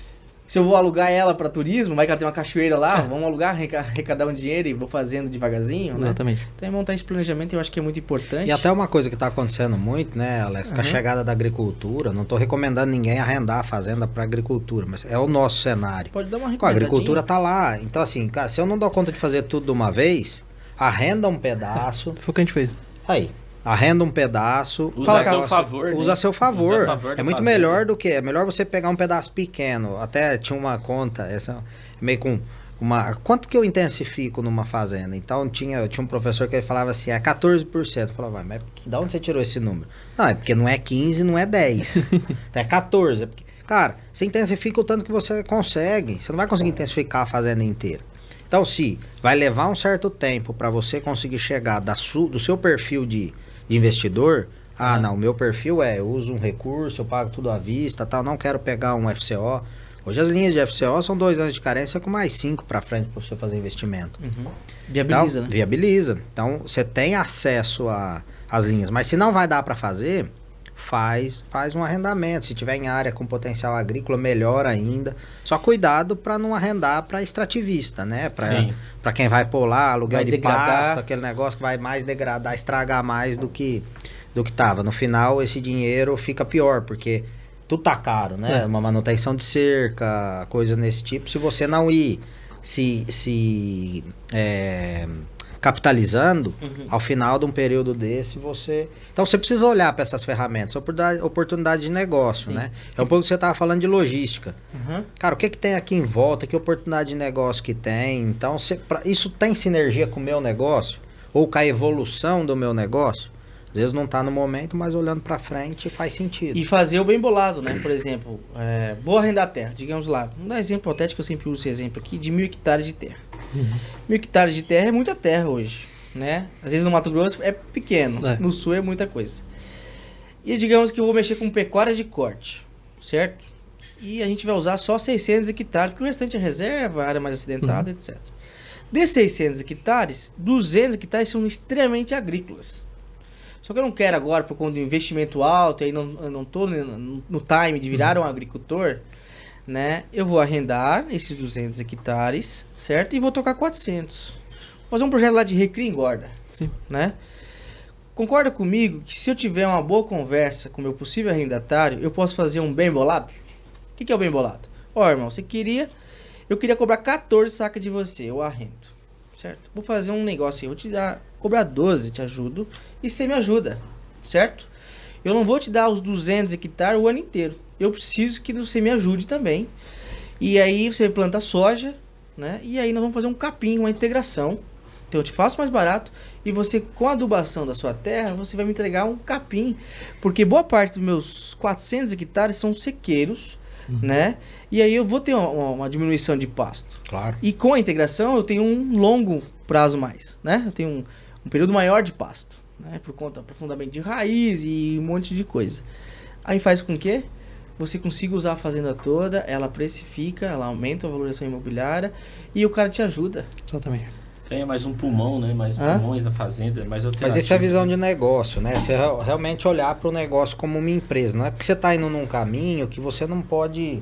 Se eu vou alugar ela para turismo, vai que ela tem uma cachoeira lá, É. vamos alugar, arreca- arrecadar um dinheiro e vou fazendo devagarzinho, né? Exatamente. Então montar esse planejamento eu acho que é muito importante. E até uma coisa que está acontecendo muito, né, Alex, com a Uhum. chegada da agricultura, não estou recomendando ninguém arrendar a fazenda para agricultura, mas é o nosso cenário. Pode dar uma Com a recomendadinha. agricultura tá lá. Então, assim, cara, se eu não dou conta de fazer tudo de uma vez, arrenda um pedaço. Foi o que a gente fez. Aí, arrenda um pedaço. Usa fala, a seu cara, favor, né? Usa a seu favor. Usa a favor é da muito fazenda. melhor do que. É melhor você pegar um pedaço pequeno. Até tinha uma conta, essa meio com uma. Quanto que eu intensifico numa fazenda? Então tinha, tinha um professor que ele falava assim, é quatorze por cento. Eu falava, mas da onde você tirou esse número? Não, é porque não é quinze, não é dez. É quatorze. É porque, cara, você intensifica o tanto que você consegue. Você não vai conseguir intensificar a fazenda inteira. Então, se vai levar um certo tempo para você conseguir chegar da su, do seu perfil de, de investidor, ah, não, o meu perfil é, eu uso um recurso, eu pago tudo à vista, tal, não quero pegar um F C O. Hoje as linhas de F C O são dois anos de carência com mais cinco para frente para você fazer investimento. Uhum. Viabiliza, Então, né? viabiliza. Então, você tem acesso a- às linhas. Mas se não vai dar para fazer, faz, faz um arrendamento. Se tiver em área com potencial agrícola, melhor ainda. Só cuidado para não arrendar para extrativista, né? Sim. Para quem vai pôr lá, aluguel Vai de degradar. pasto, aquele negócio que vai mais degradar, estragar mais do que, do que tava. No final, esse dinheiro fica pior, porque tudo tá caro, né? É. Uma manutenção de cerca, coisa nesse tipo. Se você não ir se, se é, capitalizando, Uhum. ao final de um período desse, você... Então, você precisa olhar para essas ferramentas, oportunidade, oportunidade de negócio, Sim. né? É um pouco que você estava falando de logística. Uhum. Cara, o que que tem aqui em volta? Que oportunidade de negócio que tem? Então, você, pra- isso tem sinergia com o meu negócio? Ou com a evolução do meu negócio? Às vezes não está no momento, mas olhando para frente faz sentido. E fazer o bem bolado, né? Por exemplo, é, vou arrendar terra, digamos lá. Vamos dar um exemplo hipotético, eu sempre uso esse exemplo aqui, de mil hectares de terra. Mil hectares de terra é muita terra hoje, né? Às vezes no Mato Grosso é pequeno, É. no Sul é muita coisa. E digamos que eu vou mexer com pecuária de corte, certo? E a gente vai usar só seiscentos hectares, porque o restante é reserva, área mais acidentada, etcétera. Desses seiscentos hectares, duzentos hectares são extremamente agrícolas. Só que eu não quero agora, por conta do investimento alto, e aí não, eu não estou no, no time de virar um agricultor, né? Eu vou arrendar esses duzentos hectares, certo? E vou tocar quatrocentos. Vou fazer um projeto lá de recria e engorda, Sim. né? Concorda comigo que se eu tiver uma boa conversa com meu possível arrendatário, eu posso fazer um bem bolado? O que, que é o bem bolado? Ó, irmão, você queria... Eu queria cobrar quatorze sacas de você, eu arrendo, certo? Vou fazer um negócio aí, eu vou te dar... Cobrar doze, te ajudo, e você me ajuda, certo? Eu não vou te dar os duzentos hectares o ano inteiro. Eu preciso que você me ajude também. E aí você planta soja, né? E aí nós vamos fazer um capim, uma integração. Então eu te faço mais barato e você, com a adubação da sua terra, você vai me entregar um capim. Porque boa parte dos meus quatrocentos hectares são sequeiros, né? E aí eu vou ter uma, uma- uma diminuição de pasto. Claro. E com a integração eu tenho um longo prazo mais, né? Eu tenho um, um período maior de pasto, né? Por conta do aprofundamento de raiz e um monte de coisa. Aí faz com que você consiga usar a fazenda toda, ela precifica, ela aumenta a valorização imobiliária e o cara te ajuda. Exatamente. Ganha mais um pulmão, né? Mais Hã? pulmões na fazenda, mais Mas alternativa. isso é visão de negócio, né? Você real- realmente olhar para o negócio como uma empresa. Não é porque você está indo num caminho que você não pode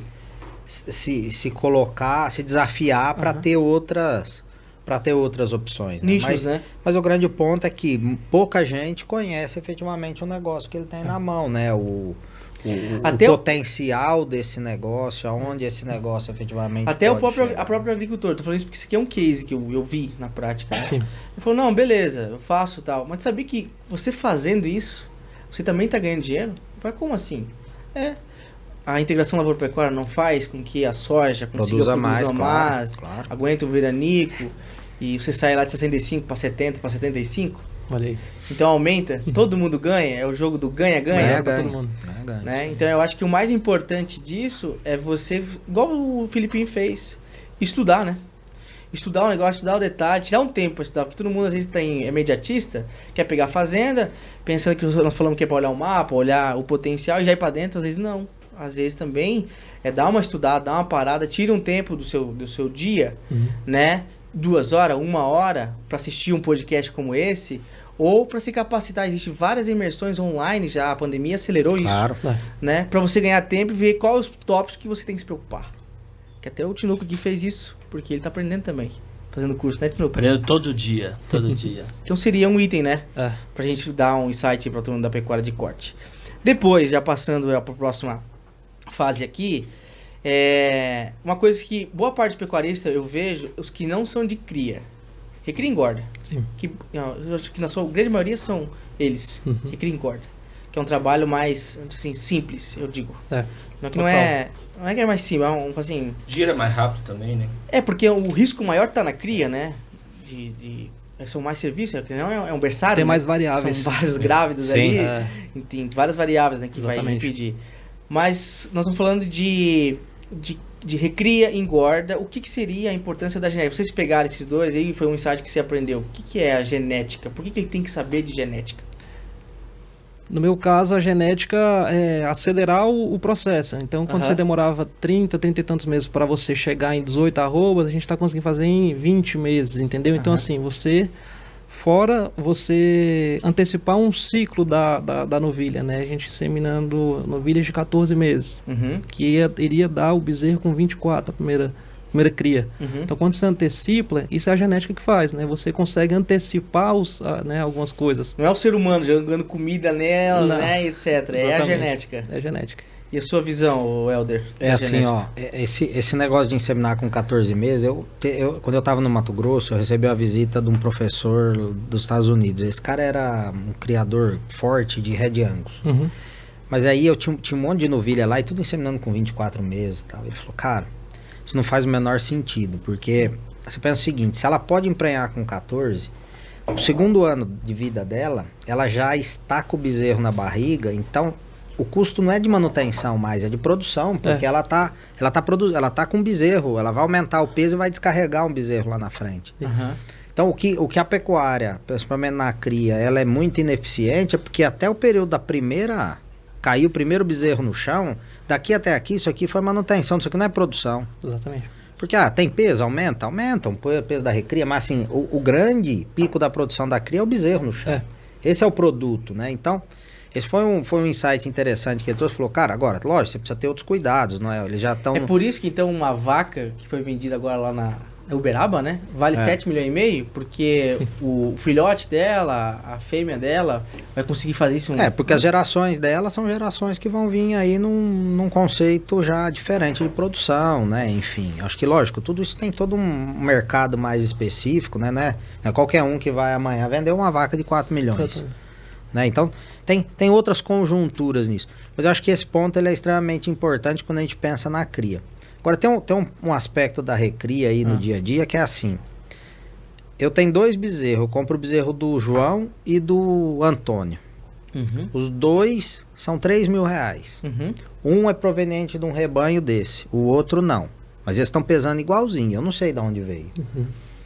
se, se colocar, se desafiar para Aham. ter outras para ter outras opções. Né? Nichos, Mas, né? mas o grande ponto é que pouca gente conhece efetivamente o negócio que ele tem na mão, né? O, o, o Até o- potencial desse negócio, aonde esse negócio efetivamente Até o pode próprio, chegar. a próprio agricultor, tô falando isso porque isso aqui é um case que eu, eu vi na prática. Né? Sim. Ele falou, não, beleza, eu faço tal. Mas sabia que você fazendo isso, você também tá ganhando dinheiro? Eu falei, como assim? É. A integração lavoura-pecuária não faz com que a soja consiga Produza produzir mais, claro, mais, claro. aguenta o veranico, e você sai lá de sessenta e cinco para setenta, para setenta e cinco. Olha aí. Então aumenta, todo mundo ganha, é o jogo do ganha-ganha. Ganha, pra ganha. todo mundo. Ganha, ganha. Né? Então eu acho que o mais importante disso é você, igual o Filipinho fez, estudar, né? Estudar o negócio, estudar o detalhe, tirar um tempo pra estudar, porque todo mundo às vezes tem, é imediatista, quer pegar a fazenda, pensando que nós falamos que é pra olhar o mapa, olhar o potencial e já ir pra dentro, às vezes não. Às vezes também é dar uma estudada, dar uma parada, tira um tempo do seu, do seu dia, uhum. né? Duas horas, uma hora, pra assistir um podcast como esse, ou para se capacitar. Existem várias imersões online já, a pandemia acelerou isso, claro. né? Para você ganhar tempo e ver quais os tópicos que você tem que se preocupar. Que até o Tinuco aqui fez isso, porque ele tá aprendendo também, fazendo curso, né, Tinuco? Aprendendo todo dia, todo dia. Então seria um item, né? É. Pra gente dar um insight para todo mundo da pecuária de corte. Depois, já passando para a próxima fase aqui, é uma coisa que boa parte dos pecuaristas eu vejo, os que não são de cria, recria e engorda. Sim. Que, eu acho que na sua grande maioria são eles, uhum. recria e engorda. Que é um trabalho mais, assim, simples, eu digo. É. Não, que não, é, não é que é mais simples, é um, assim... Gira mais rápido também, né? É, porque o risco maior tá na cria, né? De... de são mais serviços, não é, é um berçário, tem né? mais variáveis. São vários grávidos Sim. ali, é. tem várias variáveis, né, que Exatamente. vai impedir. Mas nós estamos falando de, de, de recria e engorda. O que, que seria a importância da genética? Vocês pegaram esses dois aí, foi um insight que você aprendeu. O que, que é a genética? Por que, que ele tem que saber de genética? No meu caso, a genética é acelerar o, o processo. Então, quando uhum. você demorava trinta, trinta e tantos meses para você chegar em dezoito arrobas, a gente está conseguindo fazer em vinte meses, entendeu? Então, uhum. assim, você... Fora você antecipar um ciclo da, da, da novilha, né? A gente inseminando novilhas de quatorze meses, uhum. que ia, iria dar o bezerro com vinte e quatro, a primeira, primeira cria. Uhum. Então, quando você antecipa, isso é a genética que faz, né? Você consegue antecipar os, né, algumas coisas. Não é o ser humano jogando comida nela, Não. né, etcétera. Exatamente. É a genética. É a genética. E a sua visão, Helder? É assim, genética? ó, esse, esse negócio de inseminar com quatorze meses, eu, eu, quando eu estava no Mato Grosso, eu recebi a visita de um professor dos Estados Unidos. Esse cara era um criador forte de Red Angus. Uhum. Mas aí eu tinha, tinha um monte de novilha lá e tudo inseminando com vinte e quatro meses e tal. Ele falou, cara, isso não faz o menor sentido, porque você pensa o seguinte, se ela pode emprenhar com quatorze, o segundo ano de vida dela, ela já está com o bezerro na barriga, então... O custo não é de manutenção mais, é de produção, porque é. ela tá, ela tá produ- ela tá com bezerro, ela vai aumentar o peso e vai descarregar um bezerro lá na frente. Uhum. Então, o que, o que a pecuária, principalmente na cria, ela é muito ineficiente, é porque até o período da primeira, caiu o primeiro bezerro no chão, daqui até aqui, isso aqui foi manutenção, isso aqui não é produção. Exatamente. Porque, ah, tem peso? Aumenta? Aumenta, o peso da recria, mas assim, o, o grande pico da produção da cria é o bezerro no chão. É. Esse é o produto, né? Então... Esse foi um, foi um insight interessante que ele trouxe. Falou, cara, agora, lógico, você precisa ter outros cuidados, não é? Eles já estão... É por isso que, então, uma vaca que foi vendida agora lá na Uberaba, né? Vale é. sete milhões e meio, porque o filhote dela, a fêmea dela, vai conseguir fazer isso... Um... É, porque as gerações dela são gerações que vão vir aí num, num conceito já diferente de produção, né? Enfim, acho que, lógico, tudo isso tem todo um mercado mais específico, né? Não é, não é qualquer um que vai amanhã vender uma vaca de quatro milhões. Né? Então, tem, tem outras conjunturas nisso. Mas eu acho que esse ponto ele é extremamente importante quando a gente pensa na cria. Agora, tem um, tem um, um aspecto da recria aí no ah. dia a dia que é assim. Eu tenho dois bezerros. Eu compro o bezerro do João e do Antônio. Uhum. Os dois são três mil reais. Uhum. Um é proveniente de um rebanho desse. O outro não. Mas eles estão pesando igualzinho. Eu não sei de onde veio. Uhum.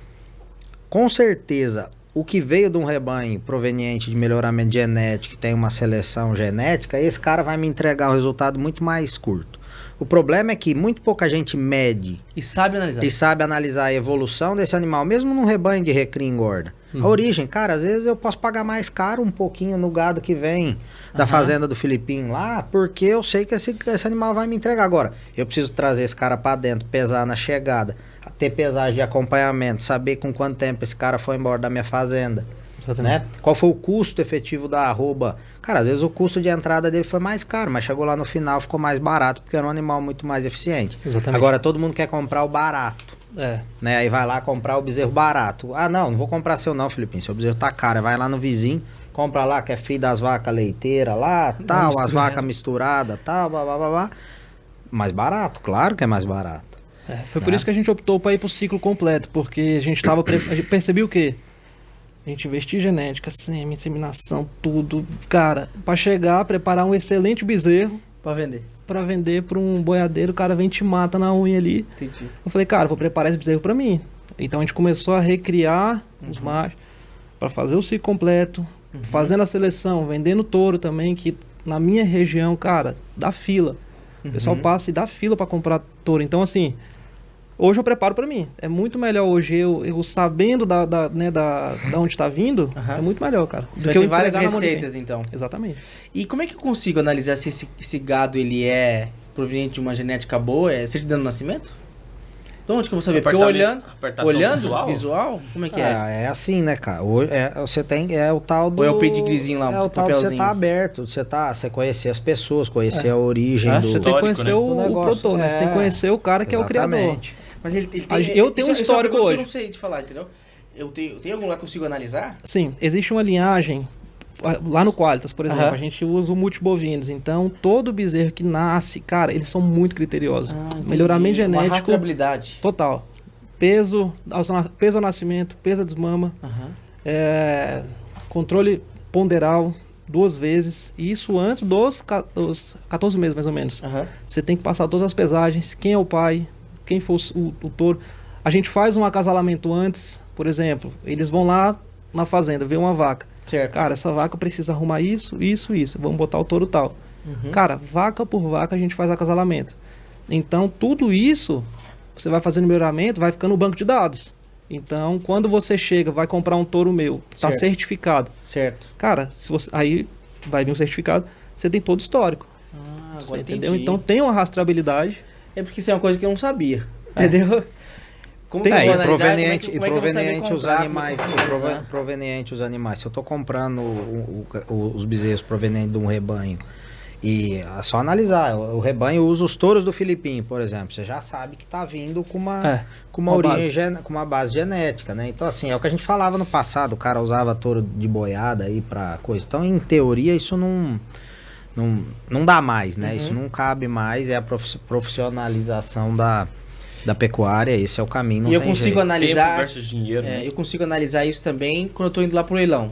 Com certeza... O que veio de um rebanho proveniente de melhoramento genético, que tem uma seleção genética, esse cara vai me entregar um resultado muito mais curto. O problema é que muito pouca gente mede e sabe analisar, e sabe analisar a evolução desse animal, mesmo num rebanho de recria e engorda. Uhum. A origem, cara, às vezes eu posso pagar mais caro um pouquinho no gado que vem da uhum. fazenda do Filipinho lá, porque eu sei que esse, esse animal vai me entregar. Agora, eu preciso trazer esse cara para dentro, pesar na chegada, ter pesagem de acompanhamento, saber com quanto tempo esse cara foi embora da minha fazenda. Né? Qual foi o custo efetivo da arroba? Cara, às vezes o custo de entrada dele foi mais caro, mas chegou lá no final, ficou mais barato, porque era um animal muito mais eficiente. Exatamente. Agora, todo mundo quer comprar o barato. É. Né? Aí vai lá comprar o bezerro barato. Ah, não, não vou comprar seu não, Filipinho, seu bezerro tá caro. Vai lá no vizinho, compra lá, que é filho das vacas leiteiras lá, tal, as vacas misturadas, tal, blá, blá, blá, blá. Mais barato, claro que é mais barato. É, foi por é. isso que a gente optou para ir pro ciclo completo, porque a gente tava pre... a gente percebeu o quê? A gente investir em genética, sêmen, inseminação, tudo, cara, para chegar, preparar um excelente bezerro Pra vender. Pra vender pra um boiadeiro, o cara vem e te mata na unha ali. Entendi. Eu falei, cara, vou preparar esse bezerro pra mim. Então a gente começou a recriar Uhum. os machos pra fazer o ciclo completo, Uhum. fazendo a seleção, vendendo touro também, que na minha região, cara, dá fila. O pessoal Uhum. passa e dá fila pra comprar touro. Então, assim, hoje eu preparo pra mim. É muito melhor hoje eu, eu sabendo da, da, né, da, da onde tá vindo, Aham. é muito melhor, cara. Você vai ter várias entregar na mão de receitas, então. quem. Exatamente. E como é que eu consigo analisar se esse, esse gado ele é proveniente de uma genética boa? É certidão de nascimento? Então onde que eu vou saber? Porque Apartamento- olhando, apartação olhando visual? visual, como é que é? Ah, é assim, né, cara? Hoje é, você tem é o tal do Ou é o pedigreezinho lá, é um o tal de você papelzinho? tá aberto, você tá, você conhecer as pessoas, conhecer a origem Ah, do Você tem que Histórico, conhecer né? o, O o negócio, produtor, né? Você tem que é. conhecer o cara que é o criador. Exatamente. Mas ele, ele A tem, gente- eu tenho um isso é- isso é uma histórico pergunta que hoje. eu não sei de falar, entendeu? Eu tenho, tem algum lugar que eu consigo analisar? Sim, existe uma linhagem, lá no Qualitas, por exemplo, Aham. a gente usa o multibovinos. Então, todo bezerro que nasce, cara, eles são muito criteriosos. entendi. Melhoramento Uma genético rastreabilidade. total. Peso, ao na- peso ao nascimento, peso a desmama, Aham. é, controle ponderal duas vezes. E isso antes dos, ca- dos catorze meses, mais ou menos. Aham. Você tem que passar todas as pesagens, quem é o pai, quem for o, o, o touro. A gente faz um acasalamento antes, por exemplo, eles vão lá na fazenda, vê uma vaca. Certo. Cara, essa vaca precisa arrumar isso, isso, isso. Vamos botar o touro tal. Uhum. Cara, vaca por vaca a gente faz acasalamento. Então, tudo isso, você vai fazendo melhoramento, vai ficando no banco de dados. Então, quando você chega, vai comprar um touro meu, tá Certo. certificado. Certo. Cara, se você, aí vai vir um certificado, você tem todo o histórico. Ah, Você agora entendeu? entendi. Então, tem uma rastreabilidade. É porque isso é uma coisa que eu não sabia. Entendeu? Como É, que eu e vou analisar? proveniente, Como é que- e como é que eu vou saber proveniente os comprar, como animais, é que eu e vou prove- analisar? proveniente os animais. Se eu tô comprando o- o- o- os bezerros provenientes de um rebanho e é só analisar, o, o rebanho usa os touros do Filipinho, por exemplo, você já sabe que tá vindo com uma, É, com uma uma origem, base. gen- com uma base genética, né? Então assim, é o que a gente falava no passado, o cara usava touro de boiada aí pra coisa. Então, em teoria, isso não não, não dá mais, né? Uhum. Isso não cabe mais, é a profi- profissionalização da da pecuária, esse é o caminho, não E eu tem consigo jeito. Tempo analisar. versus dinheiro, é, né? eu consigo analisar isso também quando eu tô indo lá pro leilão.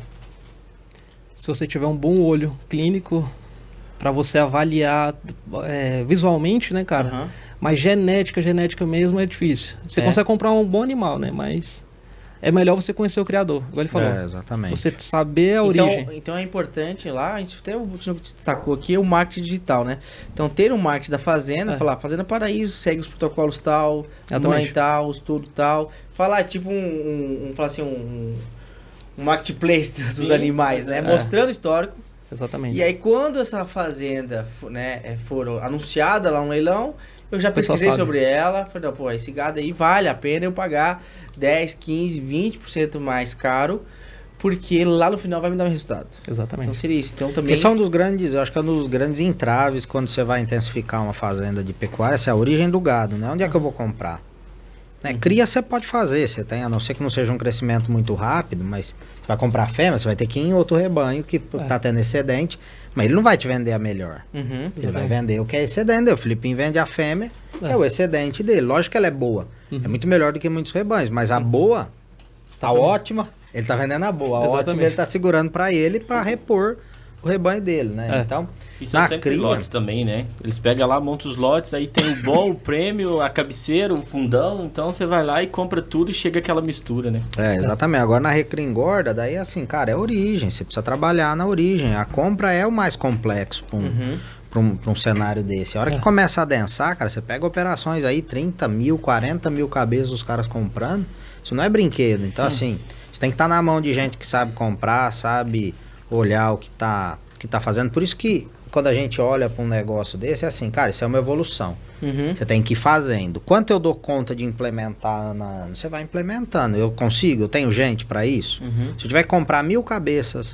Se você tiver um bom olho clínico para você avaliar é, visualmente, né, cara? Aham. Mas genética, genética mesmo é difícil. Você É. consegue comprar um bom animal, né? Mas é melhor você conhecer o criador, igual ele falou. É, exatamente. Você saber a Então, origem. então é importante lá, a gente até o Tino destacou aqui, é o marketing digital, né? Então ter um marketing da fazenda, É. falar, Fazenda Paraíso, segue os protocolos tal, Exatamente. mãe tal, os tudo tal. Falar tipo um, um, um falar assim, um, um marketplace dos Sim, animais, né? é. Mostrando o histórico. Exatamente. E aí quando essa fazenda fo- né, é, for anunciada lá no leilão, eu já O pessoal pesquisei sabe. sobre ela, falei, não, pô, esse gado aí vale a pena eu pagar dez, quinze, vinte por cento mais caro, porque lá no final vai me dar um resultado. Então Exatamente. seria isso. Então também. Esse é um dos grandes, eu acho que é um dos grandes entraves quando você vai intensificar uma fazenda de pecuária, essa é a origem do gado, né? Onde é que eu vou comprar? Né? Cria você pode fazer, você tem, a não ser que não seja um crescimento muito rápido, mas você vai comprar fêmea, você vai ter que ir em outro rebanho que É. tá tendo excedente, mas ele não vai te vender a melhor. Uhum. Ele vai Exatamente. vender o que é excedente. O Filipinho vende a fêmea, que é É. o excedente dele. Lógico que ela é boa. Uhum. É muito melhor do que muitos rebanhos, mas a boa, Tá a vendo? ótima, ele tá vendendo a boa. A ótima Exatamente. ele tá segurando para ele para repor o rebanho dele, né? É. Então, E são na sempre cria, lotes também, né? Eles pegam lá, montam os lotes, aí tem o bom, o prêmio, a cabeceira, o fundão. Então você vai lá e compra tudo e chega aquela mistura, né? É, exatamente. Agora na recria engorda, daí assim, cara, é origem. Você precisa trabalhar na origem. A compra é o mais complexo para um, Uhum. pra um, pra um cenário desse. A hora É. que começa a densar, cara, você pega operações aí, trinta mil, quarenta mil cabeças os caras comprando. Isso não é brinquedo. Então, assim, você tem que estar na mão de gente que sabe comprar, sabe olhar o que tá, que tá fazendo. Por isso que quando a gente olha para um negócio desse, é assim, cara, isso é uma evolução. Uhum. Você tem que ir fazendo. Quanto eu dou conta de implementar ano a ano? Você vai implementando. Eu consigo? Eu tenho gente para isso? Uhum. Se eu tiver que comprar mil cabeças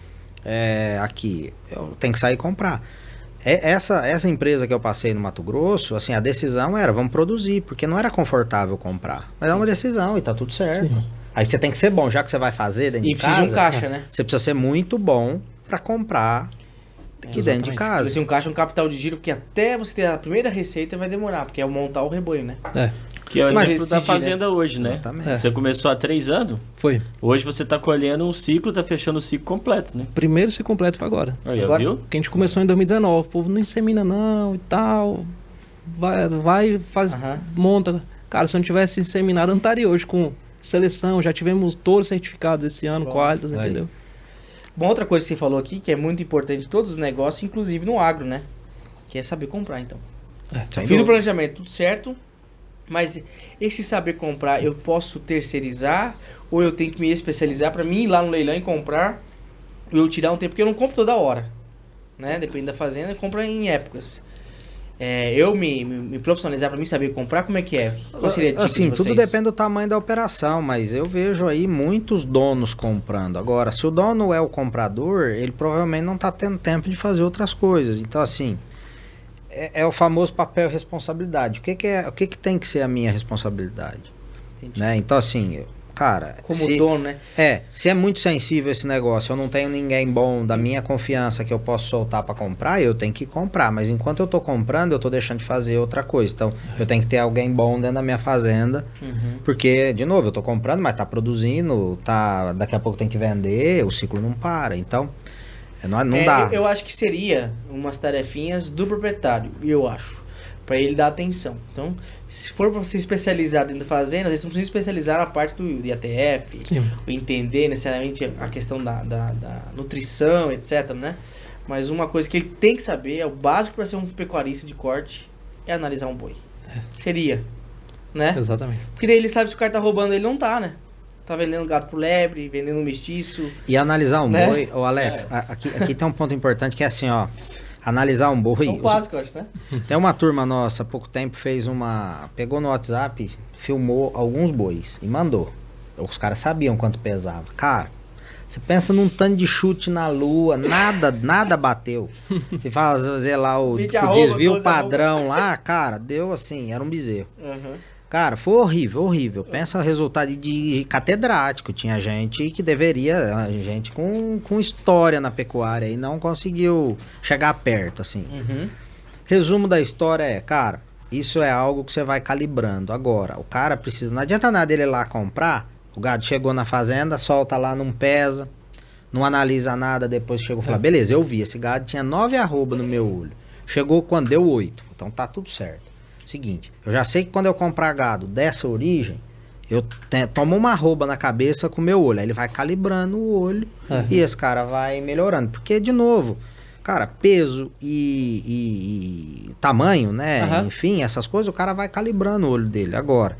é, aqui, eu tenho que sair e comprar. É, essa, essa empresa que eu passei no Mato Grosso, assim, a decisão era, vamos produzir, porque não era confortável comprar. Mas é uma decisão e tá tudo certo. Sim. Aí você tem que ser bom, já que você vai fazer dentro E de precisa casa, de um caixa, né? você precisa ser muito bom para comprar aqui dentro de exatamente. casa. Precisa de um caixa, um capital de giro, porque até você ter a primeira receita vai demorar, porque é montar o rebanho, né? É. Que é o Sim, mas exemplo da decidir, fazenda hoje, né? Exatamente. É. Você começou há três anos, Foi. hoje você tá colhendo um ciclo, tá fechando o ciclo completo, né? Primeiro se completo foi agora. Aí, ó, Agora- viu? Porque a gente começou em dois mil e dezenove. O povo não insemina não e tal. Vai, vai faz, Aham. monta. Cara, se eu não tivesse inseminado, eu não estaria hoje com seleção. Já tivemos todos certificados esse ano, Bom, qualitas, aí. entendeu? Bom, outra coisa que você falou aqui, que é muito importante em todos os negócios, inclusive no agro, né? Que é saber comprar, então. É, Sem Fiz o dúvida. planejamento, tudo certo, mas esse saber comprar, eu posso terceirizar ou eu tenho que me especializar para mim ir lá no leilão e comprar, eu tirar um tempo, porque eu não compro toda hora, né? Depende da fazenda, eu compro em épocas. É, eu me, me, me profissionalizar para mim saber comprar, como é que é? Qual seria a dica Assim, de tudo vocês? depende do tamanho da operação, mas eu vejo aí muitos donos comprando. Agora, se o dono é o comprador, ele provavelmente não está tendo tempo de fazer outras coisas. Então, assim, é, é o famoso papel responsabilidade. O que, que é, o que, que tem que ser a minha responsabilidade? Entendi. Né? Então, assim, cara, Como se, dono, né? é, se é muito sensível esse negócio, eu não tenho ninguém bom da minha confiança que eu posso soltar para comprar, eu tenho que comprar. Mas enquanto eu tô comprando, eu tô deixando de fazer outra coisa. Então, eu tenho que ter alguém bom dentro da minha fazenda, Uhum. porque, de novo, eu tô comprando, mas tá produzindo, tá, daqui a pouco tem que vender, o ciclo não para. Então, é, não, não É, dá. Eu, eu acho que seria umas tarefinhas do proprietário, eu acho, para ele dar atenção. Então, se for para se especializar dentro da fazenda, às vezes não precisa especializar na parte do I A T F, Sim. ou entender necessariamente a questão da, da, da nutrição, etc, né? Mas uma coisa que ele tem que saber, é o básico para ser um pecuarista de corte, é analisar um boi. Seria, né? Exatamente. Porque daí ele sabe se o cara tá roubando, ele não tá, né? Tá vendendo gato pro lebre, vendendo um mestiço. E analisar um Né? boi, ô Alex, a- aqui, aqui tem um ponto importante que é assim, ó, analisar um boi. É o os- básico, eu acho, né? Tem uma turma nossa, há pouco tempo, fez uma. Pegou no WhatsApp, filmou alguns bois e mandou. Os caras sabiam quanto pesava. Cara, você pensa num tanto de chute na lua, nada, nada bateu. Você faz fazer lá o, o vinte arroba, desvio doze padrão lá, cara, deu assim, era um bezerro. Uhum. Cara, foi horrível, horrível. Pensa o resultado de, de catedrático. Tinha gente que deveria, gente com, com história na pecuária e não conseguiu chegar perto, assim. Uhum. Resumo da história é, cara, isso é algo que você vai calibrando. Agora, o cara precisa, não adianta nada ele ir lá comprar, o gado chegou na fazenda, solta lá, não pesa, não analisa nada, depois chegou e fala, beleza, eu vi, esse gado tinha nove arroba no meu olho. Chegou quando deu oito, então tá tudo certo. Seguinte, eu já sei que quando eu comprar gado dessa origem, eu te, tomo uma arroba na cabeça com o meu olho, aí ele vai calibrando o olho É. e esse cara vai melhorando. Porque, de novo, cara, peso e, e- e tamanho, né? Aham. Enfim, essas coisas, o cara vai calibrando o olho dele. Agora,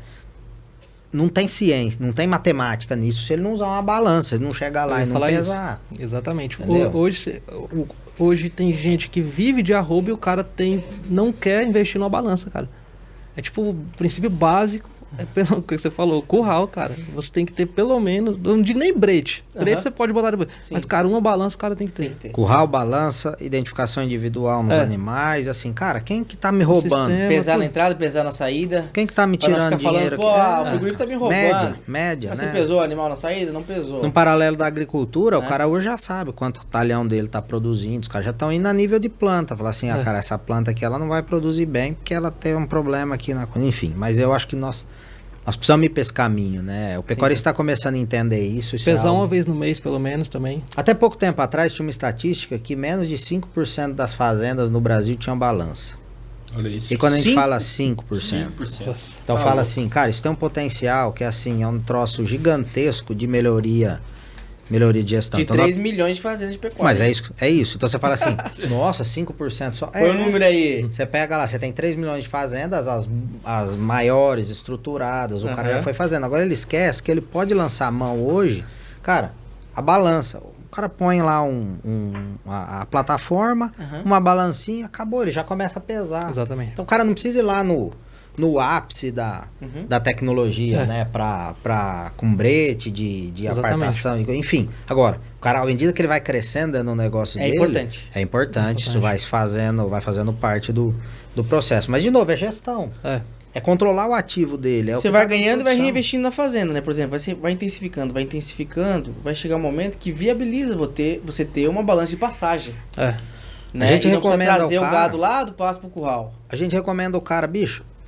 não tem ciência, não tem matemática nisso se ele não usar uma balança, ele não chegar Eu lá ia e não falar isso. pesar. Exatamente. Entendeu? O- hoje, cê- o- hoje tem gente que vive de arroba e o cara tem, não quer investir numa balança, cara. É tipo o princípio básico, é pelo que você falou, curral, cara. Você tem que ter pelo menos, não digo nem brete. Brete Aham. você pode botar depois. Sim. Mas, cara, uma balança o cara tem que ter. Tem que ter. Curral, balança, identificação individual nos É. animais, assim, cara, quem que tá me roubando? sistema, Pesar tudo. na entrada, pesar na saída. Quem que tá me Pra não tirando ficar falando, dinheiro pô, aqui? ah, o É. frigorífico tá me roubando. Média, média, Mas né? você pesou o animal na saída? Não pesou. Num paralelo da agricultura, o É. cara hoje já sabe quanto o talhão dele tá produzindo. Os caras já estão indo a nível de planta. Falar assim, ah, É. cara, essa planta aqui ela não vai produzir bem porque ela tem um problema aqui na. Enfim, mas eu acho que nós, nós precisamos ir pra esse caminho, né? O pecuarista está começando a entender isso. isso é Pesar algo- uma vez no mês, pelo menos, também. Até pouco tempo atrás tinha uma estatística que menos de cinco por cento das fazendas no Brasil tinham balança. Olha isso. E quando a gente Cinco? fala cinco por cento. cinco por cento. Nossa. Então Tá fala louco. assim, cara, isso tem um potencial que assim, é um troço gigantesco de melhoria, melhoria de gestão. De Então, três nós- milhões de fazendas de pecuária. Mas é isso, é isso. Então você fala assim, nossa, cinco por cento só. Põe É, o número aí. Você pega lá, você tem três milhões de fazendas, as, as maiores, estruturadas, o cara Aham. já foi fazendo. Agora ele esquece que ele pode lançar a mão hoje, cara, a balança. O cara põe lá um, um- a, a plataforma, Aham. uma balancinha, acabou, ele já começa a pesar. Exatamente. Então o cara não precisa ir lá no, no ápice da, Uhum. da tecnologia, É. né? Pra, pra, com brete de, de Exatamente. apartação, enfim. Agora, o cara, à medida que ele vai crescendo no negócio É dele... importante. É importante, isso Importante. vai se fazendo, vai fazendo parte do, do processo. Mas, de novo, é gestão. É. É controlar o ativo dele. É o Você que vai tá dando ganhando e vai produção. reinvestindo na fazenda, né? Por exemplo, vai, ser, vai intensificando, vai intensificando, vai chegar um momento que viabiliza você ter, você ter uma balança de passagem. É. Né? gente e não precisa recomenda ao trazer o cara- gado lá do pasto pro curral. A gente recomenda o cara, bicho,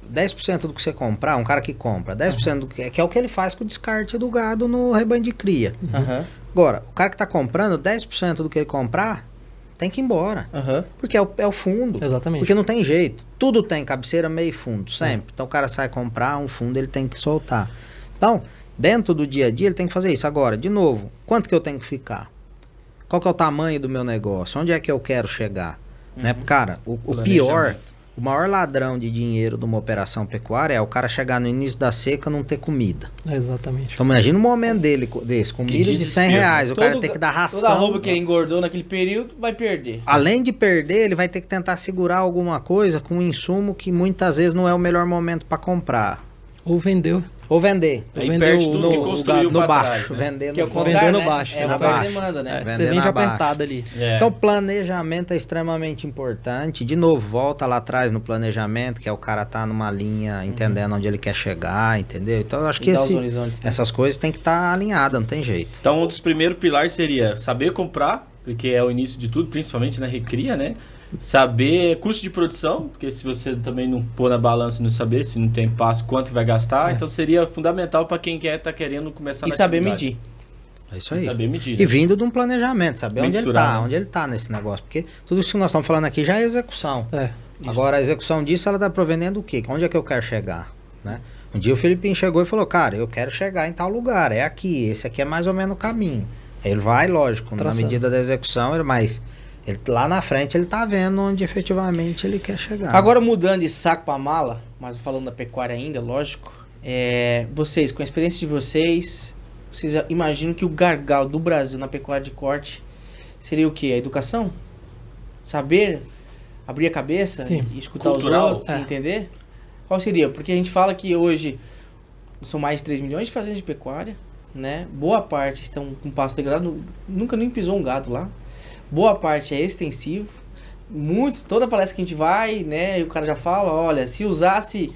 dez por cento do que você comprar, um cara que compra, dez por cento do que, que é o que ele faz com o descarte do gado no rebanho de cria. Uhum. Agora, o cara que está comprando, dez por cento do que ele comprar, tem que ir embora. Uhum. Porque é o, é o fundo. Exatamente. Porque não tem jeito. Tudo tem cabeceira, meio e fundo, sempre. É. Então o cara sai comprar um fundo, ele tem que soltar. Então, dentro do dia a dia, ele tem que fazer isso. Agora, de novo, quanto que eu tenho que ficar? Qual que é o tamanho do meu negócio? Onde é que eu quero chegar? Uhum. Né? Cara, o, o pior, o maior ladrão de dinheiro de uma operação pecuária é o cara chegar no início da seca e não ter comida. Exatamente. Então imagina um momento dele, desse, com milho de cem reais, o todo, cara tem que dar ração. Toda a roupa que ele engordou naquele período vai perder. Além de perder, ele vai ter que tentar segurar alguma coisa com um insumo que muitas vezes não é o melhor momento para comprar. Ou vendeu. Ou vender. Aí perde tudo no, que construiu no pra baixo. Trás, né? Vender que no, é o vender no né? baixo. É, na oferta baixa. e demanda, né? É, Vender você vende na apertado baixa. ali. É. Então, planejamento é extremamente importante. De novo, volta lá atrás no planejamento, que é o cara tá numa linha, entendendo uhum. onde ele quer chegar, entendeu? Então, eu acho que esse, horizontes, né? essas coisas tem que estar tá alinhadas, não tem jeito. Então, um dos primeiros pilares seria saber comprar, porque é o início de tudo, principalmente na recria, né? Saber custo de produção, porque se você também não pôr na balança e não saber, se não tem passo, quanto vai gastar, é. então seria fundamental para quem quer tá querendo começar e na saber atividade. medir. É isso aí. E saber medir. E vindo de um planejamento, saber onde ele tá, né? onde ele tá nesse negócio. Porque tudo isso que nós estamos falando aqui já é execução. É. Agora, a execução disso, ela tá proveniendo do quê? Onde é que eu quero chegar, né? Um dia o Felipinho chegou e falou, cara, eu quero chegar em tal lugar, é aqui, esse aqui é mais ou menos o caminho. Aí ele vai, lógico, Traçando. na medida da execução, mas... Ele, lá na frente ele tá vendo onde efetivamente ele quer chegar. Agora mudando de saco para mala, mas falando da pecuária ainda, lógico, é, vocês, com a experiência de vocês, vocês imaginam que o gargalo do Brasil na pecuária de corte seria o quê? A educação? Saber abrir a cabeça Sim. e escutar Cultural. os outros, É. entender? Qual seria? Porque a gente fala que hoje são mais de três milhões de fazendas de pecuária, né? Boa parte estão com pasto degradado, nunca nem pisou um gado lá. Boa parte é extensivo. Muitos, toda palestra que a gente vai, né, e o cara já fala, olha, se usasse,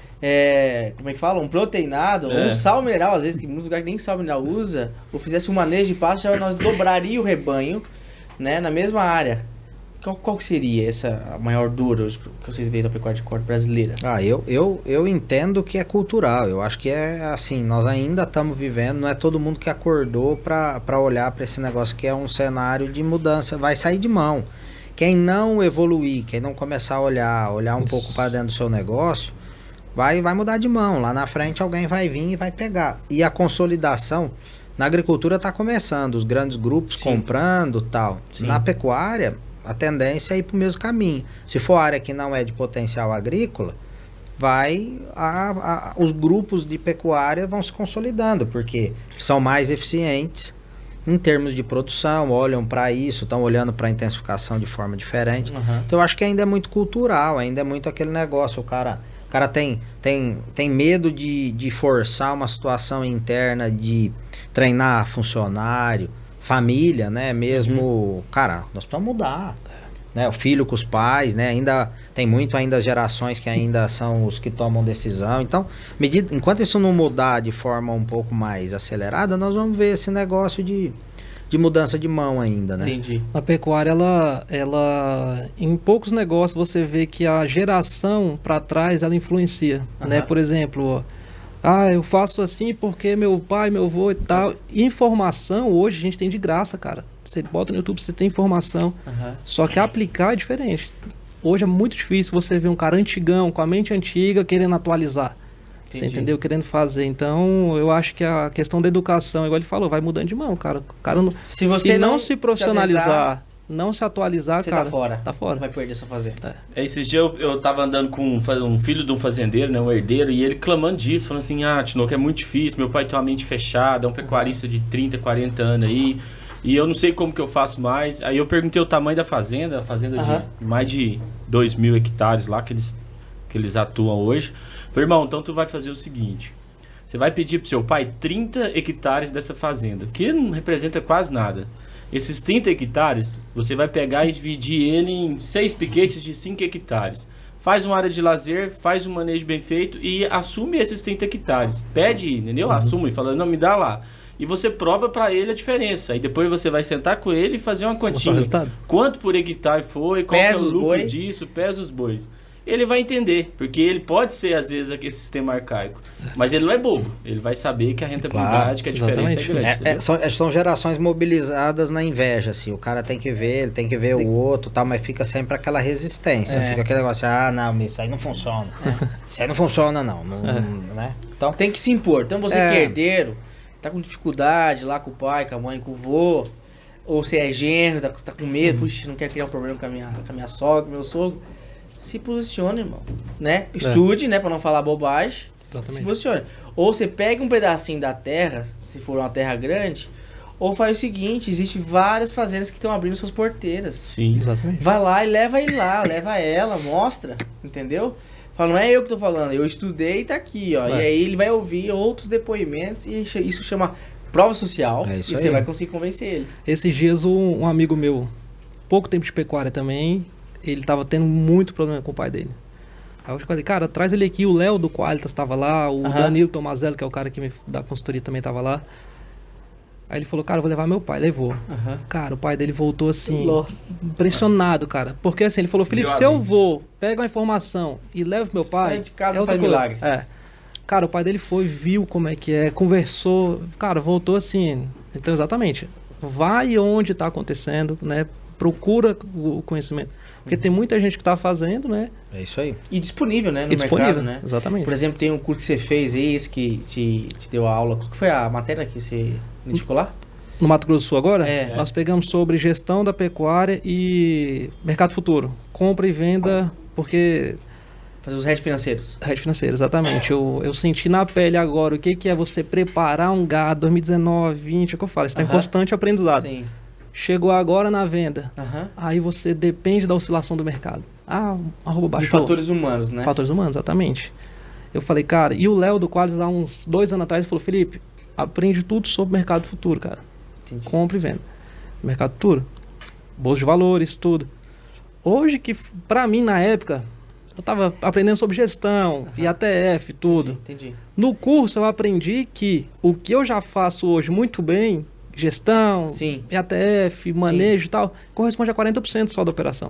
é, como é que fala, um proteinado, É. ou um sal mineral, às vezes tem muitos lugares que nem sal mineral usa, ou fizesse um manejo de pasto, já nós dobraria o rebanho, né, na mesma área. Qual, qual seria essa a maior dor hoje que vocês veem da pecuária de corte brasileira? Ah, eu, eu, eu entendo que é cultural. Eu acho que é assim, nós ainda estamos vivendo, não é todo mundo que acordou para olhar para esse negócio que é um cenário de mudança, vai sair de mão. Quem não evoluir, quem não começar a olhar, olhar um Isso. pouco para dentro do seu negócio, vai, vai mudar de mão. Lá na frente alguém vai vir e vai pegar. E a consolidação na agricultura está começando, os grandes grupos Sim. comprando tal. Sim. Na pecuária, a tendência é ir para o mesmo caminho. Se for área que não é de potencial agrícola, vai a, a, os grupos de pecuária vão se consolidando, porque são mais eficientes em termos de produção, olham para isso, estão olhando para a intensificação de forma diferente. Uhum. Então eu acho que ainda é muito cultural, ainda é muito aquele negócio, o cara, o cara tem, tem, tem medo de, de forçar uma situação interna, de treinar funcionário, família, né? Mesmo, uhum. cara, nós precisamos mudar. Né? O filho com os pais, né? Ainda tem muito ainda gerações que ainda são os que tomam decisão. Então, medida, enquanto isso não mudar de forma um pouco mais acelerada, nós vamos ver esse negócio de, de mudança de mão ainda, né? Entendi. A pecuária, ela, ela, em poucos negócios você vê que a geração para trás, ela influencia, uhum. né? Por exemplo, ah, eu faço assim porque meu pai, meu avô e tal. Informação hoje a gente tem de graça, cara. Você bota no YouTube, você tem informação. Uhum. Só que aplicar é diferente. Hoje é muito difícil você ver um cara antigão, com a mente antiga, querendo atualizar. Entendi. Você entendeu? Querendo fazer. Então, eu acho que a questão da educação, igual ele falou, vai mudando de mão, cara. O cara não, se você se não, não se profissionalizar, se adentrar, não se atualizar, você cara, tá fora. Tá fora. Vai perder sua fazenda. É. Esses dias eu, eu tava andando com um, um filho de um fazendeiro, né, um herdeiro, e ele clamando disso, falando assim, ah, Tinoco, é muito difícil, meu pai tem uma mente fechada, é um pecuarista de trinta, quarenta anos aí, e eu não sei como que eu faço mais. Aí eu perguntei o tamanho da fazenda, a fazenda uhum. de mais de dois mil hectares lá que eles, que eles atuam hoje. Falei, irmão, então tu vai fazer o seguinte, você vai pedir pro seu pai trinta hectares dessa fazenda, que não representa quase nada. Esses trinta hectares, você vai pegar e dividir ele em seis piquetes de cinco hectares. Faz uma área de lazer, faz um manejo bem feito e assume esses trinta hectares. Pede, entendeu? Uhum. Assume, fala, não, me dá lá. E você prova para ele a diferença. Aí depois você vai sentar com ele e fazer uma continha. Quanto por hectare foi, qual é o lucro boi. disso, pesa os bois. ele vai entender, porque ele pode ser, às vezes, aquele sistema arcaico, mas ele não é bobo, ele vai saber que a rentabilidade, claro, que a diferença exatamente. É grande. É, é, são, são gerações mobilizadas na inveja, assim, o cara tem que ver, ele tem que ver tem... o outro, tal, mas fica sempre aquela resistência, é. fica aquele negócio, ah, não, isso aí não funciona, é. isso aí não funciona não, não é. né? Então, tem que se impor, então você é. que é herdeiro, tá com dificuldade lá com o pai, com a mãe, com o vô, ou você é genro, tá, tá com medo, uhum. puxa, não quer criar um problema com a minha, com a minha sogra, com o meu sogro, se posicione, irmão, né? Estude, é. né, pra não falar bobagem, exatamente. Se posicione. Ou você pega um pedacinho da terra, se for uma terra grande, ou faz o seguinte, existem várias fazendas que estão abrindo suas porteiras. Sim, exatamente. Vai lá e leva ele lá, leva ela, mostra, entendeu? Fala, não é eu que tô falando, eu estudei e tá aqui, ó. É. E aí ele vai ouvir outros depoimentos e isso chama prova social é isso e aí. Você vai conseguir convencer ele. Esses dias um, um amigo meu, pouco tempo de pecuária também, ele tava tendo muito problema com o pai dele. Aí eu falei, cara, traz ele aqui, o Léo do Qualitas tava lá, o uh-huh. Danilo Tomazello, que é o cara que me dá consultoria, também tava lá. Aí ele falou, cara, eu vou levar meu pai, levou. Uh-huh. Cara, o pai dele voltou assim, Nossa. impressionado, cara. Porque assim, ele falou, Felipe, se eu vou, pega uma informação e levo meu pai... Sai de casa, é faz milagre. É. Cara, o pai dele foi, viu como é que é, conversou, cara, voltou assim. Então, exatamente, vai onde tá acontecendo, né? Procura o conhecimento. Porque tem muita gente que tá fazendo, né? É isso aí. E disponível, né? No e disponível, mercado, né? Exatamente. Por exemplo, tem um curso que você fez aí, esse que te, te deu a aula. Qual que foi a matéria que você identificou lá? No Mato Grosso do Sul agora? É. Nós pegamos sobre gestão da pecuária e mercado futuro. Compra e venda, porque... Fazer os hedge financeiros. Hedge financeiro, exatamente. Eu, eu senti na pele agora o que, que é você preparar um gado dois mil e dezenove, vinte, é o que eu falo. Está uh-huh. em constante aprendizado. Sim. Chegou agora na venda. Uhum. Aí você depende da oscilação do mercado. Ah, arroba baixou. De fatores humanos, né? Fatores humanos, exatamente. Eu falei, cara, e o Léo do Qualis, há uns dois anos atrás, falou, Felipe, aprende tudo sobre mercado futuro, cara. Entendi. Compra e venda. Mercado futuro, bolsa de valores, tudo. Hoje que, pra mim, na época, eu tava aprendendo sobre gestão, uhum. I A T F, tudo. Entendi, entendi. No curso eu aprendi que o que eu já faço hoje muito bem... Gestão, Sim. I A T F, manejo Sim. e tal, corresponde a quarenta por cento só da operação.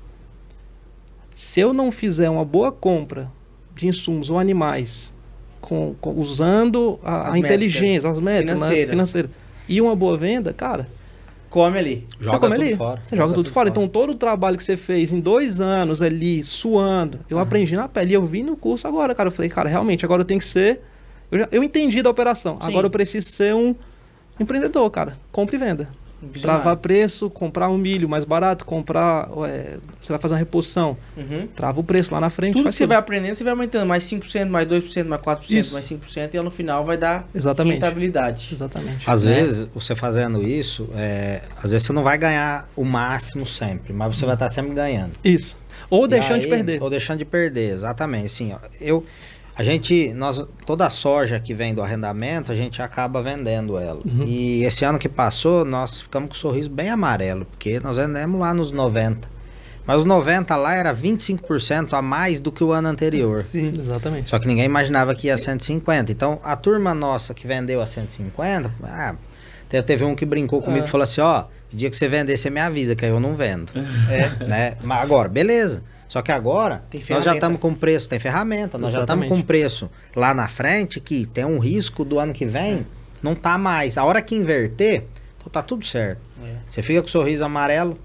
Se eu não fizer uma boa compra de insumos ou animais, com, com, usando a, a inteligência, as métricas financeiras. Né, financeiras, e uma boa venda, cara... Come ali. Você joga come tudo ali. Fora. Você joga, joga tudo, tudo fora. fora. Então, todo o trabalho que você fez em dois anos ali, suando, eu uhum. aprendi na pele. E eu vi no curso agora, cara. Eu falei, cara, realmente, agora eu tenho que ser... Eu, já, eu entendi da operação. Sim. Agora eu preciso ser um... empreendedor, cara. Compra e venda. Vigilar. Travar preço, comprar um milho mais barato, comprar... É, você vai fazer uma reposição. Uhum. Trava o preço lá na frente. Tudo que você vai aprendendo, você vai aumentando. Mais cinco por cento, mais dois por cento, mais quatro por cento, isso. mais cinco por cento. E no final vai dar Exatamente. rentabilidade. Exatamente. Às né? vezes, você fazendo isso, é, às vezes você não vai ganhar o máximo sempre, mas você vai estar sempre ganhando. Isso. Ou deixando aí, de perder. Ou deixando de perder, exatamente. Assim, ó, eu... A gente, nós, toda a soja que vem do arrendamento, a gente acaba vendendo ela. Uhum. E esse ano que passou, nós ficamos com o sorriso bem amarelo, porque nós vendemos lá nos noventa. Mas os noventa lá era vinte e cinco por cento a mais do que o ano anterior. Sim, exatamente. Só que ninguém imaginava que ia a cento e cinquenta. Então, a turma nossa que vendeu a cento e cinquenta, ah, teve um que brincou comigo e ah. falou assim, ó, o dia que você vender, você me avisa, que aí eu não vendo. É. Né? Mas agora, beleza. Só que agora, nós já estamos com preço, tem ferramenta, nós Exatamente. já estamos com preço lá na frente, que tem um risco do ano que vem, é. não tá mais. A hora que inverter, então tá tudo certo. É. Você fica com o sorriso amarelo.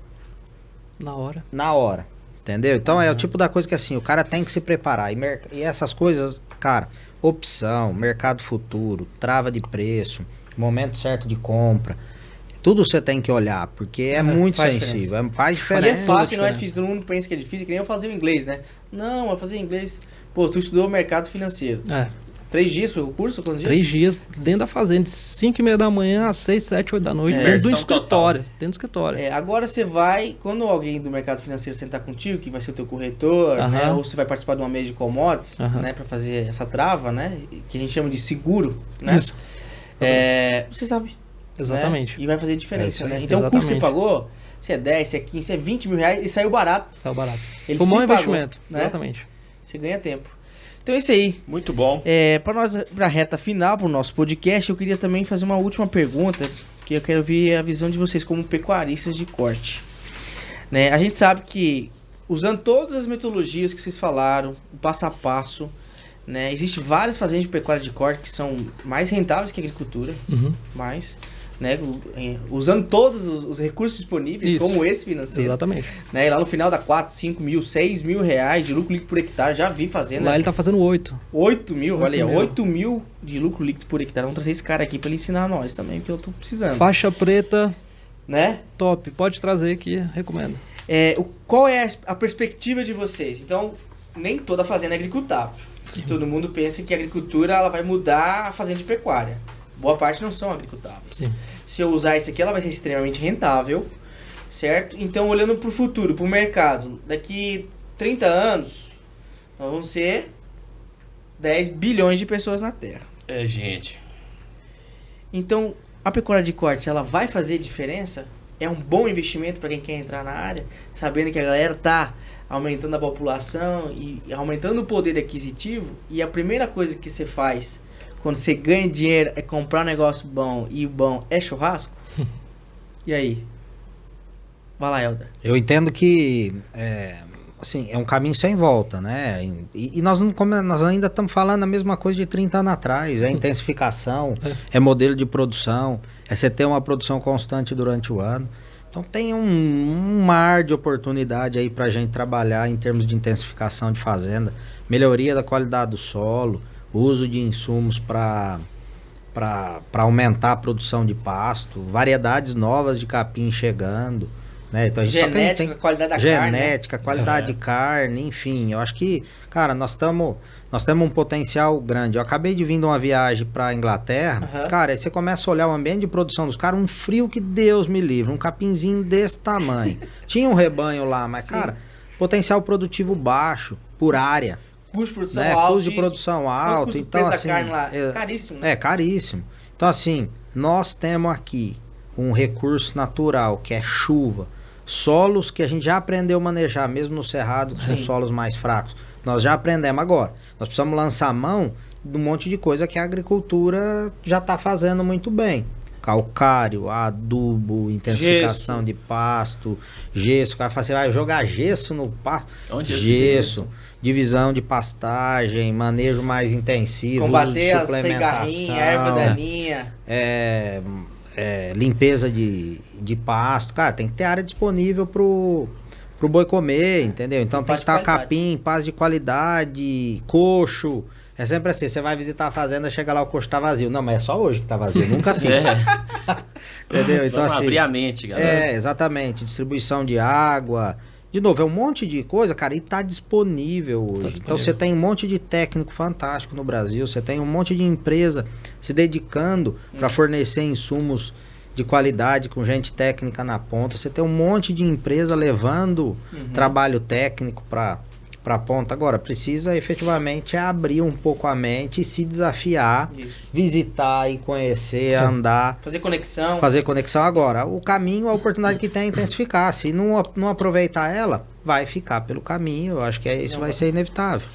Na hora. Na hora, entendeu? Então uhum. é o tipo da coisa que assim, o cara tem que se preparar. E, mer- e essas coisas, cara, opção, mercado futuro, trava de preço, momento certo de compra... Tudo você tem que olhar, porque é, é muito faz sensível, é, faz diferença. E é fácil, não é difícil, todo mundo pensa que é difícil, que nem eu fazer o inglês, né? Não, eu fazer inglês... Pô, tu estudou mercado financeiro. É. Três dias foi o curso? Quantos dias? Três dias dentro da fazenda, de cinco e meia da manhã às seis, sete, oito da noite, é. dentro do escritório. Dentro do escritório. É, agora você vai, quando alguém do mercado financeiro sentar contigo, que vai ser o teu corretor, uh-huh. né? Ou você vai participar de uma mesa de commodities, uh-huh. né? Pra fazer essa trava, né? Que a gente chama de seguro, né? Isso. É, você sabe. Exatamente. Né? E vai fazer diferença, é né? Então Exatamente. o curso que você pagou, se é dez, se é quinze, se é vinte mil reais, e saiu barato. Saiu barato. Ele Foi um bom pagou, investimento. Né? Exatamente. Você ganha tempo. Então é isso aí. Muito bom. É, para nós, pra reta final, pro nosso podcast, eu queria também fazer uma última pergunta, que eu quero ver a visão de vocês como pecuaristas de corte. Né? A gente sabe que usando todas as metodologias que vocês falaram, o passo a passo, né? Existem várias fazendas de pecuária de corte que são mais rentáveis que a agricultura, Uhum. mais, né? Usando todos os, os recursos disponíveis, Isso. como esse financeiro. Exatamente. Né? E lá no final dá quatro, cinco mil, seis mil reais de lucro líquido por hectare. Já vi fazenda. Lá ele tá fazendo oito. oito mil, oito olha aí, mil. oito mil de lucro líquido por hectare. Vamos trazer esse cara aqui pra ele ensinar a nós também, porque eu tô precisando. Faixa preta, Né? top. Pode trazer que recomendo. É, o, qual é a, a perspectiva de vocês? Então, nem toda fazenda é agricultável. Sim. Todo mundo pensa que a agricultura ela vai mudar a fazenda de pecuária. Boa parte não são agricultáveis. Sim. Se eu usar isso aqui, ela vai ser extremamente rentável, certo? Então, olhando para o futuro, para o mercado, daqui trinta anos, nós vamos ser dez bilhões de pessoas na Terra. É, gente. Então, a pecuária de corte, ela vai fazer diferença? É um bom investimento para quem quer entrar na área, sabendo que a galera tá aumentando a população e aumentando o poder aquisitivo, e a primeira coisa que você faz quando você ganha dinheiro é comprar um negócio bom e o bom é churrasco? E aí? Vai lá, Helder. Eu entendo que é, assim, é um caminho sem volta, né? E, e nós, não, come- nós ainda estamos falando a mesma coisa de trinta anos atrás. É intensificação, é modelo de produção, é você ter uma produção constante durante o ano. Então tem um, um mar de oportunidade aí para a gente trabalhar em termos de intensificação de fazenda, melhoria da qualidade do solo, uso de insumos para para aumentar a produção de pasto, variedades novas de capim chegando, né? Então a gente só que a gente Genética, tem qualidade da genética, carne. qualidade É. de carne, enfim, eu acho que, cara, nós estamos nós temos um potencial grande. Eu acabei de vir de uma viagem para Inglaterra, Aham. cara, aí você começa a olhar o ambiente de produção dos caras, um frio que Deus me livre, um capinzinho desse tamanho. Tinha um rebanho lá, mas Sim. cara, potencial produtivo baixo por área, Custo de produção né? alto. Custo de isso. produção Quanto alto, custa o então preço assim, da carne lá? é, Caríssimo, né? é caríssimo. Então assim, nós temos aqui um recurso natural que é chuva, solos que a gente já aprendeu a manejar, mesmo no cerrado, que são Sim. solos mais fracos. Nós já aprendemos agora. Nós precisamos lançar mão de um monte de coisa que a agricultura já está fazendo muito bem. Calcário, adubo, intensificação Gesso. de pasto, gesso. O cara fala assim, vai jogar gesso no pasto. Onde já se Gesso, vê divisão de pastagem, manejo mais intensivo, Combater uso de a cigarrinha, erva suplementação, daninha. é, é, limpeza de, de pasto. Cara, tem que ter área disponível pro, pro boi comer, entendeu? Então Com tem paz que de estar qualidade. capim, paz de qualidade, coxo. É sempre assim, você vai visitar a fazenda, chega lá, o coxo tá vazio. Não, mas é só hoje que tá vazio, nunca fica. É. Entendeu? Então Vamos assim, abrir a mente, galera. é, exatamente. Distribuição de água. De novo, é um monte de coisa, cara, e tá disponível hoje. disponível. Então você tem um monte de técnico fantástico no Brasil, você tem um monte de empresa se dedicando para fornecer insumos de qualidade com gente técnica na ponta. Você tem um monte de empresa levando Uhum. trabalho técnico para para ponta. Agora, precisa efetivamente abrir um pouco a mente e se desafiar, Isso. visitar e conhecer, andar. Fazer conexão. Fazer conexão agora. O caminho, a oportunidade que tem é intensificar. Se não, não aproveitar ela, vai ficar pelo caminho. Eu acho que é, isso Não vai vai. ser inevitável.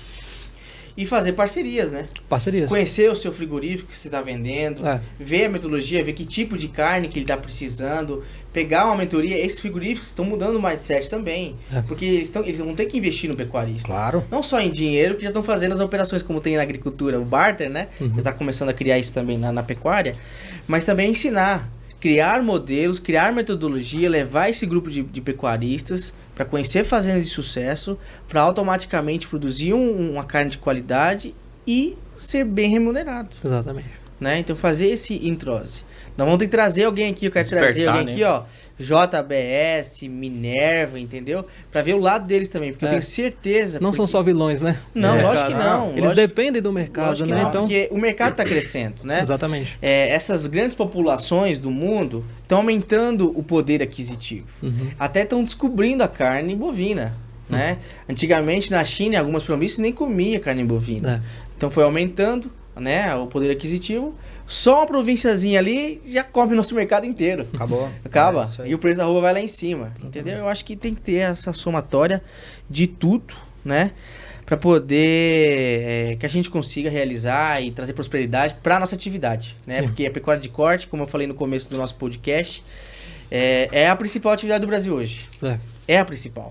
E fazer parcerias, né? Parcerias. Conhecer o seu frigorífico que você está vendendo, É. ver a metodologia, ver que tipo de carne que ele está precisando, pegar uma mentoria. Esses frigoríficos estão mudando o mindset também, É. porque eles, tão, eles vão ter que investir no pecuarista. Claro. Não só em dinheiro, que já estão fazendo as operações como tem na agricultura, o barter, né? Uhum. Já está começando a criar isso também na, na pecuária, mas também ensinar, criar modelos, criar metodologia, levar esse grupo de, de pecuaristas para conhecer fazendas de sucesso, para automaticamente produzir um- uma carne de qualidade e ser bem remunerado, Exatamente. né? Então fazer esse introse. Nós vamos ter que trazer alguém aqui, eu quero Despertar, trazer alguém né? aqui, ó, J B S, Minerva, entendeu? Para ver o lado deles também, porque eu É. tenho certeza... Não são porque- só vilões, né? Não, É, lógico que cara, não. Eles lógico- dependem do mercado, lógico que né? não, Então, porque o mercado está crescendo, né? exatamente. É, essas grandes populações do mundo estão aumentando o poder aquisitivo. Uhum. Até estão descobrindo a carne bovina, né? Antigamente na China, em algumas províncias nem comia carne bovina. É. Então foi aumentando, né, o poder aquisitivo. Só uma provínciazinha ali já come nosso mercado inteiro. Acabou. Acaba. É isso aí. E o preço da roupa vai lá em cima. Entendeu? Eu acho que tem que ter essa somatória de tudo, né? Para poder é, que a gente consiga realizar e trazer prosperidade para nossa atividade, né? Sim. Porque a pecuária de corte, como eu falei no começo do nosso podcast, é, é a principal atividade do Brasil hoje. É. É a principal.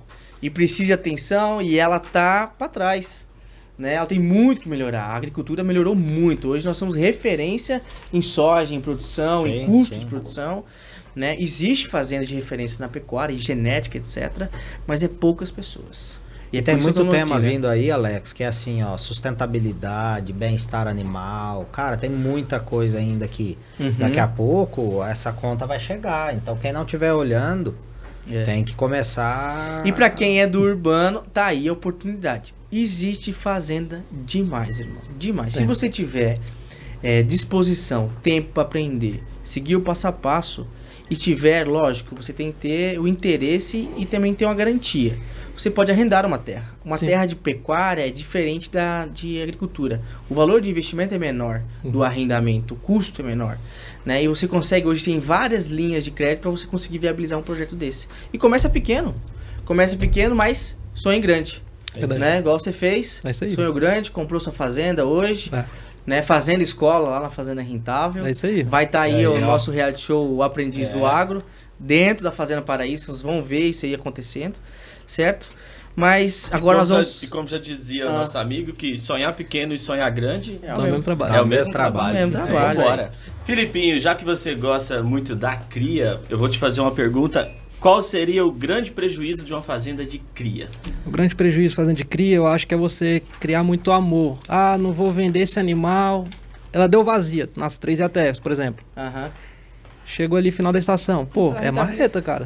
e precisa de atenção e ela tá para trás. Né? Ela tem muito que melhorar. A agricultura melhorou muito. Hoje nós somos referência em soja, em produção, Sim, em custo sim. de produção. Né? Existe fazenda de referência na pecuária, e genética, etcétera. Mas é poucas pessoas. E tem muito tema vindo aí, Alex, que é assim, ó, sustentabilidade, bem-estar animal. Cara, tem muita coisa ainda que Uhum. daqui a pouco essa conta vai chegar. Então quem não estiver olhando, É. tem que começar... E para quem é do urbano, tá aí a oportunidade. Existe fazenda demais, irmão. Demais. Se você tiver é, disposição, tempo para aprender, seguir o passo a passo e tiver, lógico, você tem que ter o interesse e também ter uma garantia. Você pode arrendar uma terra. Uma Sim. terra de pecuária é diferente da de agricultura. O valor de investimento é menor do Uhum. arrendamento, o custo é menor. Né? E você consegue, hoje tem várias linhas de crédito para você conseguir viabilizar um projeto desse. E começa pequeno. Começa pequeno, mas sonho grande. Verdade. Né? Igual você fez, É isso aí. sonho grande, comprou sua fazenda hoje, É. né? Fazenda escola lá na Fazenda Rentável. É isso aí. Vai estar aí Aí, o ó. nosso reality show O Aprendiz É. do Agro, dentro da Fazenda Paraíso, vocês vão ver isso aí acontecendo, certo? Mas E agora como nós já- vamos... E como já dizia Ah. o nosso amigo, que sonhar pequeno e sonhar grande É É o mesmo trabalho. é o mesmo trabalho. É o mesmo trabalho. Vambora. Filipinho, já que você gosta muito da cria, eu vou te fazer uma pergunta. Qual seria o grande prejuízo de uma fazenda de cria? O grande prejuízo fazendo de cria, eu acho que é você criar muito amor. Ah, não vou vender esse animal. Ela deu vazia nas três E A T Fs, por exemplo. Aham. Chegou ali final da estação. Pô, Tá, é tá. marreta, cara.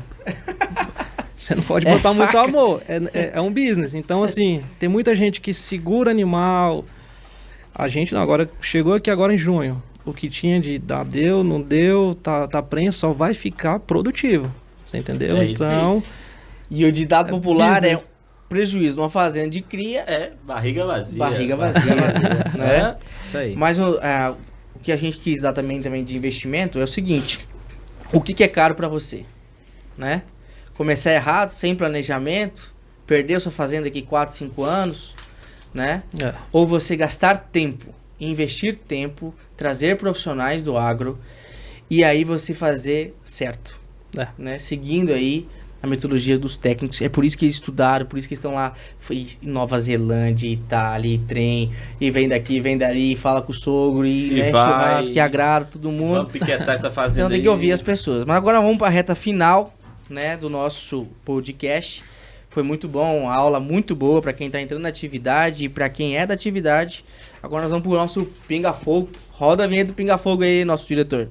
Você não pode É botar muito faca. amor. É, é, é um business. Então, assim, tem muita gente que segura animal. A gente não, agora chegou aqui agora em junho. O que tinha de dar deu, não deu, tá, tá prensa, só vai ficar produtivo. Você entendeu? É isso aí. Então, E o ditado É popular é business. prejuízo numa fazenda de cria é É, barriga vazia. barriga vazia, né? É. Isso aí. Mas o, ah, o que a gente quis dar também, também de investimento é o seguinte: o que, que é caro para você, né? Começar errado, sem planejamento, perder sua fazenda daqui quatro, cinco anos, né? é. Ou você gastar tempo, investir tempo, trazer profissionais do agro e aí você fazer certo, É. né? Seguindo aí a metodologia dos técnicos. É por isso que eles estudaram, por isso que eles estão lá foi em Nova Zelândia, Itália, e trem, e vem daqui, vem dali, fala com o sogro, e, E né, vai. churrasco que agrada todo mundo. Vamos piquetar essa fazenda Então tem que aí. ouvir as pessoas. Mas agora vamos para a reta final, né, do nosso podcast. Foi muito bom, uma aula muito boa para quem está entrando na atividade e para quem é da atividade. Agora nós vamos pro nosso Pinga Fogo. Roda a vinheta do Pinga Fogo aí, nosso diretor.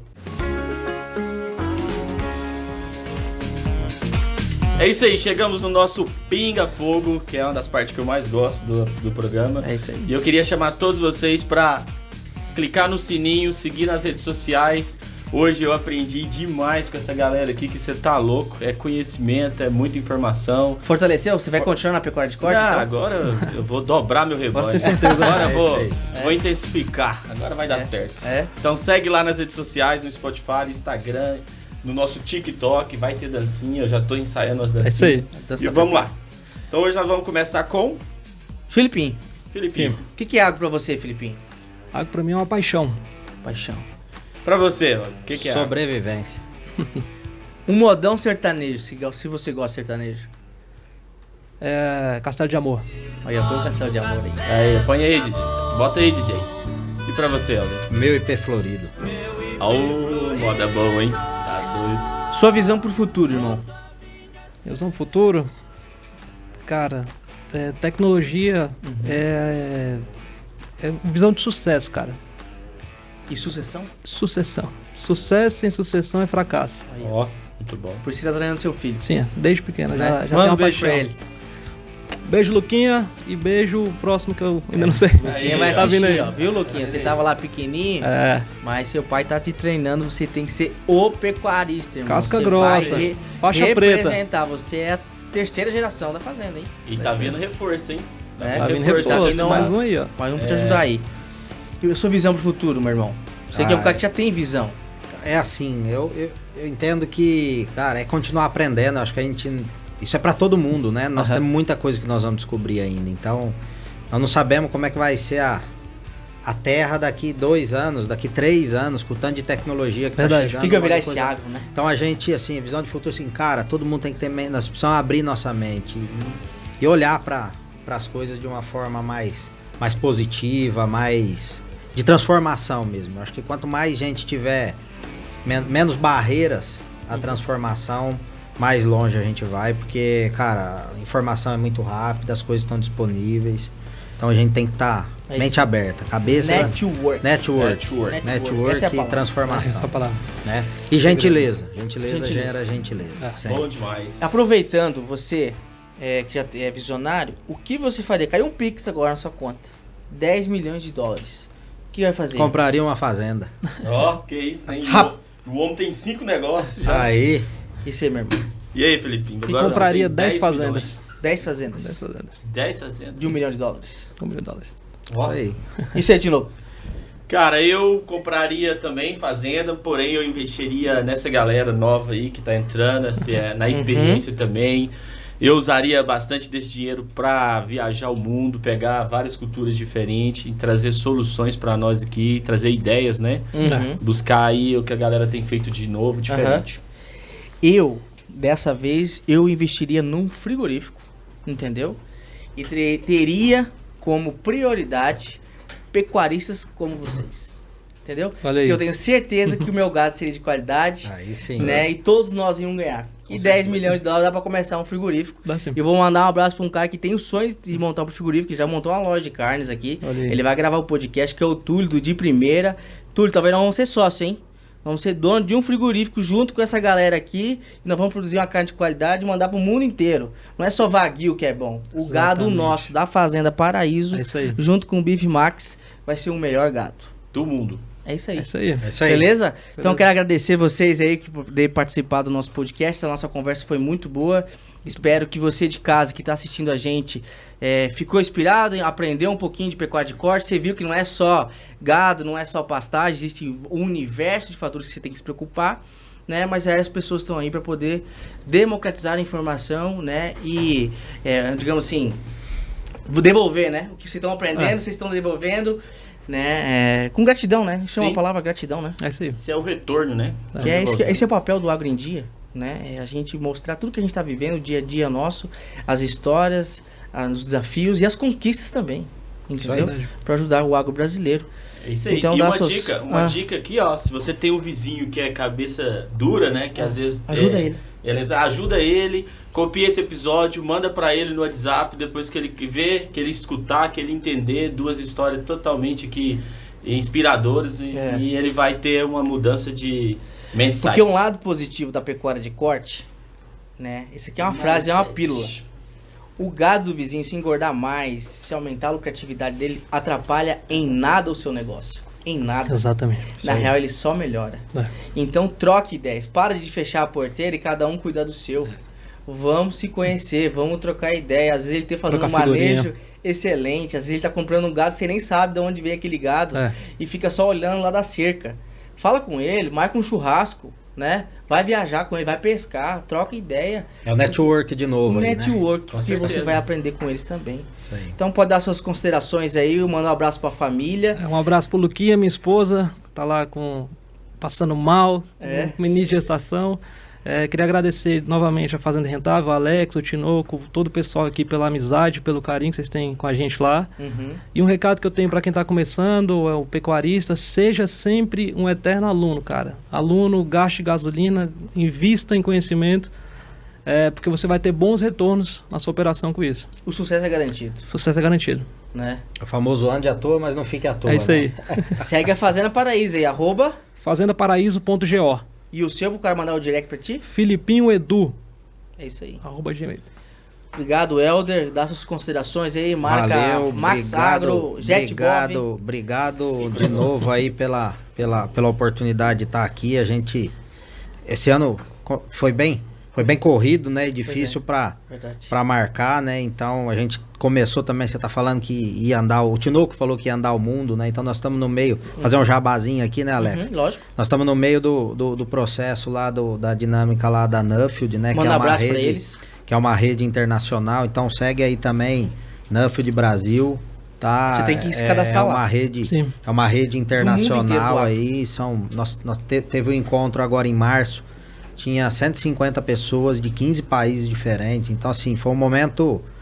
É isso aí, chegamos no nosso Pinga Fogo, que é uma das partes que eu mais gosto do, do programa. É isso aí. E eu queria chamar todos vocês para clicar no sininho, seguir nas redes sociais. Hoje eu aprendi demais com essa galera aqui, que você tá louco. É conhecimento, é muita informação. Fortaleceu? Você vai continuar na pecuária de corte? Ah, então? agora eu vou dobrar meu rebanho. Pode ter certeza. Agora eu É vou, isso vou intensificar. Agora vai dar É. certo. É. Então segue lá nas redes sociais, no Spotify, Instagram, no nosso TikTok, vai ter dancinha, eu já tô ensaiando as É dancinhas. isso aí. Dança E vamos lá. Então hoje nós vamos começar com Filipinho, Filipinho. o que, que é água pra você, Filipinho? Água pra mim é uma paixão. Paixão. Pra você, o que, que é? Sobrevivência. Um modão sertanejo, se, se você gosta de sertanejo. É Castelo de Amor. Olha, põe o Castelo de Amor aí. Aí, põe aí, D J. Bota aí, D J. E pra você, Helder? Meu I P florido. Ô, moda boa, hein? Tá doido. Sua visão pro futuro, irmão. Visão pro futuro, cara, é, tecnologia é, é visão de sucesso, cara. E sucessão? Sucessão. Sucesso sem sucessão é fracasso. Aí, Ó, muito bom. Por isso que tá treinando seu filho. Sim, é, desde pequeno. Né? Já, já Manda tenho um uma beijo paixão. pra ele. Beijo, Luquinha, e beijo o próximo que eu ainda não sei. Aí, Quem vai tá assistir, vindo aí. ó. Viu, Luquinha? Você tava lá pequenininho, É, mas seu pai tá te treinando, você tem que ser o pecuarista, irmão. Casca Você grossa, vai re- faixa preta. representar. Você é a terceira geração da fazenda, hein? E tá vindo reforço, hein? É, tá vindo reforço, reforço, vindo mais uma- um aí, ó. Mas vamos te ajudar aí. E a sua visão pro futuro, meu irmão? Você que é um Ah, cara que já tem visão. É assim, eu, eu, eu entendo que, cara, é continuar aprendendo. Acho que a gente. Isso é pra todo mundo, né? Nós Aham. temos muita coisa que nós vamos descobrir ainda. Então, nós não sabemos como é que vai ser a, a Terra daqui dois anos, daqui três anos, com o tanto de tecnologia que Verdade. tá chegando. O que, que vai um virar monte de esse coisa. agro, né? Então a gente, assim, visão de futuro, assim, cara, todo mundo tem que ter. men- Nós precisamos abrir nossa mente. E, e olhar para as coisas de uma forma mais, mais positiva, mais de transformação mesmo. Eu acho que quanto mais gente tiver men menos barreiras à transformação, mais longe a gente vai, porque, cara, a informação é muito rápida, as coisas estão disponíveis, então a gente tem que estar tá é mente aberta, cabeça... Network. Network. Network. Network Essa é a e palavra. transformação. Essa palavra. Né? E gentileza. Gentileza, Gentileza. gera gentileza. É. Bom demais. Aproveitando, você é, que já é visionário, o que você faria? Caiu um Pix agora na sua conta. dez milhões de dólares. O que vai fazer? Compraria uma fazenda. Ó, que isso, tem. Rap- O homem tem cinco negócios já. Aí, Isso aí, meu irmão. E aí, Felipinho? E Agora você compraria tem dez fazendas. milhões. dez fazendas. dez fazendas. dez fazendas. De um milhão de dólares. Um milhão de dólares. isso aí. Isso aí, de novo. Cara, eu compraria também fazenda, porém eu investiria nessa galera nova aí que tá entrando, assim, é, na experiência também. Eu usaria bastante desse dinheiro para viajar o mundo, pegar várias culturas diferentes, e trazer soluções para nós aqui, trazer ideias, né? Uhum. Buscar aí o que a galera tem feito de novo, diferente. Eu, dessa vez, eu investiria num frigorífico, entendeu? E tre- teria como prioridade pecuaristas como vocês, entendeu? Olha aí. Porque eu tenho certeza que o meu gado seria de qualidade, Aí sim. né? E todos nós iam ganhar. E dez milhões de dólares dá pra começar um frigorífico. Dá sim. E eu vou mandar um abraço pra um cara que tem o sonho de montar um frigorífico, que já montou uma loja de carnes aqui. Olha aí. Ele vai gravar o podcast, que é o Túlio, do De Primeira. Túlio, talvez nós vamos ser sócio, hein? Vamos ser dono de um frigorífico junto com essa galera aqui. E nós vamos produzir uma carne de qualidade e mandar pro mundo inteiro. Não é só Wagyu que é bom. O gado Exatamente. nosso, da Fazenda Paraíso, É isso aí. junto com o Beef Max, vai ser o melhor gado. Do mundo. É isso aí. É isso aí. É isso aí. Beleza? Então eu quero agradecer vocês aí que poder participar do nosso podcast. A nossa conversa foi muito boa. Espero que você de casa que está assistindo a gente é, ficou inspirado, aprendeu um pouquinho de pecuária de corte. Você viu que não é só gado, não é só pastagem, existe um universo de fatores que você tem que se preocupar, né? Mas aí as pessoas estão aí para poder democratizar a informação, né? E, é, digamos assim, devolver, né? O que vocês estão aprendendo, É. vocês estão devolvendo, né? É, com gratidão, né? Isso é uma Sim. palavra, gratidão, né? É isso aí. Esse é o retorno, né? Que é esse, esse é o papel do Agro em Dia, né? É a gente mostrar tudo que a gente está vivendo, o dia a dia nosso, as histórias, ah, os desafios e as conquistas também, entendeu? Verdade. Para ajudar o agro brasileiro. É isso aí. Então e dá uma suas- dica, uma Ah. dica aqui, ó, se você tem um vizinho que é cabeça dura, né, que às vezes Ajuda é, ele. ele ajuda ele, copia esse episódio, manda pra ele no WhatsApp, depois que ele ver, que ele escutar, que ele entender duas histórias totalmente aqui inspiradoras e, É. e ele vai ter uma mudança de mindset. Porque um lado positivo da pecuária de corte, né? Isso aqui é uma frase, é uma pílula. O gado do vizinho, se engordar mais, se aumentar a lucratividade dele, atrapalha em nada o seu negócio. Em nada. Exatamente. Na aí. real, ele só melhora. É. Então, troque ideias. Para de fechar a porteira e cada um cuidar do seu. Vamos se conhecer, vamos trocar ideia. Às vezes ele tá fazendo um Trocar figurinha. manejo excelente. Às vezes ele tá comprando um gado, você nem sabe de onde vem aquele gado. É. E fica só olhando lá da cerca. Fala com ele, marca um churrasco, né? Vai viajar com ele, vai pescar, troca ideia. É o network de novo aí, né? Network, Com que certeza. você vai aprender com eles também. Isso aí. Então pode dar suas considerações aí, manda um abraço pra família. É, um abraço pro Luquinha, minha esposa, tá lá com passando mal, É. com início de gestação. É, queria agradecer novamente a Fazenda Rentável, o Alex, o Tinoco, todo o pessoal aqui pela amizade, pelo carinho que vocês têm com a gente lá. Uhum. E um recado que eu tenho para quem está começando, é o pecuarista, seja sempre um eterno aluno, cara. Aluno, gaste gasolina, invista em conhecimento, é, porque você vai ter bons retornos na sua operação com isso. O sucesso é garantido, Sucesso é garantido. né? O famoso ande à toa, mas não fique à toa. É isso né? aí. Segue a Fazenda Paraíso aí, arroba. fazenda paraíso ponto go. E o seu pro cara mandar o direct pra ti? Filipinho Edu, É isso aí. arroba gmail. Obrigado, Helder. Dá suas considerações aí. Marca Valeu, Max obrigado, Agro, JetBov. obrigado, obrigado de novo aí pela, pela, pela oportunidade de estar aqui. A gente, esse ano co- foi bem, foi bem corrido, né? E difícil para Verdade. para marcar, né? Então a gente começou também, você tá falando que ia andar, o Tinoco falou que ia andar o mundo, né? Então nós estamos no meio, fazer um jabazinho aqui, né, Alex? Uhum, lógico. Nós estamos no meio do, do, do processo lá, do, da dinâmica lá da Nuffield, né? Manda que é um uma abraço rede, pra eles. que é uma rede internacional. Então segue aí também Nuffield Brasil, tá? Você tem que se é, cadastrar é lá. uma rede, Sim. é uma rede internacional inteiro, aí. São, nós, nós te- teve um encontro agora em março. Tinha cento e cinquenta pessoas de quinze países diferentes. Então, assim, foi um momento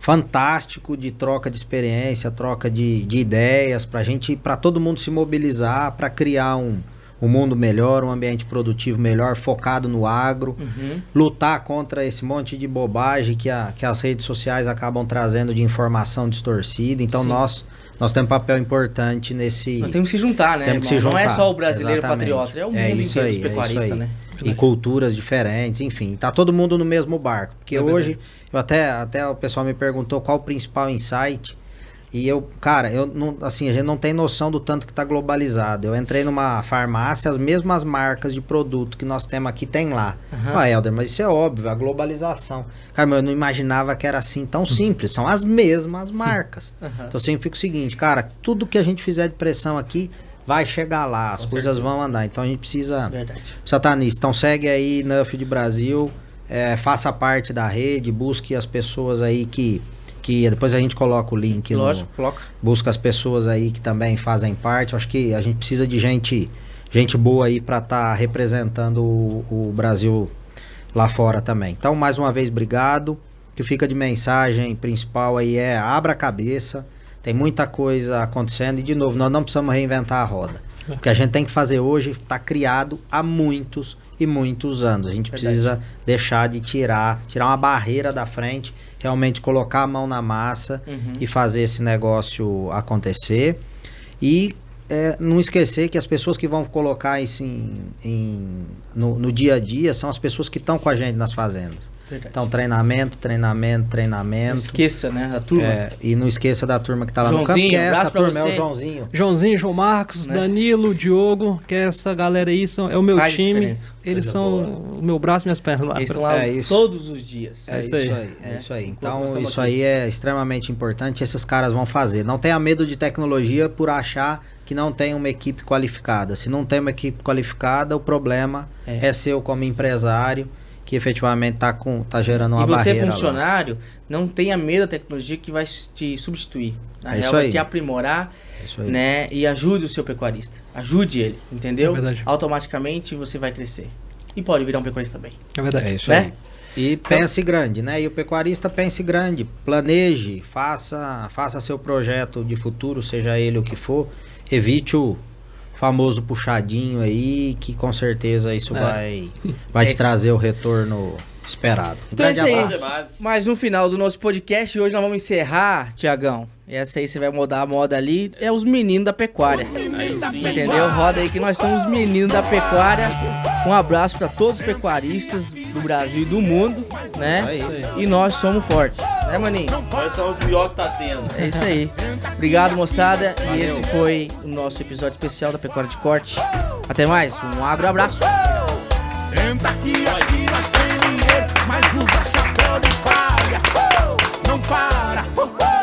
fantástico de troca de experiência, troca de, de ideias, para gente, para todo mundo se mobilizar, para criar um, um mundo melhor, um ambiente produtivo melhor, focado no agro, Uhum. lutar contra esse monte de bobagem que, a, que as redes sociais acabam trazendo de informação distorcida. Então Sim. nós, nós temos um papel importante nesse... Nós temos que se juntar, né? Temos que se irmão? Não é juntar, só o brasileiro exatamente. patriota, é o mundo É isso inteiro aí, dos é isso pecuaristas, aí. né? E culturas diferentes, enfim, tá todo mundo no mesmo barco. Porque É hoje, eu até, até o pessoal me perguntou qual o principal insight. E eu, cara, eu não, assim, a gente não tem noção do tanto que tá globalizado. Eu entrei numa farmácia, as mesmas marcas de produto que nós temos aqui tem lá. Uhum. Ah, Helder, mas isso é óbvio, a globalização. Cara, mas eu não imaginava que era assim tão simples. São as mesmas marcas. Uhum. Então significa o seguinte, cara, tudo que a gente fizer de pressão aqui vai chegar lá, as Com coisas certeza. vão andar. Então a gente precisa, Verdade. precisa estar nisso. Então segue aí, Nuffield Brasil, é, faça parte da rede, busque as pessoas aí que, que depois a gente coloca o link. Lógico, No, coloca. busca as pessoas aí que também fazem parte. Eu acho que a gente precisa de gente, gente boa aí para estar representando o, o Brasil lá fora também. Então, mais uma vez, obrigado. O que fica de mensagem principal aí é abra a cabeça. Tem muita coisa acontecendo e, de novo, nós não precisamos reinventar a roda. O que a gente tem que fazer hoje está criado há muitos e muitos anos. A gente Verdade. precisa deixar de tirar, tirar uma barreira da frente, realmente colocar a mão na massa Uhum. e fazer esse negócio acontecer. E é, não esquecer que as pessoas que vão colocar isso em, em- no, no dia a dia são as pessoas que estão com a gente nas fazendas. Verdade. Então, treinamento, treinamento, Não treinamento. esqueça, né? A turma. É, e não esqueça da turma que tá lá no campo, Joãozinho, que é essa abraço pra turma, é você. o Joãozinho. Joãozinho, João Marcos, Né? Danilo, Diogo, que é essa galera aí, são, é o meu Faz time. diferença. Eles Coisa são boa. o meu braço e minhas pernas lá. Eles estão atrás. lá É isso. todos os dias. É, isso isso aí. aí, é, É. isso aí. Enquanto nós Então, estamos isso aqui. aí é extremamente importante. Esses caras vão fazer. Não tenha medo de tecnologia por achar que não tem uma equipe qualificada. Se não tem uma equipe qualificada, o problema É. é, seu como empresário, que efetivamente tá, com, tá gerando uma E você, barreira lá. funcionário, não tenha medo da tecnologia que vai te substituir. Na É real, isso vai aí. te aprimorar, É isso aí. né? E ajude o seu pecuarista. Ajude ele, entendeu? É verdade. Automaticamente você vai crescer. E pode virar um pecuarista também. É verdade. É isso Né? aí. E pense grande, né? E o pecuarista pense grande, planeje, faça, faça seu projeto de futuro, seja ele o que for. Evite o famoso puxadinho aí, que com certeza isso É. vai, vai É. te trazer o retorno esperado. Um Então é grande isso aí. abraço. Mais um final do nosso podcast. E hoje nós vamos encerrar, Tiagão. Essa aí você vai mudar a moda ali. É os meninos da pecuária. Aí sim. Entendeu? Roda aí que nós somos os meninos da pecuária. Um abraço para todos os pecuaristas do Brasil e do mundo, né? Isso aí. E nós somos fortes, né, maninho? Nós somos os melhores que tá tendo. É isso aí. Obrigado, moçada. E esse foi o nosso episódio especial da Pecuária de Corte. Até mais. Um agro abraço. Senta aqui, aqui nós tem dinheiro, mas usa chapéu de palha. Não para.